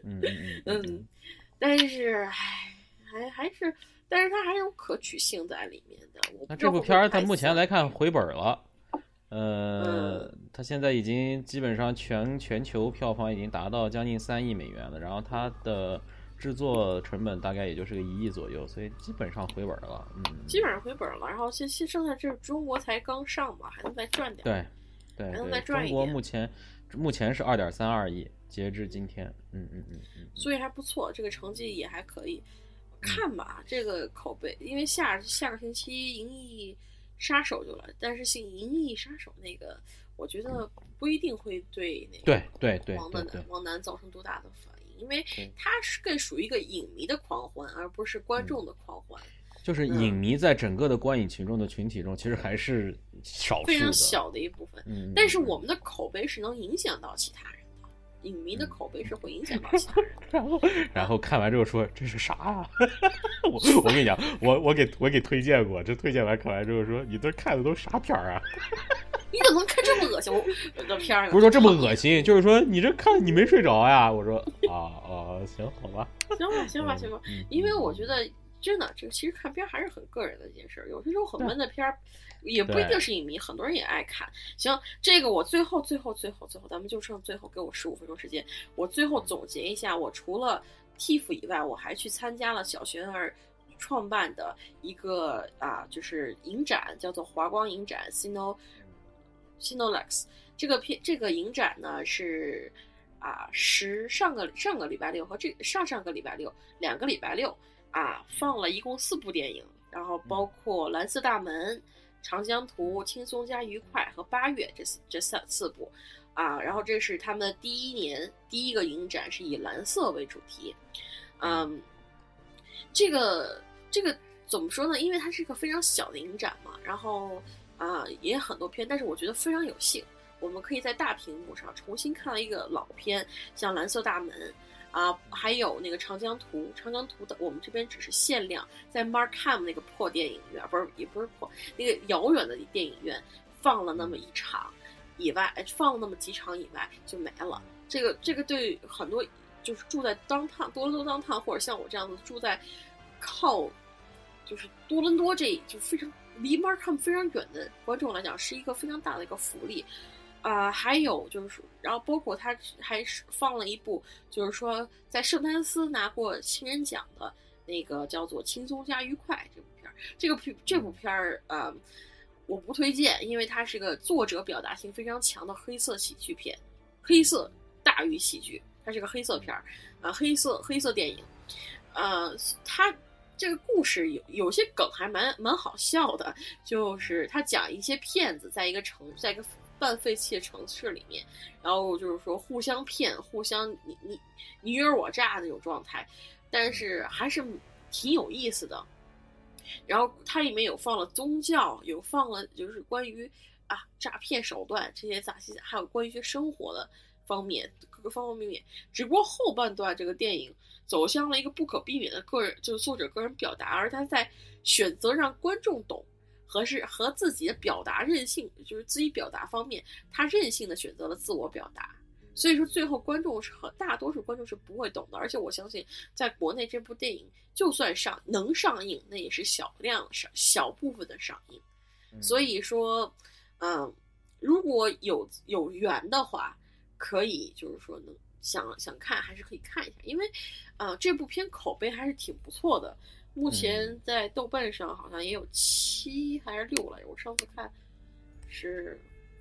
但是但是它还有可取性在里面的。 那这部片儿它目前来看回本了。它现在已经基本上全球票房已经达到将近3亿美元了，然后它的制作成本大概也就是个1亿左右，所以基本上回本了。 基本上回本了。然后现剩下这中国才刚上嘛，还能再赚点。 对， 还能再赚一点。 中国目前是2.32亿，截至今天。 所以还不错，这个成绩也还可以。看吧，这个口碑，因为下个星期《银翼杀手》就来，但是《银翼杀手》那个，我觉得不一定会对那个王楠造成多大的反应，因为它是更属于一个影迷的狂欢，而不是观众的狂欢。 就是影迷在整个的观影群众的群体中，其实还是少数的， 非常小的一部分。但是我们的口碑是能影响到其他人。影迷的口碑是会影响到其他人然后看完之后说这是啥啊？我跟你讲，我给推荐过，这推荐完看完之后说你这看的都啥片儿啊？ 你怎么能看这么恶心的片儿？ 不是说这么恶心，就是说你这看你没睡着呀？我说行好吧， 行吧，因为我觉得真的这个其实看片还是很个人的一件事，有些时候很闷的片儿。也不一定是影迷，很多人也爱看。行，这个我最后，咱们就剩最后给我15分钟时间。我最后总结一下，我除了 TIFF 以外，我还去参加了小璇儿创办的一个就是影展，叫做华光影展 Cinelex。这个影展呢是上个礼拜六和上个礼拜六2个礼拜六放了一共4部电影，然后包括蓝色大门、长江图、轻松加愉快和8月这4部然后这是他们第一个影展，是以蓝色为主题。这个怎么说呢？因为它是一个非常小的影展嘛，然后也很多片，但是我觉得非常有幸，我们可以在大屏幕上重新看到一个老片，像蓝色大门还有那个长江图的，我们这边只是限量在 Markham 那个破电影院，也不是破，那个遥远的电影院放了那么一场以外，放了那么几场以外就没了。这个对很多就是住在多伦多downtown或者像我这样子住在就是多伦多这就非常离 Markham 非常远的观众来讲，是一个非常大的一个福利。还有就是，然后包括他还放了一部，就是说在圣丹斯拿过新人奖的那个叫做《轻松加愉快》这部片儿。这部片儿我不推荐，因为它是个作者表达性非常强的黑色喜剧片，黑色大于喜剧，它是个黑色片儿黑色电影。它这个故事有些梗还蛮好笑的，就是他讲一些骗子在一个半废弃的城市里面，然后就是说互相骗，互相你讹我诈的那种状态，但是还是挺有意思的。然后它里面有放了宗教，有放了就是关于诈骗手段这些杂七，还有关于一些生活的方面，各个方方面面。只不过后半段这个电影走向了一个不可避免的就是作者个人表达，而他在选择让观众懂和自己的表达任性，就是自己表达方面，他任性的选择了自我表达。所以说最后大多数观众是不会懂的，而且我相信在国内这部电影就算能上映，那也是小部分的上映。所以说如果有缘的话，可以就是说能想看还是可以看一下，因为这部片口碑还是挺不错的，目前在豆瓣上好像也有7还是6来着，我上次看是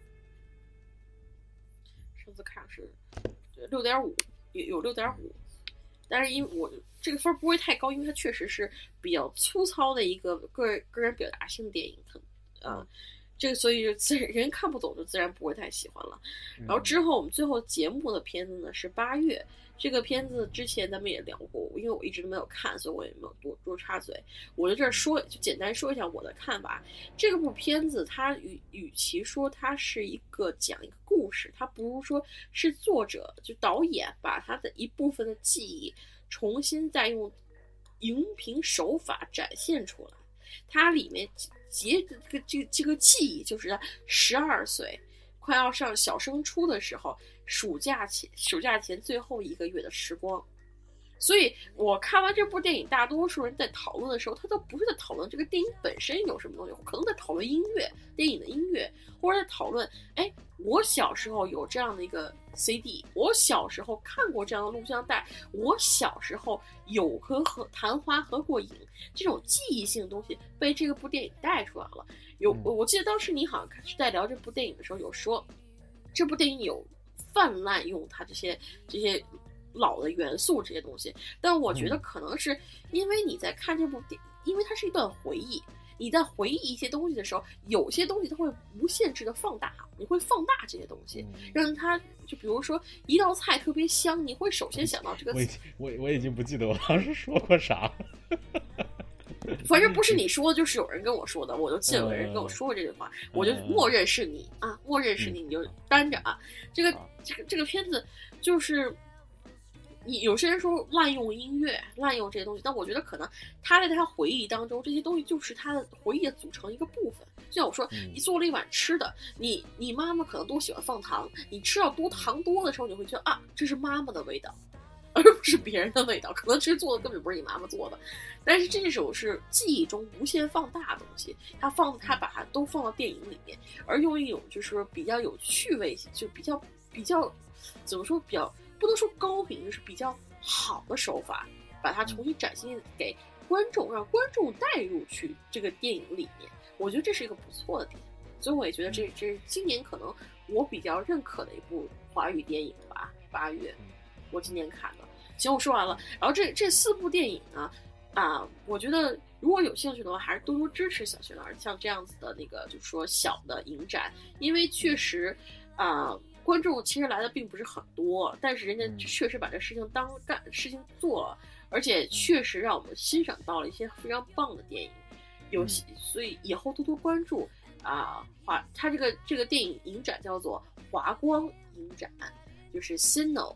6.5，有6.5，但是因为我这个分不会太高，因为它确实是比较粗糙的一个个人表达性电影，这个所以人看不懂就自然不会太喜欢了。然后之后我们最后节目的片子呢是8月，这个片子之前咱们也聊过，因为我一直都没有看，所以我也没有多插嘴。我在这儿就简单说一下我的看法。这部片子它与其说它是讲一个故事，它不如说是作者就导演把他的一部分的记忆重新再用荧屏手法展现出来。它里面这个记忆就是他12岁快要上小升初的时候，暑假前最后1个月的时光。所以我看完这部电影，大多数人在讨论的时候，他都不是在讨论这个电影本身有什么东西，可能在讨论音乐，电影的音乐，或者在讨论我小时候有这样的一个 CD， 我小时候看过这样的录像带，我小时候有和昙花合过影，这种记忆性的东西被这部电影带出来了。我记得当时你好像是在聊这部电影的时候有说，这部电影有泛滥用它这些老的元素这些东西，但我觉得可能是因为你在看这部电影，因为它是一段回忆，你在回忆一些东西的时候，有些东西它会无限制的放大，你会放大这些东西，让它就比如说一道菜特别香，你会首先想到这个。 我已经不记得我当时说过啥了。 反正不是你说的，就是有人跟我说的，我就记得有人跟我说过这句话，我就默认是你默认是你，你就担着这个片子就是你有些人说滥用音乐，滥用这些东西，但我觉得可能他在他回忆当中，这些东西就是他的回忆的组成一个部分。就像我说，你做了一碗吃的，你妈妈可能都喜欢放糖，你吃到糖多的时候，你会觉得这是妈妈的味道，而不是别人的味道，可能其实做的根本不是你妈妈做的，但是这种是记忆中无限放大的东西，他把它都放到电影里面，而用一种就是说比较有趣味性，就比较怎么说，比较不能说高明，就是比较好的手法，把它重新展现给观众，让观众带入去这个电影里面。我觉得这是一个不错的点，所以我也觉得这是今年可能我比较认可的一部华语电影吧。8月我今年看的。行，我说完了。然后这4部电影呢，我觉得如果有兴趣的话，还是多多支持小学老师像这样子的那个，就是说小的影展，因为确实观众其实来的并不是很多，但是人家确实把这事情做了，而且确实让我们欣赏到了一些非常棒的电影。所以以后多多关注它这个电影影展叫做华光影展，就是 Sinolux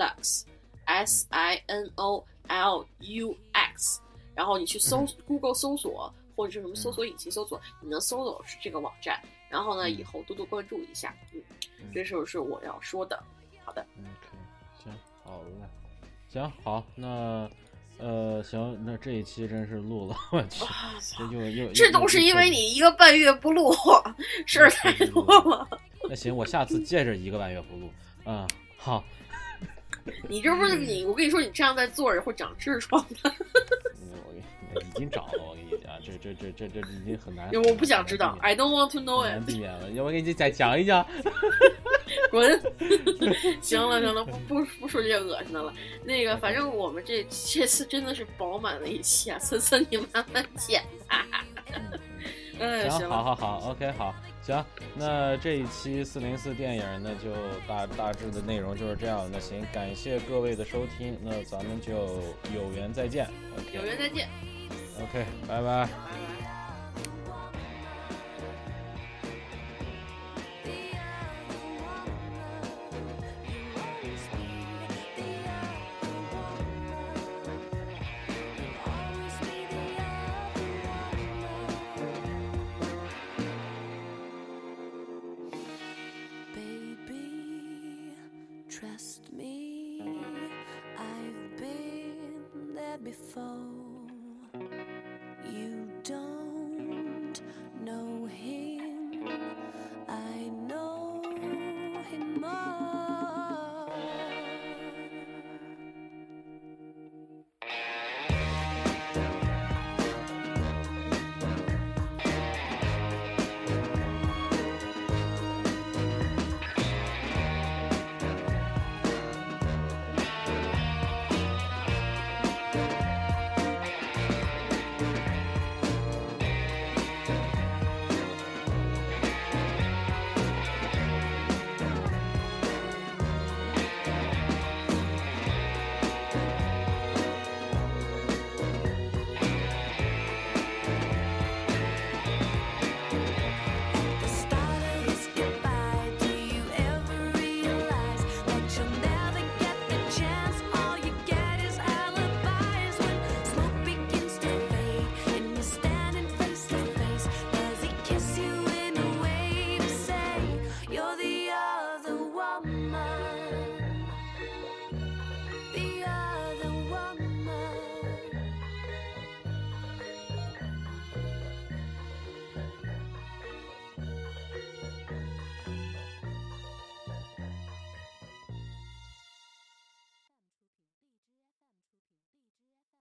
SINOLUX， 然后你去Google 搜索或者是什么搜索引擎搜索，你能搜到是这个网站。然后呢，以后多多关注一下。这是我要说的。好的。 行，好嘞。行，好，那行，那这一期真是录了，我去， 这都是因为你1个半月不录，事儿太多了。 那行，我下次接着1个半月不录。好。 你这不是你？我跟你说，你这样再坐着会长痔疮的。 我已经找了，我跟你讲，这已经很难。 我不想知道 ，I don't want to know it。 难避免了，要不给你再讲一讲。 滚！行了，不说这些恶心的了。那个，反正我们这次真的是饱满的一期啊，森森你慢慢剪吧。 行，好 ，OK， 好，行，那这一期404电影呢，就大致的内容就是这样。那行，感谢各位的收听，那咱们就有缘再见。OK， 有缘再见。 OK， 拜拜。 Trust me, I've been there before.